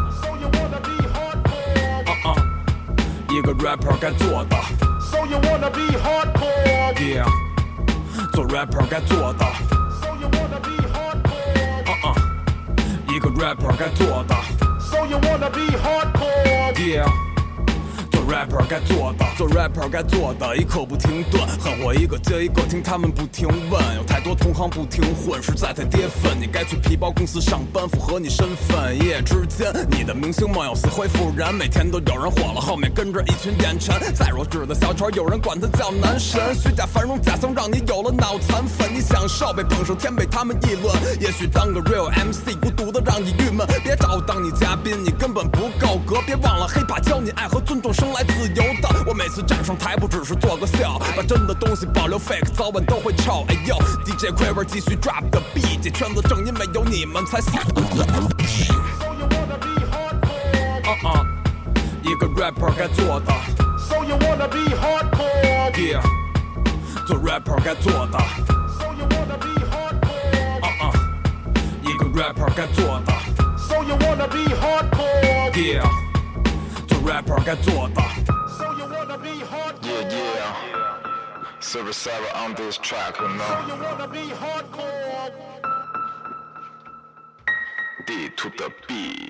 啊，一个 rapper 该做的。So you wanna be hardcore? Yeah， 做 rapper 该做的。So you wanna be hardcore? 啊啊，一个 rapper 该做的。 So you wanna be hardcore? Yeah.做 rapper 该做的，做 rapper 该做的，一刻不停顿，狠活一个接一个，听他们不停问，有太多同行不停混，实在太跌份。你该去皮包公司上班，符合你身份。一夜之间，你的明星梦又死灰复燃，每天都有人火了，后面跟着一群眼馋。再弱智的小丑，有人管他叫男神。虚假繁荣假象让你有了脑残粉，你享受被捧上天，被他们议论。也许当个 real M C， 孤独的让你郁闷。别找我当你嘉宾，你根本不够格。别忘了 hiphop 教你爱和尊重生来自由的，我每次站上台不只是做个秀，把真的东西保留 fake， 早晚都会臭。哎呦 ，D J Quiver 继续 drop 个 beat， 这圈子正因为有你们才行。嗯嗯，一个 rapper 该做的。 So you wanna be hardcore? Yeah， 做 rapper 该做的。 So you wanna be hardcore? 嗯嗯，一个 rapper 该做的。 So you wanna be hardcore? Yeah。rapper 该做的。 So you wanna be hardcore? Yeah, yeah. Silver Sarah on this track, you know. So you wanna be hardcore? D to the B.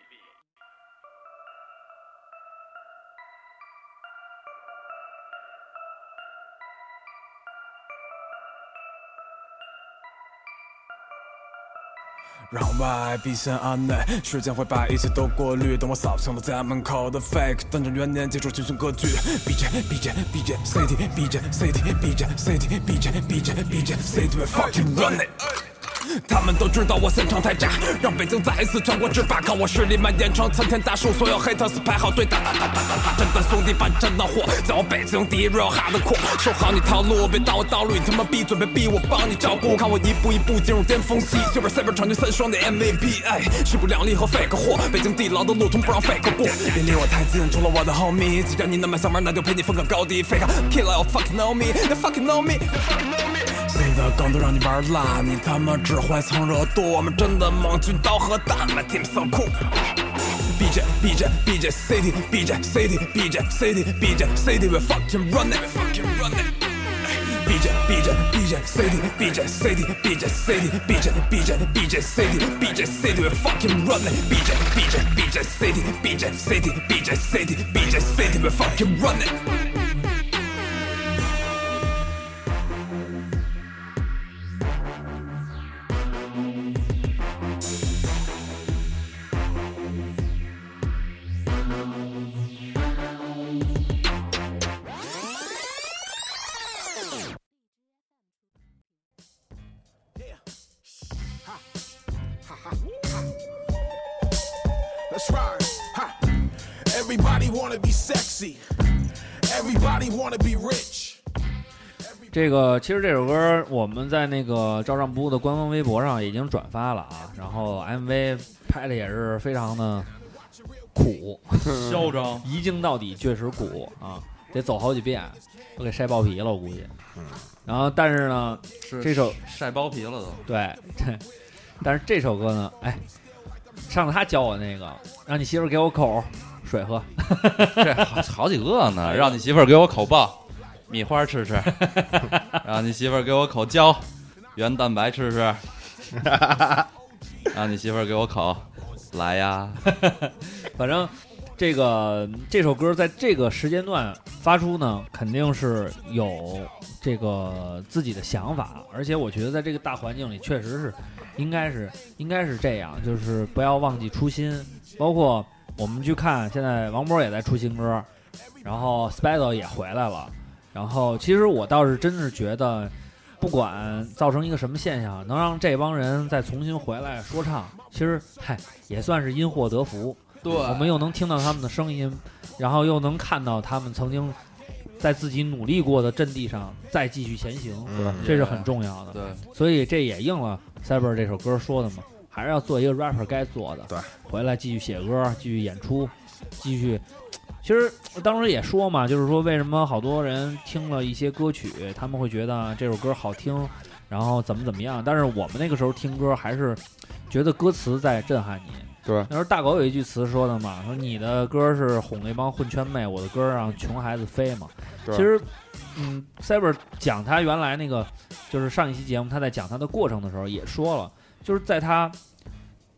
让外必先安内，时间会把一切都过滤。等我扫清了家门口的 fake， 等着元年结束群雄割据。B J B J B J City B J City B J City B J B J B J City we fucking run it。他们都知道我现场太炸，让北京再一次全国制霸，靠我实力蔓延成参天大树，所有 haters 排好队，打打打打打打，真的兄弟把真的货，叫我北京第一 real hardcore，收好你套路，别挡我道路，你他妈闭嘴，别逼我帮你照顾，看我一步一步进入巅峰期 ，Super Saber 场均三双的 M V P， 哎，势不两立和 fake 货，北京地牢的路通不让 fake 过，别离我太近，除了我的 homie， 既然你那么想玩，那就陪你分个高低 ，fake killer fucking know me，you fucking know me，you fucking know me。谁的梗都让你玩烂，你他妈只会蹭热度，我们真的猛举刀和弹 ，My team so cool。B J B J B J City B J City B J City B J City we fucking run it，we fucking run it。B J B J B J City B J City B J City B J B J B J City B J City we fucking run it。B J B J B J City B J City B J City B J City we fucking run it。 That's right. Ha. Everybody wanna be sexy. Everybody wanna be rich. 这个其实这首歌我们在那个照上不误的官方微博上已经转发了啊，然后 M V 拍的也是非常的苦， 嚣张， 一镜到底确实苦啊，得走好几遍，都给晒爆皮了我估计。然后但是呢， 是这首晒包皮了都。 对对，但是这首歌呢，哎，上次他教我那个，让你媳妇给我口水喝， 这好好几个呢，让你媳妇儿给我口爆。米花吃吃，让你媳妇儿给我口胶，原蛋白吃吃，让你媳妇儿给我口来呀。 反正这个这首歌在这个时间段发出呢，肯定是有这个自己的想法，而且我觉得在这个大环境里，确实是应该是应该是这样，就是不要忘记初心。包括我们去看，现在王波也在出新歌，然后 Spider 也回来了。然后，其实我倒是真是觉得，不管造成一个什么现象，能让这帮人再重新回来说唱，其实嗨也算是因祸得福。 对， 我们又能听到他们的声音，然后又能看到他们曾经在自己努力过的阵地上再继续前行， 嗯、 这是很重要的。 对， 所以这也应了 Cyber 这首歌说的嘛，还是要做一个 rapper 该做的。 对， 回来继续写歌，继续演出，继续。其实当时也说嘛，就是说为什么好多人听了一些歌曲，他们会觉得这首歌好听，然后怎么怎么样。但是我们那个时候听歌还是觉得歌词在震撼你。 对， 那时候大狗有一句词说的嘛，说你的歌是哄那帮混圈妹，我的歌让穷孩子飞嘛。其实，嗯 ，Cyber 讲他原来那个，就是上一期节目他在讲他的过程的时候也说了，就是在他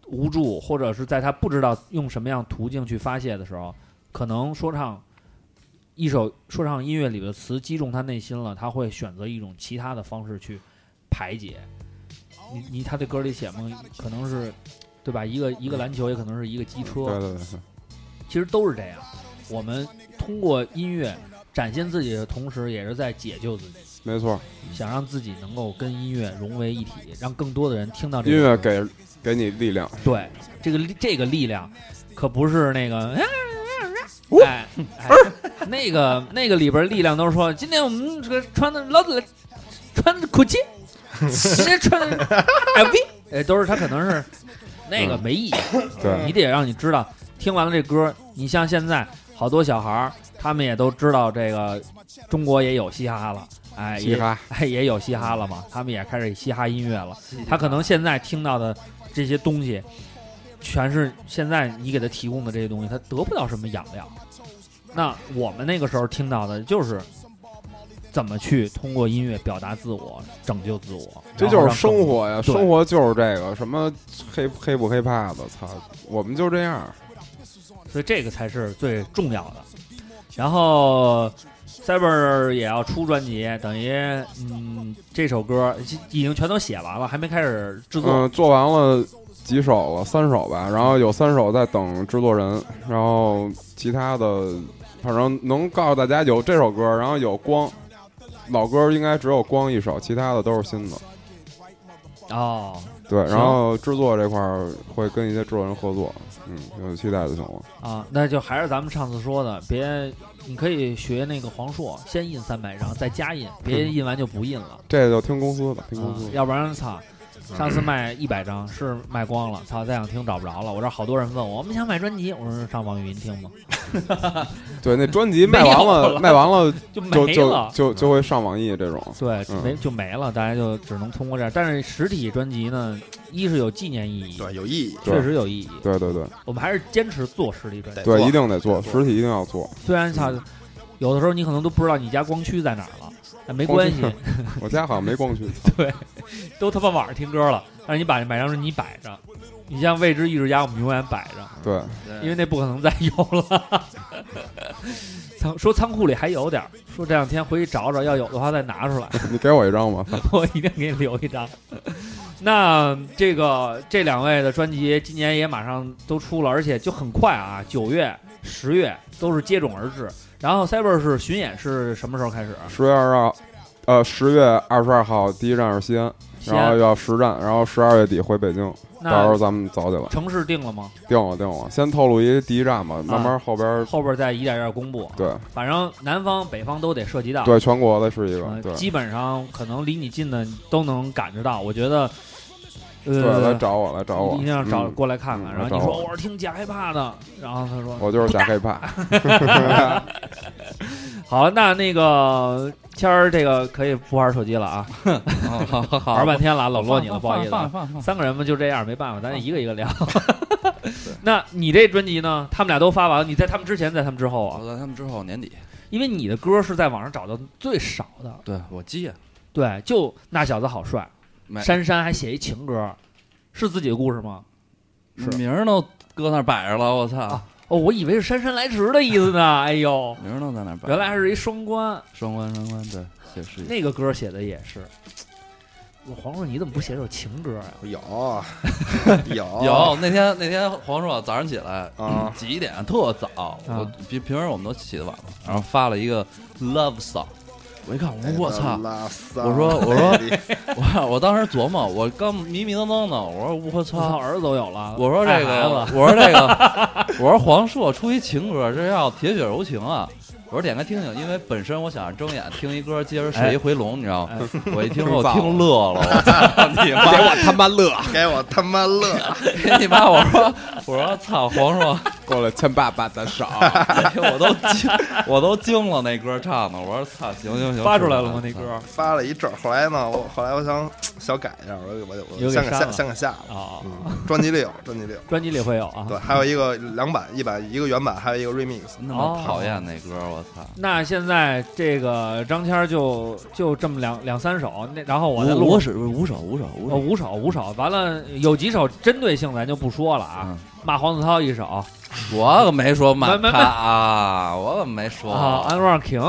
无助，或者是在他不知道用什么样途径去发泄的时候，可能说唱一首说唱音乐里的词击中他内心了，他会选择一种其他的方式去排解。你你他这歌里写嘛，可能是对吧？一个一个篮球，也可能是一个机车， 对对对， 其实都是这样。我们通过音乐展现自己的同时，也是在解救自己。 没错， 想让自己能够跟音乐融为一体，让更多的人听到这个音乐给给你力量。 对，这个这个力量可不是那个，哎哎，那个那个里边力量都是说，今天我们这个穿的老子穿的酷奇，今天穿的 L V， 哎，都是他可能是那个没意义。 嗯、对， 你得让你知道，听完了这歌，你像现在好多小孩儿，他们也都知道这个中国也有嘻哈了。哎， 嘻哈哎也有嘻哈了嘛，他们也开始嘻哈音乐了。他可能现在听到的这些东西，全是现在你给他提供的这些东西，他得不到什么养料。那我们那个时候听到的就是怎么去通过音乐表达自我，拯救自我。 这就是生活呀，生活就是这个什么黑黑不黑怕的，操，我们就这样。 所以这个才是最重要的。然后。Cyber 也要出专辑，等于嗯，这首歌已经全都写完了，还没开始制作。 嗯，做完了几首了，三首吧，然后有三首在等制作人，然后其他的反正能告诉大家有这首歌，然后有光，老歌应该只有光一首，其他的都是新的。 哦， 对，然后制作这块儿会跟一些制作人合作，嗯，有期待就行了。 啊，那就还是咱们上次说的，别。你可以学那个黄硕，先印三百张，再加印，别印完就不印了。 这就听公司的，听公司的、 嗯，要不然操，上次卖一百张是卖光了，操，再想听找不着了。我这好多人问我，我们想买专辑，我说上网易云听吗？ 对，那专辑卖完了， 了卖完了就没了， 就就就会上网易这种。 对， 嗯、 没就没了，大家就只能通过这样。但是实体专辑呢，一是有纪念意义， 对，有意义， 确实有意义。 对对对， 我们还是坚持做实体专辑， 对，一定得做，实体一定要做。 虽然操。嗯有的时候你可能都不知道你家光驱在哪儿了，但没关系。 我家好像没光驱。 对，都他妈晚上听歌了，但是你把买张专辑摆着，你像未知艺术家，我们永远摆着。 对， 因为那不可能再有了。仓说仓库里还有点儿，说这两天回去找找，要有的话再拿出来。 你给我一张吧， 我一定给你留一张。那这个这两位的专辑今年也马上都出了，而且就很快啊，九月、十月都是接踵而至。然后 Cyber 是巡演是什么时候开始？ 十月二号，呃，十月二十二号第一站是西安， 西安然后要实战，然后十二月底回北京，到时候咱们早起来。 城市定了吗？ 定了，定了。先透露一第一站吧，慢慢后边、 啊、后边再一点一点公布。 对， 反正南方北方都得涉及到。 对，全国的是一个， 呃、 对， 基本上可能离你近的都能赶着到。我觉得。 对，来找我，来找我， 一定要找、嗯、过来看看。 嗯、 然后你说我是听假黑怕的，然后他说我就是假黑怕。 好，那那个谦儿，这个可以不玩手机了啊！ 好好好， 玩半天了，冷落你了，不好意思。 放放放， 三个人嘛就这样，没办法，咱一个一个聊。那你这专辑呢？他们俩都发完了，你在他们之前，在他们之后啊？ 我在他们之后年底， 因为你的歌是在网上找到最少的。 对，我记。 对，就那小子好帅。珊珊还写一情歌，是自己的故事吗？是， 名儿都搁那摆着了，我操！ 啊、哦，我以为是姗姗来迟的意思呢。哎呦， 名儿都在那摆着， 原来是一双关， 双关，双关，对，写诗。 那个歌写的也是。黄硕，你怎么不写首情歌呀、啊？ 有，有， 有。那天那天黄硕早上起来啊， 几点？特早， 啊、 我比平时我们都起得晚了，然后发了一个 love song。我一看，我说我操！我说我说我我当时琢磨，我刚迷迷瞪瞪的，我说我操， 儿子都有了。 我说这个，我说这个，我说黄硕出一情歌，这要铁血柔情啊！我说点开听听，因为本身我想睁眼听一歌，接着睡一回笼，你知道吗？我一听我听乐了，我操！你妈给我他妈乐，给我他妈乐！ 给你妈！我说我说操，黄硕过来牵爸爸的手， 我都惊，我都惊了，那歌唱的，我说操，行行行， 发出来了吗？那歌发了一阵儿，后来呢，我后来我想小改一下，我我我先给下先给下了啊， 专辑里有，专辑里有， 专辑里会有啊， 对，还有一个两版，一版一个原版，还有一个 remix， 那么讨厌那歌，我操！ 那现在这个张谦就就这么两两三首，那然后我再录五首五首五首五首五首五首，完了有几首针对性咱就不说了啊，骂黄子韬一首。 我可没说骂他啊，我可没说啊。安若婷，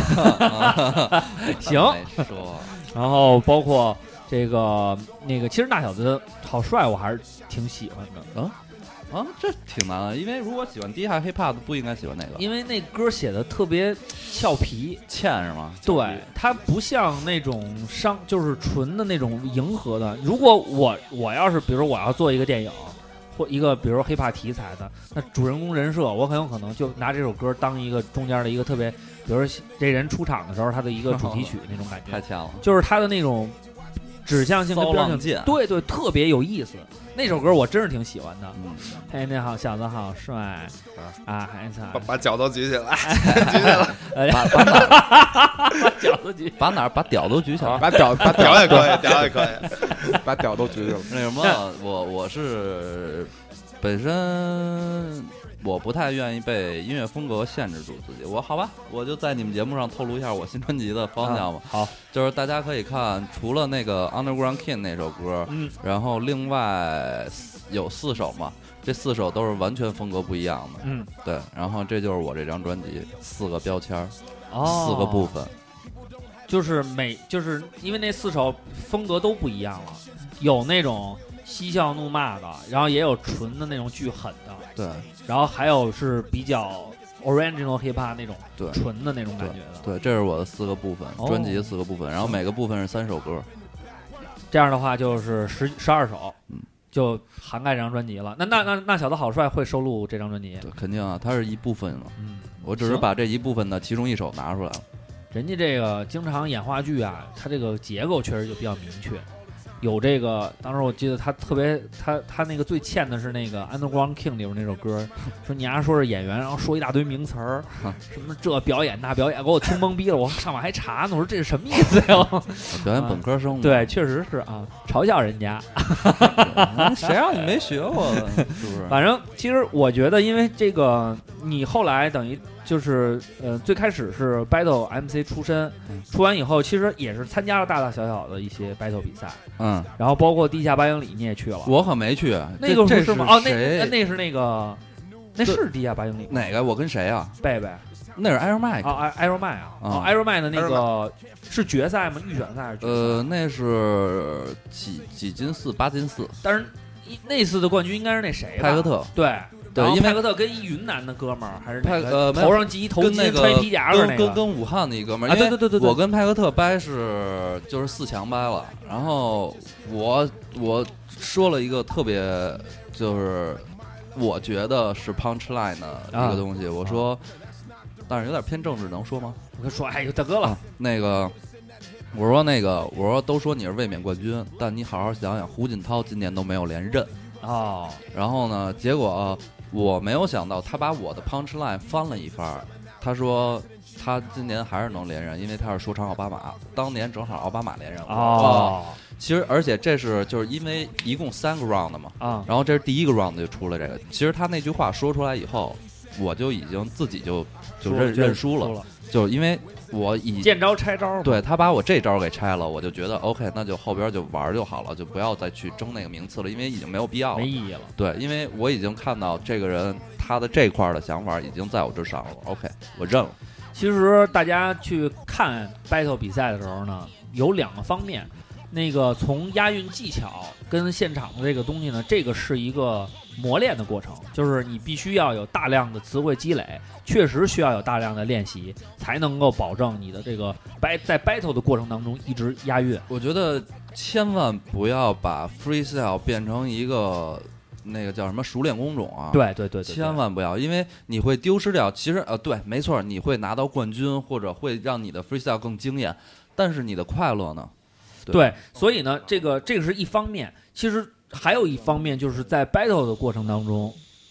行， 没说。 然后包括这个那个，其实那小子好帅，我还是挺喜欢的。 啊啊，这挺难的，因为如果喜欢低下 hiphop 不应该喜欢那个， 因为那歌写的特别俏皮， 欠是吗？ 对，它不像那种商，就是纯的那种迎合的。如果我我要是比如我要做一个电影。或一个比如说hiphop题材的，那主人公人设我很有可能就拿这首歌当一个中间的一个特别，比如说这人出场的时候他的一个主题曲那种感觉， 太欠了， 就是他的那种指向性跟标性，对对，特别有意思。那首歌我真是挺喜欢的。 嗯， 嘿，那好小子好帅啊！还操， 把把脚都举起来，举起来， 把把哪把脚都举， 把哪儿把屌都举起来， 把屌把屌也可以，屌也可以， 把屌都举起来。 那什么，我我是本身我不太愿意被音乐风格限制住自己。我好吧，我就在你们节目上透露一下我新专辑的方向吧。 啊、好， 就是大家可以看，除了那个 Underground King 那首歌， 嗯， 然后另外有四首嘛，这四首都是完全风格不一样的。 嗯， 对，然后这就是我这张专辑四个标签， 哦， 四个部分， 就是每就是因为那四首风格都不一样了，有那种嬉笑怒骂的，然后也有纯的那种巨狠的， 对， 然后还有是比较 original hip hop 那种对纯的那种感觉的。 对，这是我的四个部分， 哦、 专辑的四个部分，然后每个部分是三首歌， 这样的话就是十十二首， 嗯， 就涵盖这张专辑了。那那那那小子好帅会收录这张专辑？ 对，肯定啊，它是一部分了。 嗯， 我只是把这一部分的其中一首拿出来了。 人家这个经常演话剧啊，它这个结构确实就比较明确。有这个，当时我记得他特别，他他那个最欠的是那个《Underground King》里边那首歌，说你丫说是演员，然后说一大堆名词儿，什么这表演那表演，给我听懵逼了。我上网还查呢，我说这是什么意思呀？ 表演本科生、啊， 对，确实是啊，嘲笑人家。 谁让你没学过的？是不是？ 反正其实我觉得，因为这个，你后来等于。就是呃，最开始是 battle M C 出身，出完以后其实也是参加了大大小小的一些 battle 比赛， 嗯， 然后包括地下八英里你也去了， 我可没去， 那个是是吗？哦，那那是那个，那是地下八英里哪个？我跟谁啊？ 贝贝， 那是 Iron Mike 啊 ，Iron Mike 啊，哦 Iron Mike 的那个是决赛吗？预选赛还是决赛？ 呃，那是几几金四八金四， 但是那次的冠军应该是那谁？ 派克特， 对。 对，因为派克特跟一云南的哥们儿还是派呃头上系一头巾、穿皮夹克那个， 跟跟武汉的一哥们儿， 啊，对对对对对， 我跟派克特掰是就是四强掰了，然后我我说了一个特别就是我觉得是 punch line 的一个东西， 啊、 我说，但是有点偏政治，能说吗？ 我跟说，哎呦大哥了， 啊、那个。我说那个，我说都说你是卫冕冠军，但你好好想想，胡锦涛今年都没有连任哦。 然后呢，结果、呃、我没有想到他把我的 punch line 翻了一番。他说他今年还是能连任，因为他是说唱奥巴马，当年正好奥巴马连任。 哦， 其实而且这是就是因为一共三个 round 嘛， 啊， 然后这是第一个 round 就出了这个。其实他那句话说出来以后，我就已经自己就就认认输了， 了就因为。我以见招拆招， 对他把我这招给拆了，我就觉得 OK， 那就后边就玩就好了，就不要再去争那个名次了，因为已经没有必要了， 没意义了。 对，因为我已经看到这个人他的这块的想法已经在我之上了 ，OK， 我认了。 其实大家去看 battle 比赛的时候呢，有两个方面，那个从押韵技巧跟现场的这个东西呢，这个是一个磨练的过程，就是你必须要有大量的词汇积累，确实需要有大量的练习，才能够保证你的这个在 battle 的过程当中一直押韵。 我觉得千万不要把 freestyle 变成一个那个叫什么熟练工种啊！ 对对 对, 对, 对， 千万不要，因为你会丢失掉。其实呃，对，没错，你会拿到冠军，或者会让你的 freestyle 更惊艳，但是你的快乐呢？对， 对，所以呢，这个这个是一方面，其实还有一方面就是在 battle 的过程当中，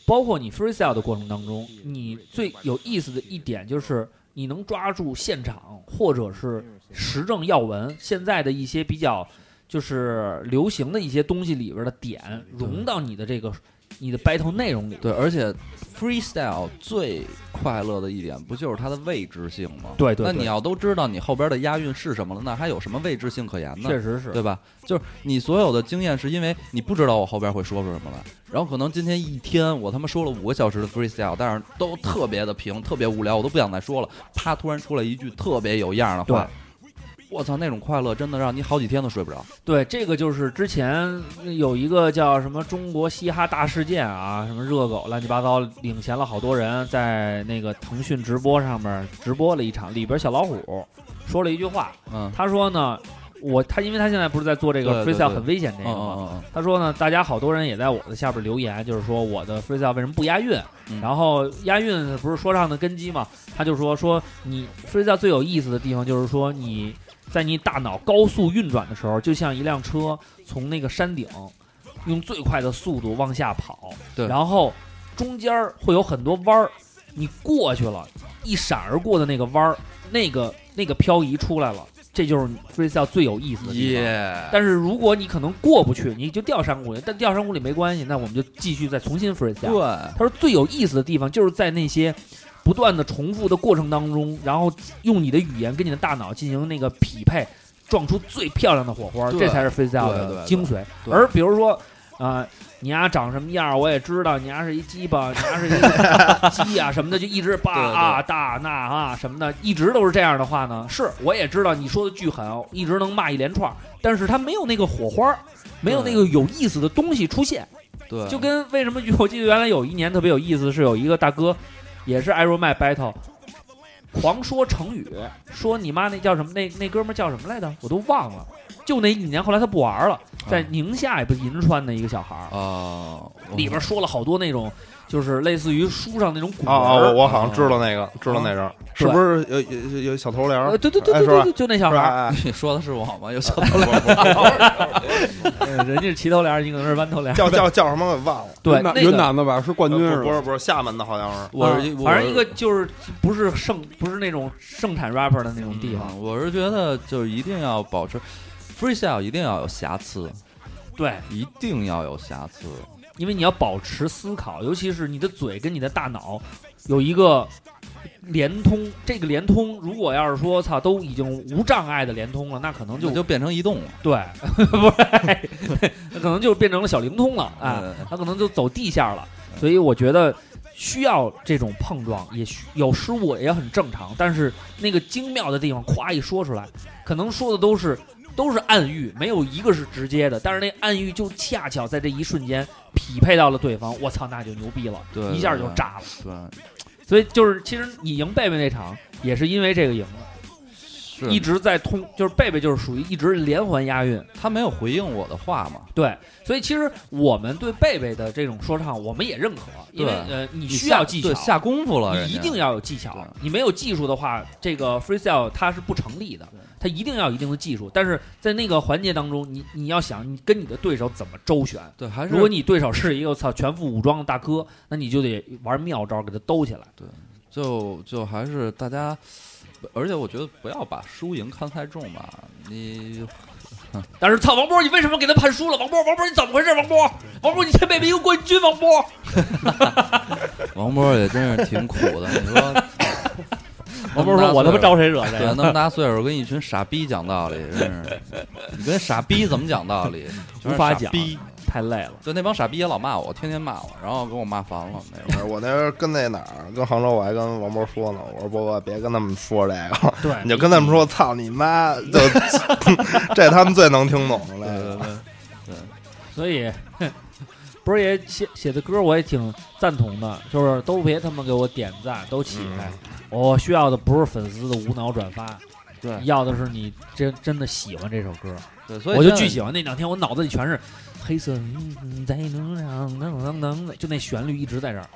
包括你 freestyle 的过程当中，你最有意思的一点就是你能抓住现场或者是时政要闻，现在的一些比较就是流行的一些东西里边的点，融到你的这个你的 battle 内容里。 对，而且 freestyle 最快乐的一点不就是它的未知性吗？ 对 对, 对。 那你要都知道你后边的押韵是什么了，那还有什么未知性可言呢？ 确实是， 对吧？就是你所有的经验是因为你不知道我后边会说出什么来，然后可能今天一天我他妈说了五个小时的 freestyle， 但是都特别的平，特别无聊，我都不想再说了。啪，突然出来一句特别有样的话。我操，那种快乐真的让你好几天都睡不着。 对，这个就是之前有一个叫什么中国嘻哈大事件啊，什么热狗乱七八糟，领衔了好多人在那个腾讯直播上面直播了一场，里边小老虎说了一句话， 嗯， 他说呢，我他因为他现在不是在做这个 freestyle 很危险这个吗？ 嗯嗯嗯、 他说呢，大家好多人也在我的下边留言，就是说我的 freestyle 为什么不押韵？ 嗯、 然后押韵不是说唱的根基嘛？他就说说你 freestyle 最有意思的地方就是说你。在你大脑高速运转的时候，就像一辆车从那个山顶用最快的速度往下跑， 对， 然后中间会有很多弯儿，你过去了，一闪而过的那个弯儿，那个那个漂移出来了，这就是 freestyle 最有意思的地方。 Yeah. 但是如果你可能过不去，你就掉山谷里，但掉山谷里没关系，那我们就继续再重新 freestyle。 对， 他说最有意思的地方就是在那些。不断的重复的过程当中，然后用你的语言跟你的大脑进行那个匹配，撞出最漂亮的火花，这才是 freestyle 的精髓。而比如说，啊、呃，你丫长什么样我也知道，你丫是一鸡巴，你丫是一个鸡啊什么的，就一直吧啊大那啊什么的，一直都是这样的话呢，是我也知道你说的巨狠，一直能骂一连串，但是他没有那个火花，没有那个有意思的东西出现。 对， 就跟为什么我记得原来有一年特别有意思，是有一个大哥。也是 Ironman battle， 狂说成语，说你妈那叫什么？那那哥们叫什么来着？我都忘了。就那一年，后来他不玩了，在宁夏也不是银川的一个小孩儿啊， 里边说了好多那种，就是类似于书上那种古文。 啊，我我好像知道那个，知道那阵是不是有有有小头帘？ 呃，对对对对对对，就那小孩儿。 你说的是我吗？有小头帘， 人家是齐头帘，你可能是弯头帘。 叫叫叫什么给忘了？ 对， 云南的吧，是冠军， 不是不是厦门的，好像是。 我是反正一个就是不是盛不是那种盛产 rapper 的那种地方。 我是觉得就是一定要保持。freestyle 一定要有瑕疵， 对， 一定要有瑕疵， 因为你要保持思考，尤其是你的嘴跟你的大脑有一个连通。这个连通，如果要是说操都已经无障碍的连通了，那可能就就变成移动了。 对，不是，那可能就变成了小灵通了啊，它可能就走地下了。所以我觉得需要这种碰撞，也有失误也很正常。但是那个精妙的地方，夸一说出来，可能说的都是。都是暗喻，没有一个是直接的，但是那暗喻就恰巧在这一瞬间匹配到了对方，我操，那就牛逼了， 对， 一下就炸了。 对， 所以就是其实你赢贝贝那场也是因为这个赢了，一直在通，就是贝贝就是属于一直连环押韵， 他没有回应我的话嘛。 对，所以其实我们对贝贝的这种说唱，我们也认可，因为呃你需要技巧， 对，下功夫了， 你一定要有技巧，你没有技术的话，这个 freestyle 它是不成立的。他一定要有一定的技术，但是在那个环节当中，你你要想你跟你的对手怎么周旋。 对，还是如果你对手是一个操全副武装的大哥，那你就得玩妙招给他兜起来。 对，就就还是大家，而且我觉得不要把输赢看太重吧。你， 但是操王波，你为什么给他判输了？王波，王波，你怎么回事？王波，王波，你前辈没一个冠军，王波。 王波也真是挺苦的，你说。 王波说：“我他妈招谁惹谁？” 对，那么大岁数跟一群傻逼讲道理，真是。你跟傻逼怎么讲道理？ 无法讲，太累了。 就那帮傻逼也老骂我，天天骂我，然后给我骂烦了。 那会儿我那时候跟那哪儿，跟杭州，我还跟王波说呢，我说波波别跟他们说这个， 对， 你就跟他们说，操你妈，就这他们最能听懂了。 对对对，对， 所以。不是也写写的歌我也挺赞同的，就是都别他妈给我点赞，都起来。我、嗯哦、需要的不是粉丝的无脑转发， 对， 要的是你真真的喜欢这首歌。 对，所以我就巨喜欢那两天，我脑子里全是黑色在路上等等等，就那旋律一直在这儿。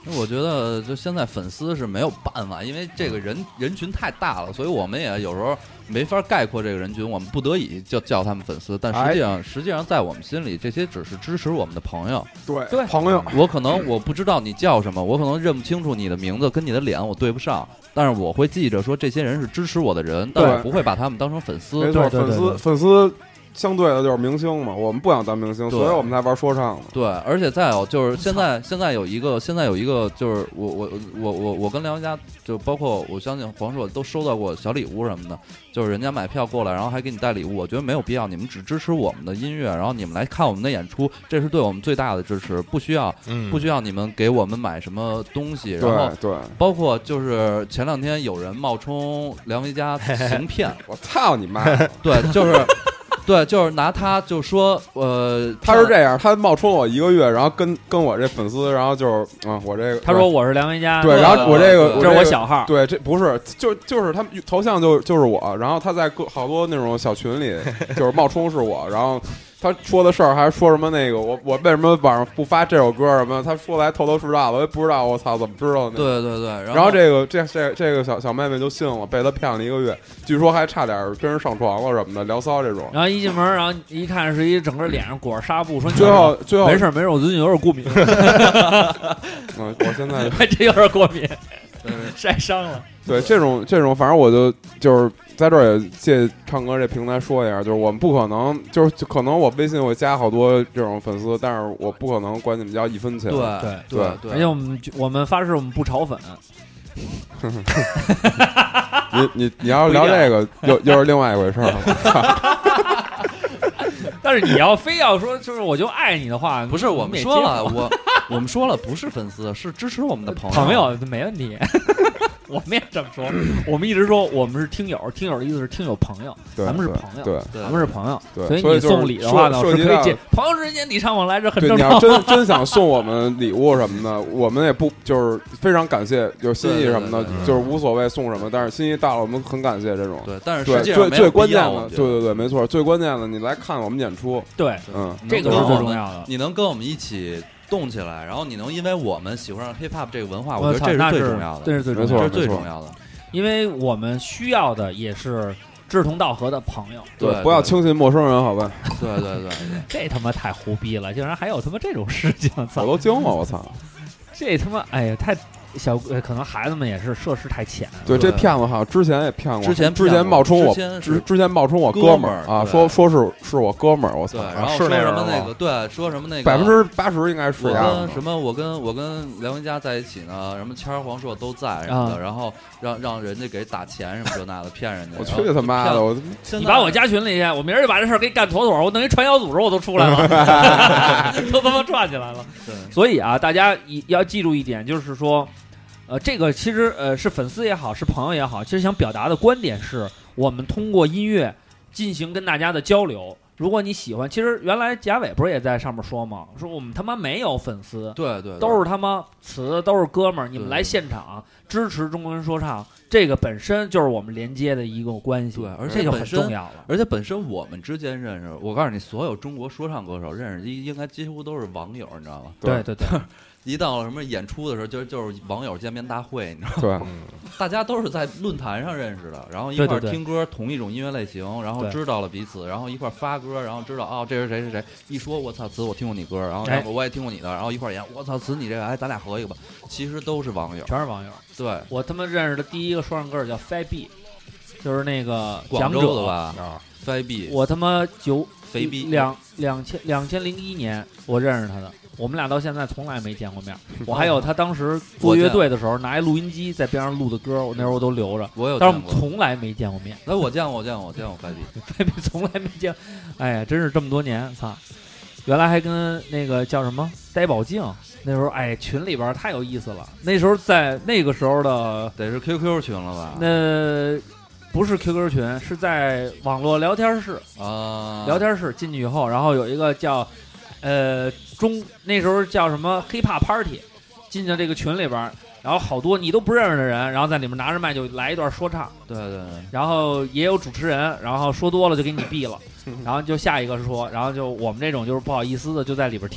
我觉得就现在粉丝是没有办法，因为这个人人群太大了，所以我们也有时候没法概括这个人群，我们不得已就叫他们粉丝，但实际上、哎、实际上在我们心里，这些只是支持我们的朋友。 对对， 朋友， 我可能我不知道你叫什么，我可能认不清楚你的名字，跟你的脸我对不上，但是我会记着说这些人是支持我的人，但我不会把他们当成粉丝。 没错，粉丝粉丝。相对的就是明星嘛，我们不想当明星，所以我们才玩说唱的。 对，而且再有就是现在现在有一个现在有一个就是我我我我我跟梁家就包括我相信黄硕都收到过小礼物什么的，就是人家买票过来，然后还给你带礼物，我觉得没有必要，你们只支持我们的音乐，然后你们来看我们的演出，这是对我们最大的支持，不需要、嗯、不需要你们给我们买什么东西，然后对， 包括就是前两天有人冒充梁维嘉行骗， 我操你妈！ 对，就是。对，就是拿他就说，呃， 他是这样，他冒充我一个月，然后跟跟我这粉丝，然后就是嗯，我这个， 他说我是梁维嘉， 对，然后我这个这是我小号， 对，这不是，就就是他头像就就是我，然后他在各好多那种小群里，就是冒充是我，然后。他说的事儿还说什么那个我我为什么晚上不发这首歌什么？他说来头头是道，我也不知道，我操，怎么知道呢？ 对对对，然后, 然后这个这这这个小小妹妹就信了，被他骗了一个月，据说还差点跟人上床了什么的，聊骚这种。 然后一进门，然后一看是一整个脸上裹着纱布，说最后最后没事没事，我最近有点过敏。 嗯，我现在这有点过敏，晒伤了。 对，这种这种，反正我就就是在这儿也借唱歌这平台说一下，就是我们不可能，就是就可能我微信会加好多这种粉丝，但是我不可能管你们要一分钱。 对对对对， 而且我们我们发誓我们不炒粉。 你你你要聊这个，又又是另外一回事儿。但是你要非要说就是我就爱你的话， 不是我们说了，我我们说了不是粉丝，是支持我们的朋友， 朋友没问题。我们也这么说，我们一直说我们是听友，听友的意思是听友朋友，咱们是朋友， 对， 咱们是朋友， 对， 所以你送礼的话呢，是可以借朋友之间礼尚往来，这很正常。 你要真真想送我们礼物什么的，我们也不就是非常感谢，有心意什么的，就是无所谓送什么，但是心意到了，我们很感谢这种。 对，但是对最最关键的，对对对，没错，最关键的，你来看我们演出， 对， 嗯， 这个是最重要的， 你能跟我们一起。动起来，然后你能因为我们喜欢上 hip hop 这个文化，我觉得这是最重要的， 这是最重要的， 这是最重要的。 因为我们需要的也是志同道合的朋友， 对，不要轻信陌生人，好吧？ 对对对， 这他妈太胡逼了，竟然还有他妈这种事情， 我都惊了，我操！ 这他妈，哎呀，太。小可能孩子们也是涉世太浅， 对这骗子好像之前也骗过， 之前之前冒充我，之之前冒充我哥们儿啊，说说是是我哥们儿，我操， 然后说什么那个对，说什么那个百分之八十应该是我跟什么我跟我跟梁文佳在一起呢，什么谦儿黄硕都在什么的，然后让让人家给打钱什么这那的骗人家， 我去他妈的，我你把我加群里去，我明儿就把这事儿给干妥妥，我等于传销组织我都出来了，都他妈转起来了。 对， 所以啊，大家要记住一点，就是说。呃，这个其实呃是粉丝也好，是朋友也好，其实想表达的观点是我们通过音乐进行跟大家的交流。如果你喜欢，其实原来贾伟不是也在上面说吗？说我们他妈没有粉丝， 对 对, 对， 都是他妈词，都是哥们儿，你们来现场支持中国人说唱，这个本身就是我们连接的一个关系， 对，而且这就很重要了。 而且本身我们之间认识，我告诉你，所有中国说唱歌手认识应应该几乎都是网友，你知道吗？ 对对对。 一到什么演出的时候，就就是网友见面大会，你知道吗？对，大家都是在论坛上认识的，然后一块听歌，同一种音乐类型，然后知道了彼此，然后一块发歌，然后知道哦，这是谁谁谁，一说我操词，我听过你歌，然后我也听过你的，然后一块演，我操词，你这个哎，咱俩合一个吧。其实都是网友， 全是网友。 对， 我他妈认识的第一个说唱歌手叫 F I B， 就是那个广州的吧？啊 ，F I B， 我他妈九肥逼两两千两千零一年我认识他的。我们俩到现在从来没见过面，我还有他当时做乐队的时候拿一录音机在边上录的歌，我那时候我都留着。 我有， 但是我们从来没见过面。 那我见过，我见过，我见过拜比， 拜比从来没见。哎呀，真是这么多年，操！原来还跟那个叫什么呆宝静，那时候哎群里边太有意思了。那时候在那个时候的得是 Q Q 群了吧？ 那不是 Q Q 群，是在网络聊天室啊。 聊天室进去以后，然后有一个叫。呃，中那时候叫什么 hiphop party， 进到这个群里边，然后好多你都不认识的人，然后在里面拿着麦就来一段说唱， 对对对， 然后也有主持人，然后说多了就给你毙了，然后就下一个说，然后就我们这种就是不好意思的就在里边听，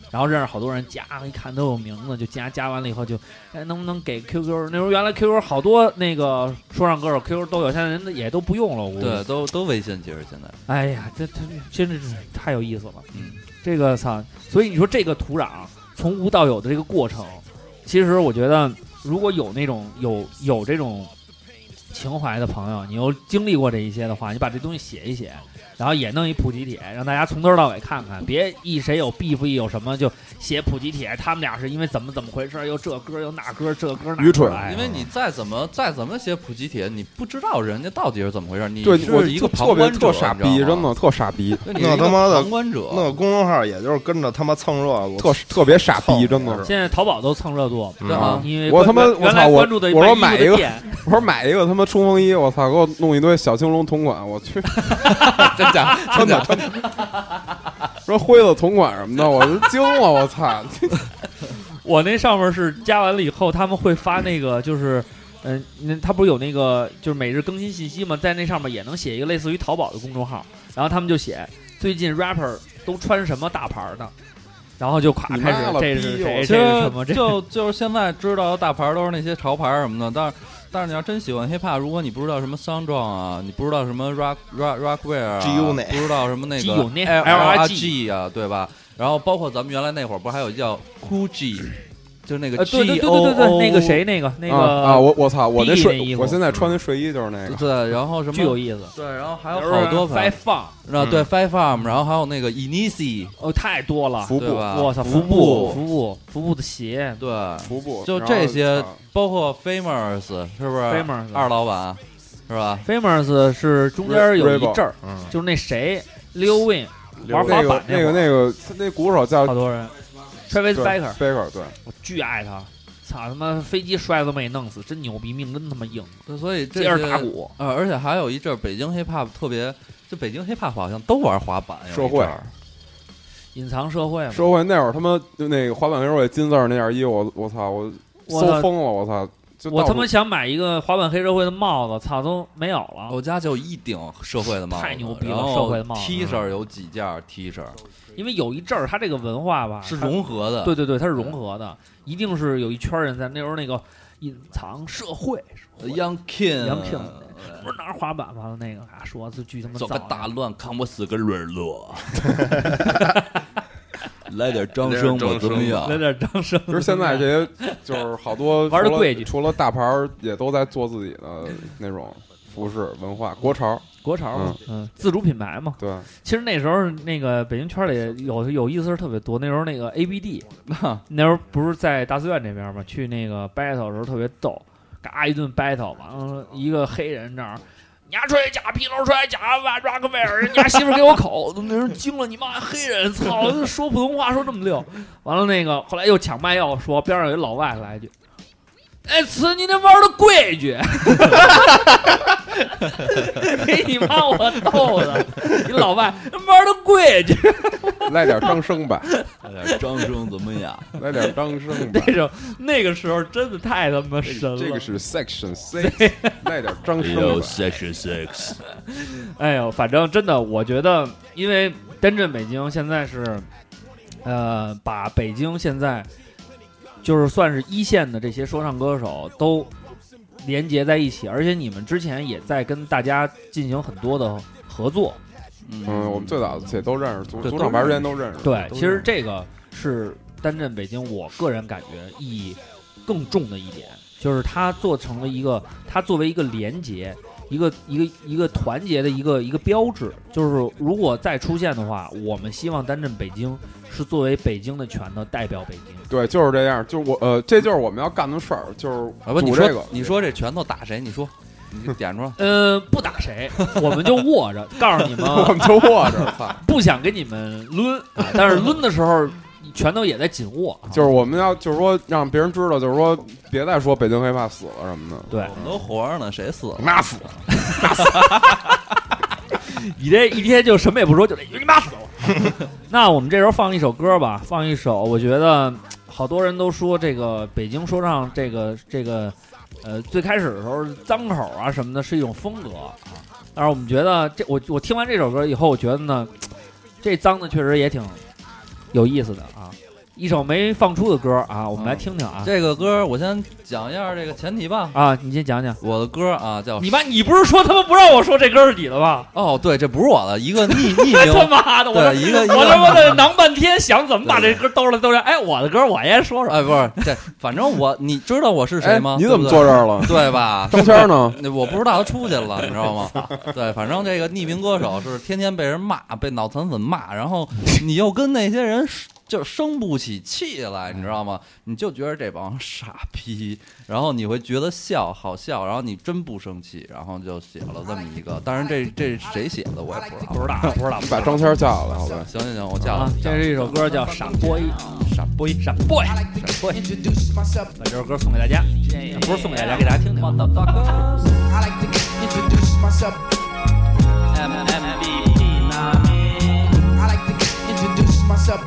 然后认识好多人加，一看都有名字就加，加完了以后就，哎，能不能给 Q Q？ 那时候原来 Q Q 好多那个说唱歌手 Q Q 都有，现在人也都不用了。我对，都都微信，其实现在。 哎呀，这这真的是太有意思了。 嗯， 这个操，所以你说这个土壤从无到有的这个过程，其实我觉得如果有那种有有这种情怀的朋友，你又经历过这一些的话，你把这东西写一写。然后也弄一普及帖，让大家从头到尾看看，别一谁有 beef 一有什么就写普及帖，他们俩是因为怎么怎么回事，又这歌又那歌，这歌那歌。 愚蠢， 因为你再怎么再怎么写普及帖，你不知道人家到底是怎么回事，你对是一个旁特别观者， 特傻逼，真的特傻逼。 那他妈的旁观者， 那个公众号也就是跟着他妈蹭热度， 特特别傻逼，真的。 现在淘宝都蹭热度， 对啊， 因为我他妈我操我我我说买一个，我说买一个他妈冲锋衣，我操，给我弄一堆小青龙同款，我去， 真假真的。说辉子同款什么的，我就惊了，我操！ 我那上面是加完了以后，他们会发那个，就是，嗯、呃，他不是有那个，就是每日更新信息吗？在那上面也能写一个类似于淘宝的公众号，然后他们就写最近 rapper 都穿什么大牌的，然后就咵开始这是谁，这是什么？这就就是现在知道的大牌都是那些潮牌什么的，但是。但是你要真喜欢 hiphop， 如果你不知道什么 Sounddraw 啊，你不知道什么 rock rock rockware 啊，不知道什么那个 L R G 啊，对吧？然后包括咱们原来那会儿不是还有叫 Cool G， 就是那个 G O O，、 呃、对对对对对，那个谁那个那个啊，啊我我操，我那睡， 那我现在穿的睡衣就是那个， 对，然后什么巨有意思， 对，然后还有好多 Five Farm， 啊，对 Five Farm， 然后还有那个 Inisi， 哦，太多了， 服部， 我操，服部服部服部的鞋， 对， 服部， 就这些。包括 Famous 是不是 ？Famous 二老板是吧 ？Famous 是中间有一阵儿，就是那谁 Lil Wayne 玩滑板那个那个那鼓手叫好多人 ，Travis Baker Baker 对， 我巨爱他，操他妈飞机摔都没弄死，真牛逼，命真他妈硬。 所以接着打鼓， 呃，而且还有一阵儿北京 hiphop 特别，就北京 hiphop 好像都玩滑板， 社会。 隐藏社会嘛， 社会那会儿他妈就那个滑板黑社会金字儿那件衣服，我我操我。搜疯了，我操！ 我他妈想买一个滑板黑社会的帽子，操都没有了。 我家就一顶社会的帽子， 太牛逼了！社会的帽子 ，T 恤有几件 T 恤， 因为有一阵儿它这个文化吧是融合的， 对对对，它是融合的，一定是有一圈人在那时候那个隐藏社会 ，Young King，Young King， 不是拿着滑板完了那个还说这巨他妈走个大乱，看我死个沦落。来点掌声，我怎么样？ 来点掌声。 就是现在这些，就是好多玩的规矩， 除了大牌也都在做自己的那种服饰文化，国潮， 国潮嘛，嗯，嗯自主品牌嘛。 对， 其实那时候那个北京圈里有有意思是特别多。那时候那个 A B D， 那时候不是在大寺院这边嘛，去那个 battle 的时候特别逗，嘎一顿 battle， 完了一个黑人这儿。你丫出来假皮头出来假哇 Rockefeller， 人家媳妇给我口，那人惊了，你妈黑人，操，说普通话说这么溜。完了那个后来又抢麦要说，边上有一老外来一句：“哎，此你那玩的规矩。”给你妈我逗的，你老外玩的规矩。 来点张生吧， 来点张生怎么样？ 来点张生吧。 那种那个时候真的太他妈神了。 这个是 Section Six， 来点张生吧。 有 Section Six。 哎呦，反正真的，我觉得，因为深圳、北京现在是，呃，把北京现在就是算是一线的这些说唱歌手都连接在一起，而且你们之前也在跟大家进行很多的合作。 嗯，我们最早也都认识，组组长牌之前都认识。 对，其实这个是单镇北京，我个人感觉意义更重的一点，就是它做成了一个，它作为一个连结，一个一个一个团结的一个一个标志。就是如果再出现的话，我们希望单镇北京是作为北京的拳头代表北京。 对，就是这样，就是我呃，这就是我们要干的事儿，就是组这个。 你说这拳头打谁？你说。你点出来， 呃，不打谁，我们就握着，告诉你们， 我们就握着， 不想跟你们抡，但是抡的时候拳头也在紧握。 就是我们要，就是说让别人知道，就是说别再说北京黑怕死了什么的。 对， 我们都活着呢，谁死了？ 妈死了， 妈死了！你这一天就什么也不说，就这你妈死了。那我们这时候放一首歌吧，放一首，我觉得好多人都说这个北京说唱这个这个。呃，最开始的时候脏口啊什么的是一种风格啊，但是我们觉得这我我听完这首歌以后，我觉得呢，这脏的确实也挺有意思的啊。 一首没放出的歌啊，我们来听听啊。 这个歌我先讲一下这个前提吧。 啊，你先讲讲我的歌啊，叫你妈，你不是说他们不让我说这歌是你的吗？ 哦，对，这不是我的，一个匿匿名。 他妈的，我对一个我他妈的囊半天，想怎么把这歌兜了兜了。哎，我的歌我也说说。 哎，不是，这反正我，你知道我是谁吗？ 哎、你怎么坐这儿了？ 对吧？ 张谦呢？ 我不知道他出去了，你知道吗？对，反正这个匿名歌手是天天被人骂，被脑残粉骂，然后你又跟那些人就生不起气来，你知道吗？你就觉得这帮傻逼，然后你会觉得笑好笑，然后你真不生气，然后就写了这么一个。当然这这谁写的我也不知道， 不知道，不知道。 你把张谦叫来，好吧？ 行行行，我叫了。 这是一首歌叫《傻 boy》，傻 boy， 傻 boy， 傻 boy。把这首歌送给大家，不是送给大家，给大家听听。 M M B P 那名 I like to introduce myself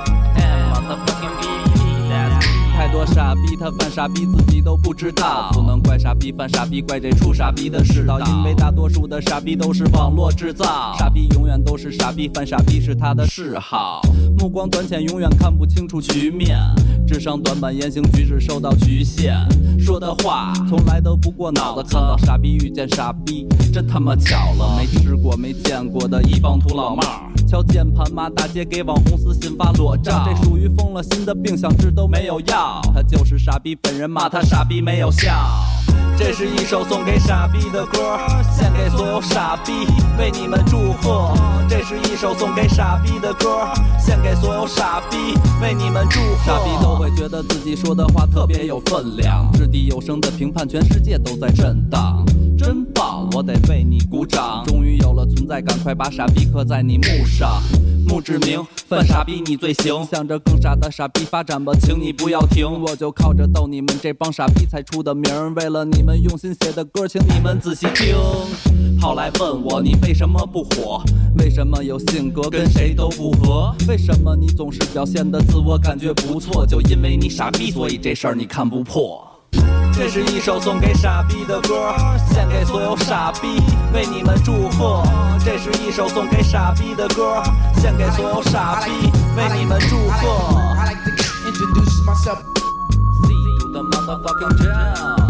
M motherfucking B P that's me 太多傻逼他犯傻逼自己都不知道，不能怪傻逼犯傻逼，怪这出傻逼的世道，因为大多数的傻逼都是网络制造，傻逼永远都是傻逼，犯傻逼是他的嗜好，目光短浅永远看不清楚局面，智商短板言行举止受到局限，说的话从来都不过脑子，看到傻逼遇见傻逼真他妈巧了，没吃过没见过的一帮土老帽，敲键盘骂大街给网红私信发裸照，这属于疯了心的病，想治都没有药，他就是傻逼本人，骂他傻逼没有效。这是一首送给傻逼的歌，献给所有傻逼，为你们祝贺。这是一首送给傻逼的歌，献给所有傻逼，为你们祝贺。傻逼都会觉得自己说的话特别有分量，掷地有声的评判，全世界都在震荡。真棒，我得为你鼓掌，终于有了存在感，快把傻逼刻在你墓上。墓志铭，犯傻逼你罪行，向着更傻的傻逼发展吧，请你不要停，我就靠着逗你们这帮傻逼才出的名，为了你们用心写的歌，请你们仔细听。跑来问我你为什么不火，为什么有性格跟谁都不合，为什么你总是表现的自我感觉不错，就因为你傻逼，所以这事儿你看不破。这是一首送给傻逼的歌，献给所有傻逼，为你们祝贺。这是一首送给傻逼的歌，献给所有傻逼，为你们祝贺。I like to introduce myself. See to the motherfucking jam.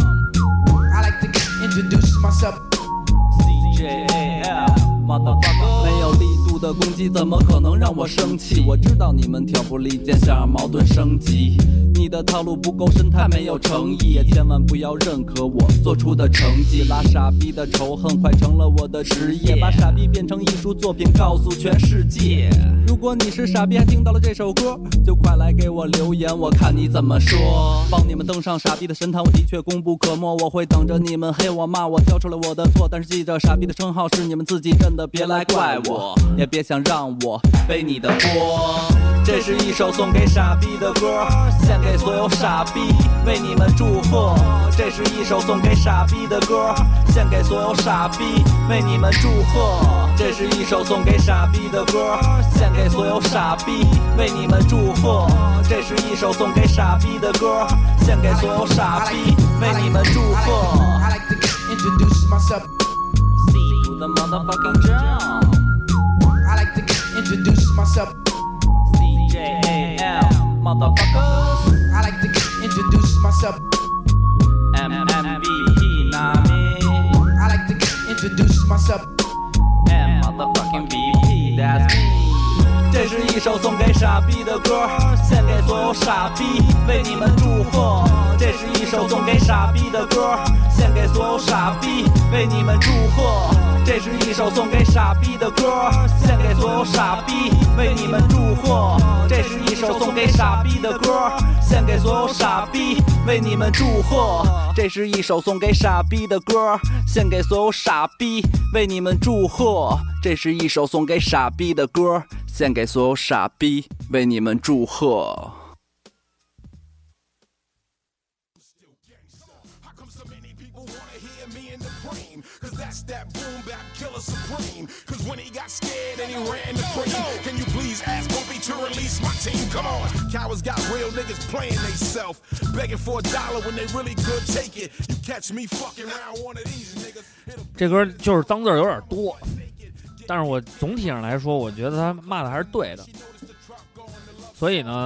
I like to introduce myself. C J A L motherfucker. 没有力度的攻击怎么可能让我生气？我知道你们挑拨离间，想让矛盾升级。你的套路不够深，太没有诚意，也千万不要认可我做出的成绩。拉傻逼的仇恨快成了我的职业，把傻逼变成艺术作品，告诉全世界。如果你是傻逼还听到了这首歌，就快来给我留言，我看你怎么说。帮你们登上傻逼的神坛，我的确功不可没，我会等着你们黑我骂我，挑出来我的错，但是记着傻逼的称号是你们自己认的，别来怪我，也别想让我背你的锅。这是一首送给傻逼的歌，献给所有傻逼，为你们祝贺。这是一首送给傻逼的歌，献给所有傻逼，为你们祝贺。这是一首送给傻逼的歌，献给所有傻逼，为你们祝贺。这是一首送给傻逼的歌，献给所有傻逼，为你们祝贺。I like to introduce myself. See to the motherfucking jam. I like to introduce myself. C J A L motherfuckers. I like to introduce myself. M M B P 那名 I like to introduce myself. M motherfucking B P that's me. 这是一首送给傻逼的歌，献给所有傻逼，为你们祝贺。这是一首送给傻逼的歌，献给所有傻逼，为你们祝贺。这是一首送给傻逼的歌，献给所有傻逼，为你们祝贺。这是一首送给傻逼的歌，献给所有傻逼，为你们祝贺。这是一首送给傻逼的歌，献给所有傻逼，为你们祝贺。这是一首送给傻逼的歌，献给所有傻逼，为你们祝贺。That's that boom bap killer supreme. Cause when he got scared and he ran the cream, can you please ask Bumpy to release my team? Come on, cowards got real niggas playing they self, begging for a dollar when they really could take it. You catch me fucking around one of these niggas. 这歌就是脏字有点多，但是我总体上来说，我觉得他骂的还是对的。所以呢，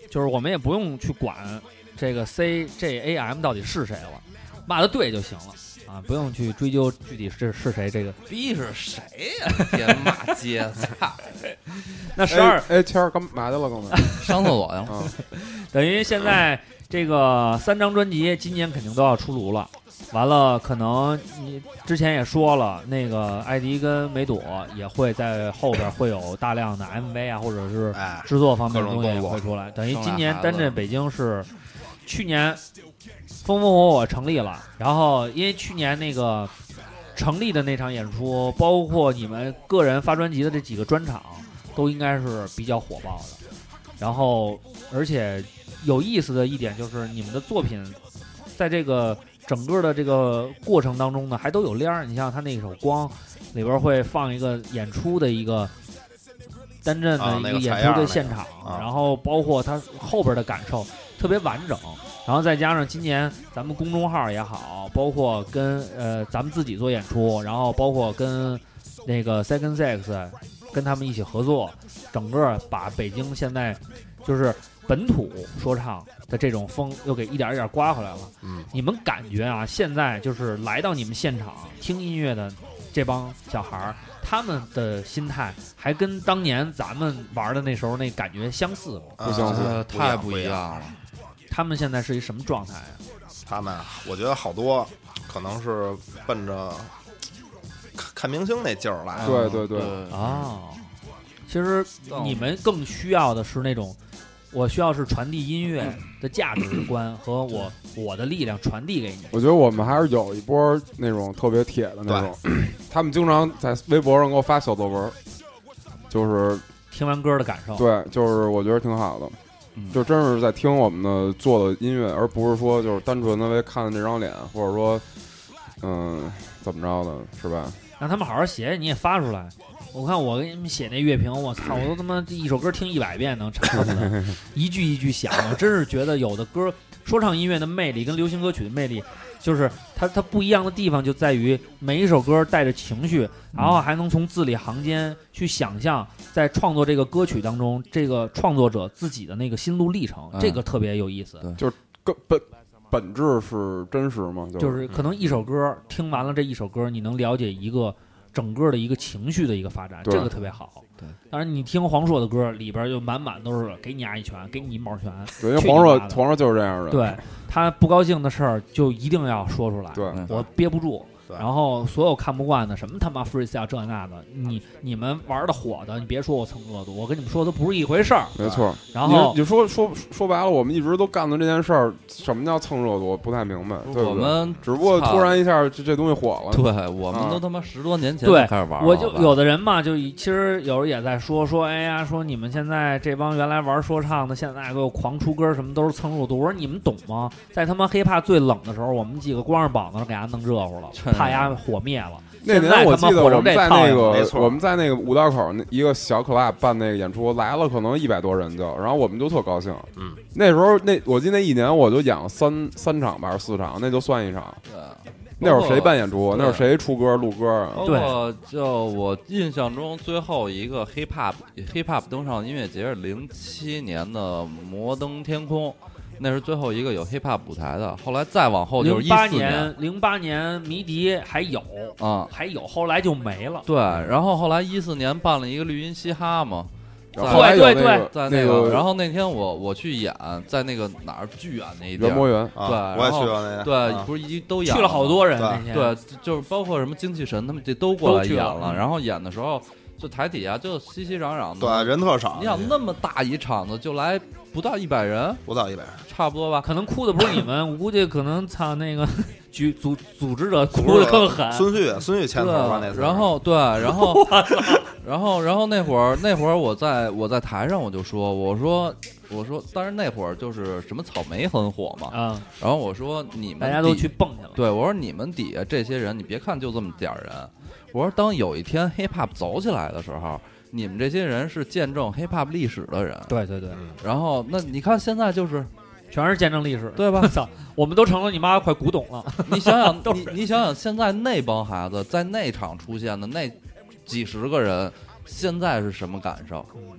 就是我们也不用去管这个 C J A M 到底是谁了，骂的对就行了啊，不用去追究具体是是谁。这个逼是谁呀？天骂街，操！ 那十二哎，谦儿干嘛去了？刚才上厕所去了。 等于现在这个三张专辑今年肯定都要出炉了。完了，可能你之前也说了，那个艾迪跟梅朵也会在后边会有大量的 M V 啊，或者是制作方面的东西也会出来。等于今年单镇北京是去年风风火火成立了，然后因为去年那个成立的那场演出，包括你们个人发专辑的这几个专场，都应该是比较火爆的。然后，而且有意思的一点就是你们的作品在这个整个的这个过程当中呢，还都有链儿。你像他那首《光》里边会放一个演出的一个单镇的一个演出的现场， 啊那个、 然后包括他后边的感受特别完整。然后再加上今年咱们公众号也好，包括跟呃咱们自己做演出，然后包括跟那个 Second Sex 跟他们一起合作，整个把北京现在就是本土说唱的这种风又给一点一点刮回来了。 嗯， 你们感觉啊，现在就是来到你们现场听音乐的这帮小孩儿，他们的心态还跟当年咱们玩的那时候那感觉相似吗？ 不相似， 呃、太不一样了。 他们现在是一什么状态啊？ 他们，我觉得好多可能是奔着看看明星那劲儿来。 对对对， 哦，其实你们更需要的是那种。我需要是传递音乐的价值观和我我的力量传递给你。 我觉得我们还是有一波那种特别铁的那种，他们经常在微博上给我发小作文，就是听完歌的感受。 对，就是我觉得挺好的，嗯、就真是在听我们的做的音乐，而不是说就是单纯的为看这张脸，或者说嗯怎么着的，是吧？ 让他们好好写，你也发出来。我看我给你们写那乐评，我操，我都他妈一首歌听一百遍能唱的，一句一句想。我真是觉得有的歌，说唱音乐的魅力跟流行歌曲的魅力，就是它它不一样的地方就在于每一首歌带着情绪，然后还能从字里行间去想象在创作这个歌曲当中，这个创作者自己的那个心路历程， 嗯、 这个特别有意思。 就是根本本质是真实嘛，就是、 就是可能一首歌听完了这一首歌，你能了解一个。整个的一个情绪的一个发展，这个特别好。 对， 当然你听黄硕的歌，里边就满满都是给你丫一拳，给你一毛拳。 对，因为黄硕黄硕就是这样的。 对，他不高兴的事儿就一定要说出来。 对， 我憋不住。然后所有看不惯的什么他妈 freestyle 这那的，你你们玩的火的，你别说我蹭热度，我跟你们说的不是一回事儿。 没错。 然后你说说说白了，我们一直都干的这件事儿，什么叫蹭热度？我不太明白。对我们只不过突然一下这这东西火了。 对，我们都他妈十多年前对开始玩。 我就有的人嘛，就其实有人也在说说，哎呀，说你们现在这帮原来玩说唱的，现在给我狂出歌，什么都是蹭热度。我说你们懂吗？在他妈hiphop最冷的时候，我们几个光着膀子给他弄热乎了，怕他火灭。 那年我记得我们在那个我们在那个五道口那一个小 club 办那个演出，来了可能一百多人就，然后我们就特高兴。 嗯， 那时候那我记得那一年我就演了三三场吧，还是四场，那就算一场。 对， 那会儿谁办演出？那会儿谁出歌录歌啊？ 对，就我印象中最后一个 hip hop hip hop 登上音乐节是零七年的摩登天空。那是最后一个有 hip hop 舞台的，后来再往后就是一四年，零八年迷笛还有啊、嗯， 还有，后来就没了。 对，然后后来一四年办了一个绿茵嘻哈嘛， 对对对， 在那个，然后那天我我去演，在那个哪儿剧院那一园博园， 对， 我也去了那个， 对，不是一都演去了好多人那天， 对，就是包括什么精气神他们这都过来演了，然后演的时候就台底下就熙熙攘攘的， 对，人特少。 你想那么大一场子就来不到一百人， 不到一百人。 差不多吧， 可能哭的不是你们，我估计可能操那个举组组织者哭的更狠。 孙旭，孙旭牵头吧那次。 然后对，然后然后然后那会儿那会儿我在我在台上我就说，我说我说，当然那会儿就是什么草莓很火嘛， 啊、嗯， 然后我说你们大家都去蹦去了。 对，我说你们底下这些人，你别看就这么点儿人，我说当有一天 hip hop 走起来的时候。你们这些人是见证 hip hop 历史的人， 对对对。 然后那你看现在就是全是见证历史， 对吧？ 操，我们都成了你妈快古董了。 你想想，你你想想，现在那帮孩子在那场出现的那几十个人，现在是什么感受？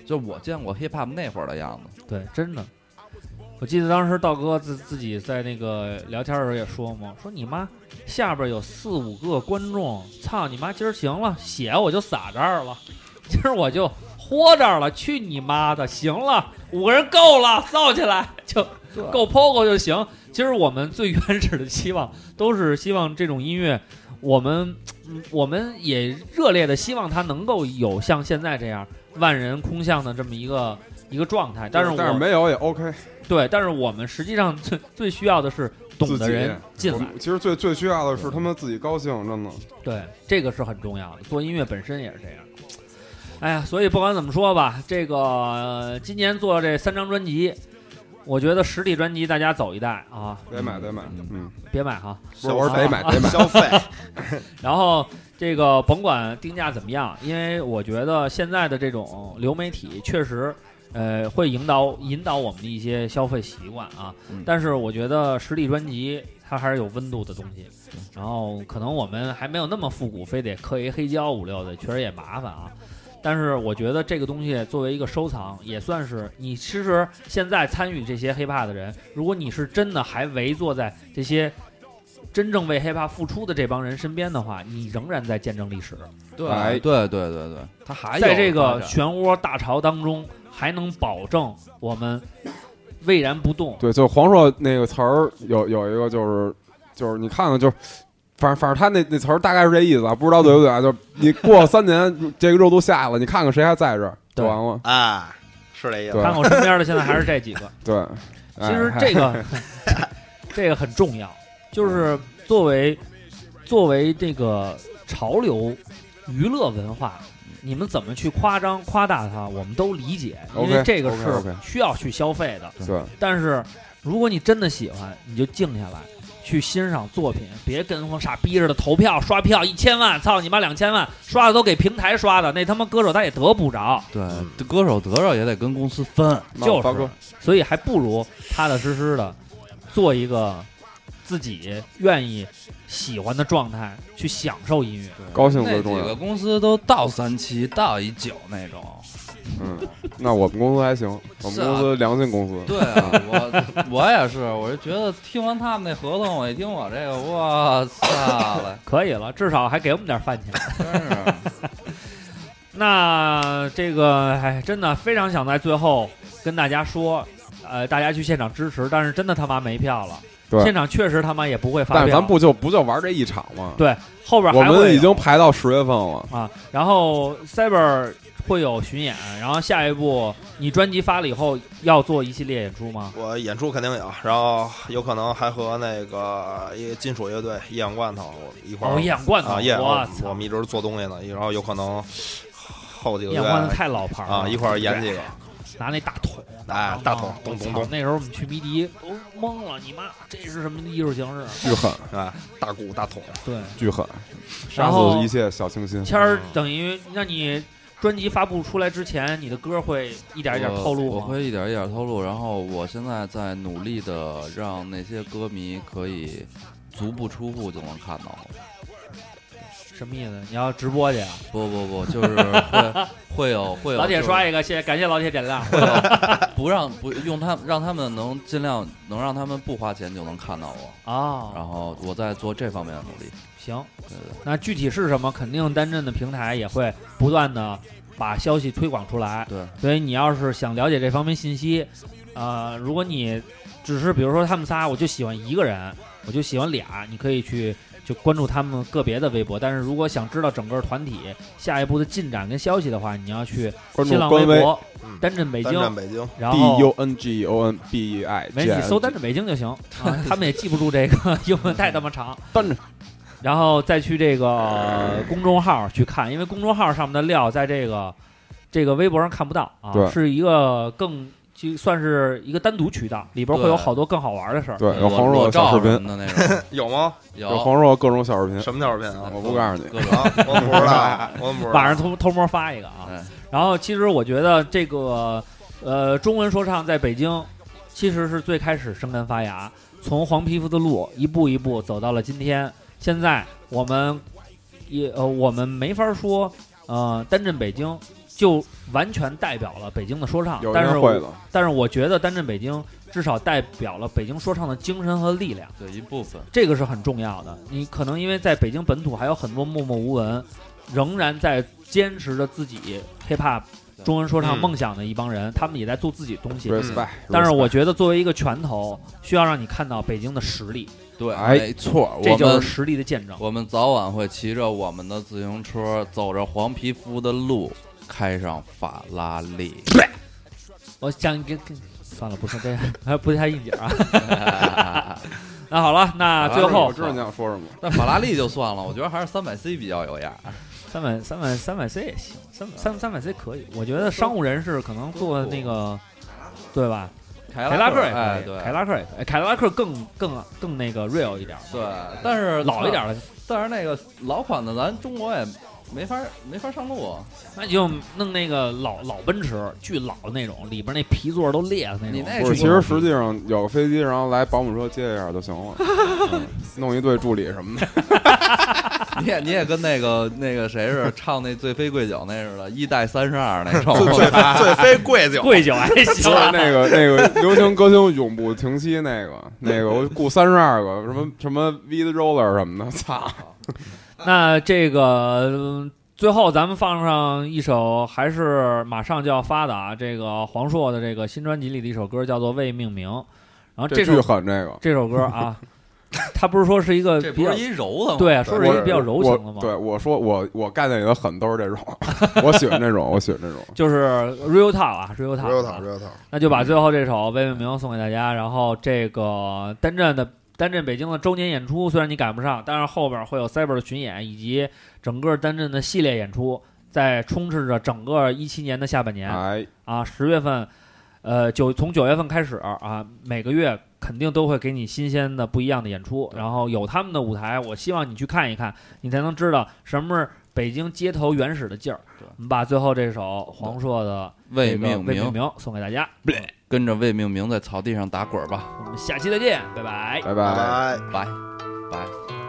就我见过 hip hop 那会儿的样子。 对，真的。我记得当时道哥自自己在那个聊天的时候也说嘛，说你妈下边有四五个观众，操你妈，今儿行了，血我就洒这儿了，今儿我就豁这儿了，去你妈的，行了，五个人够了，造起来就够 P O G O 就行。其实我们最原始的期望都是希望这种音乐，我们我们也热烈的希望它能够有像现在这样万人空巷的这么一个一个状态，但是但是没有也 OK。 对，但是我们实际上最最需要的是懂的人进来。 其实最最需要的是他们自己高兴，真的。 对，这个是很重要的。做音乐本身也是这样。哎呀，所以不管怎么说吧，这个、呃、今年做这三张专辑，我觉得实体专辑大家走一代啊， 得买得买，嗯， 别买哈， 不是我是得买得买消费。 然后这个甭管定价怎么样，因为我觉得现在的这种流媒体确实。呃，会引导引导我们的一些消费习惯啊， 嗯、 但是我觉得实体专辑它还是有温度的东西，然后可能我们还没有那么复古，非得刻一黑胶五六的，确实也麻烦啊。但是我觉得这个东西作为一个收藏，也算是你其实现在参与这些hiphop的人，如果你是真的还围坐在这些真正为hiphop付出的这帮人身边的话，你仍然在见证历史。 对，对对对对，他还在这个漩涡大潮当中。还能保证我们巍然不动。 对，就黄硕那个词儿有有一个就是就是你看看就是，反正反正他那那词儿大概是这意思啊，不知道对不对啊？就你过三年这个热度下了，你看看谁还在这儿就完了啊，是这意思。 看我身边的现在还是这几个。 对， 其实这个这个很重要，就是作为作为这个潮流娱乐文化。你们怎么去夸张夸大它，我们都理解，因为这个是需要去消费的。 对， 但是如果你真的喜欢，你就静下来去欣赏作品，别跟风傻逼似的投票刷票一千万，操你妈两千万，刷的都给平台刷的，那他妈歌手他也得不着。 对，歌手得着也得跟公司分， 就是，所以还不如踏踏实实的做一个自己愿意喜欢的状态去享受音乐， 高兴最重要。 那几个公司都到三期到一九那种， 嗯，那我们公司还行，我们公司良心公司。 对啊，我我也是，我就觉得听完他们那合同，我一听我这个，我操了， 可以了，至少还给我们点饭钱， 真是。 那这个哎，真的非常想在最后跟大家说，呃，大家去现场支持，但是真的他妈没票了。现场确实他妈也不会发票， 但咱不就不就玩这一场吗？ 对，后边还我们已经排到十月份了啊。然后 Cyber 会有巡演，然后下一步你专辑发了以后要做一系列演出吗？ 我演出肯定有，然后有可能还和那个一金属乐队一氧罐头一块儿。 哦，一氧罐头， 啊，我我们一直做东西呢，然后有可能后几个月。 一氧罐头太老牌了啊，一块儿演几个。 拿那大桶， 哎，大桶，咚咚咚。 那时候我们去迷笛都懵了，你妈，这是什么艺术形式？ 巨狠啊！大鼓大桶， 对， 巨狠，杀死一切小清新。 谦儿等于让你专辑发布出来之前，你的歌会一点一点透露吗？ 我会一点一点透露，然后我现在在努力的让那些歌迷可以足不出户就能看到我。 什么意思？你要直播去啊？ 不不不，就是会会有会有。 老铁刷一个，谢谢，感谢老铁点亮。 会有不让不用他让他们能尽量能让他们不花钱就能看到我啊、哦。 然后我在做这方面的努力。 行， 对对， 那具体是什么？肯定单阵的平台也会不断的把消息推广出来。 对， 所以你要是想了解这方面信息，呃，如果你只是比如说他们仨，我就喜欢一个人，我就喜欢俩，你可以去。就关注他们个别的微博，但是如果想知道整个团体下一步的进展跟消息的话，你要去新浪微博单阵北京， 单阵北京， 然后 D U N G O N B E I， 没你搜单阵北京就行啊，他们也记不住这个英文太他妈长， 单阵， 然后再去这个公众号去看，因为公众号上面的料在这个这个微博上看不到啊，是一个更。就算是一个单独渠道，里边会有好多更好玩的事儿。 对，有黄硕小视频的那种， 有吗？ 有, 有黄硕各种小视频。 什么小视频啊？ 我不告诉你， 各种啊、我不知道，我不知道。 晚上偷偷摸发一个啊。然后，其实我觉得这个呃，中文说唱在北京其实是最开始生根发芽，从黄皮肤的路一步一步走到了今天。现在我们也呃，我们没法说呃，单阵北京。 就完全代表了北京的说唱。 有但是人会的， 但是我觉得单镇北京至少代表了北京说唱的精神和力量， 对一部分， 这个是很重要的。你可能因为在北京本土还有很多默默无闻，仍然在坚持着自己 hiphop 中文说唱梦想的一帮人，他们也在做自己的东西。 respect， 但是我觉得作为一个拳头，需要让你看到北京的实力。 对， 哎没错， 这就是实力的见证。 我们早晚会骑着我们的自行车，走着黄皮肤的路，开上法拉利。 我想跟算了，不说这个，还不太应景啊。那好了，那最后我知道你想说什么。 但法拉利就算了，我觉得还是三百 C 比较有样。 三百三百三百 C 也行，三三三百 C 可以。我觉得商务人士可能做那个，对吧？ 凯拉克也可以， 哎，对， 凯拉克也可以，凯拉克更更更那个 real 一点。 对，但是老一点的， 但是那个老款的咱中国也没法没法上路。 那你就弄那个老老奔驰，巨老的那种，里边那皮座都裂的那种。 你那不是，其实实际上有个飞机，然后来保姆车接一下就行了，嗯、弄一队助理什么的。 你也你也跟那个那个谁似的，唱那最飞贵酒那似的，一代三十二那种。 最最最飞贵酒， 贵酒还行。 那个那个流行歌星永不停息那个那个，我雇三十二个什么什么 V 的 roller 什么的，操。 那这个最后咱们放上一首还是马上就要发的啊，这个黄硕的这个新专辑里的一首歌叫做《未命名》，然后这首巨狠这个这首歌啊，他不是说是一个比较一柔的吗？ 对啊，说是一个比较柔情的吗？ 对，我说我我概念里的狠都是这种，我喜欢这种，我喜欢这种， 就是 real talk 啊 ，real talk，real talk，real talk。那就把最后这首《未命名》送给大家，然后这个单镇的。单镇北京的周年演出虽然你赶不上，但是后边会有 Cyber 的巡演以及整个单镇的系列演出，在充斥着整个一七年的下半年。 哎， 啊，十月份，呃，九从九月份开始啊，每个月肯定都会给你新鲜的不一样的演出，然后有他们的舞台，我希望你去看一看，你才能知道什么是北京街头原始的劲儿。我们把最后这首黄硕的《 未命名》未命名送给大家。 跟着未命名在草地上打滚吧， 我们下期再见，拜拜， 拜拜， 拜拜。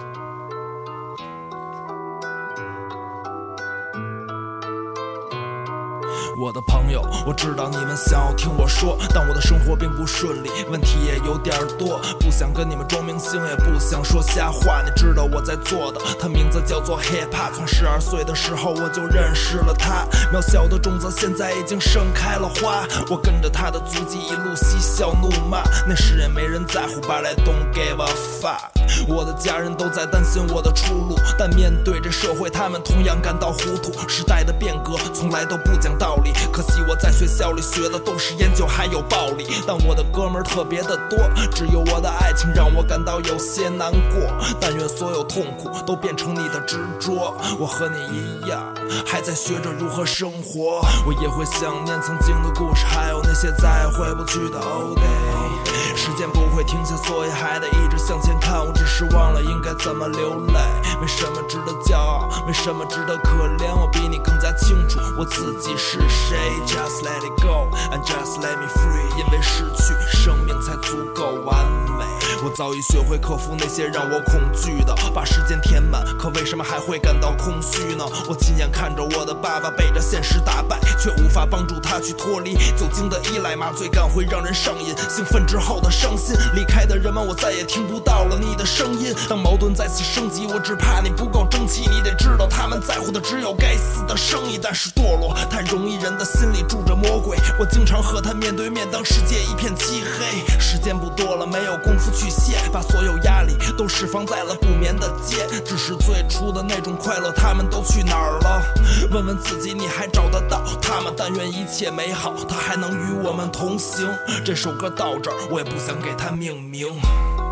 我的朋友，我知道你们想要听我说，但我的生活并不顺利，问题也有点多，不想跟你们装明星，也不想说瞎话。你知道我在做的，它名字叫做 hiphop。从十二岁的时候我就认识了它，渺小的种子现在已经盛开了花。我跟着他的足迹一路嬉笑怒骂，那时也没人在乎 ，But I don't give a fuck。我的家人都在担心我的出路，但面对这社会，他们同样感到糊涂。时代的变革从来都不讲道理。可惜我在学校里学的都是研究还有暴力，但我的哥们儿特别的多，只有我的爱情让我感到有些难过。但愿所有痛苦都变成你的执着，我和你一样还在学着如何生活。我也会想念曾经的故事，还有那些再也回不去的 old day。时间不会停下，所以还得一直向前看。我只是忘了应该怎么流泪，没什么值得骄傲，没什么值得可怜。我比你更加清楚我自己是谁。Just let it go and just let me free， 因为失去生命才足够完美。我早已学会克服那些让我恐惧的，把时间填满，可为什么还会感到空虚呢？我亲眼看着我的爸爸被这现实打败，却无法帮助他去脱离酒精的依赖。麻醉感会让人上瘾，兴奋之后的伤心，离开的人们我再也听不到了你的声音。当矛盾再次升级，我只怕你不够争气。你得知道他们在乎的只有该死的生意，但是堕落太容易，人的心里住着魔鬼。我经常和他面对面，当世界一片漆黑。时间不多了，没有功夫去卸，把所有压力都释放在了不眠的街。只是最初的那种快乐，他们都去哪儿了？问问自己，你还找得到他们？但愿一切美好，他还能与我们同行。这首歌到这儿，我也不想给它命名。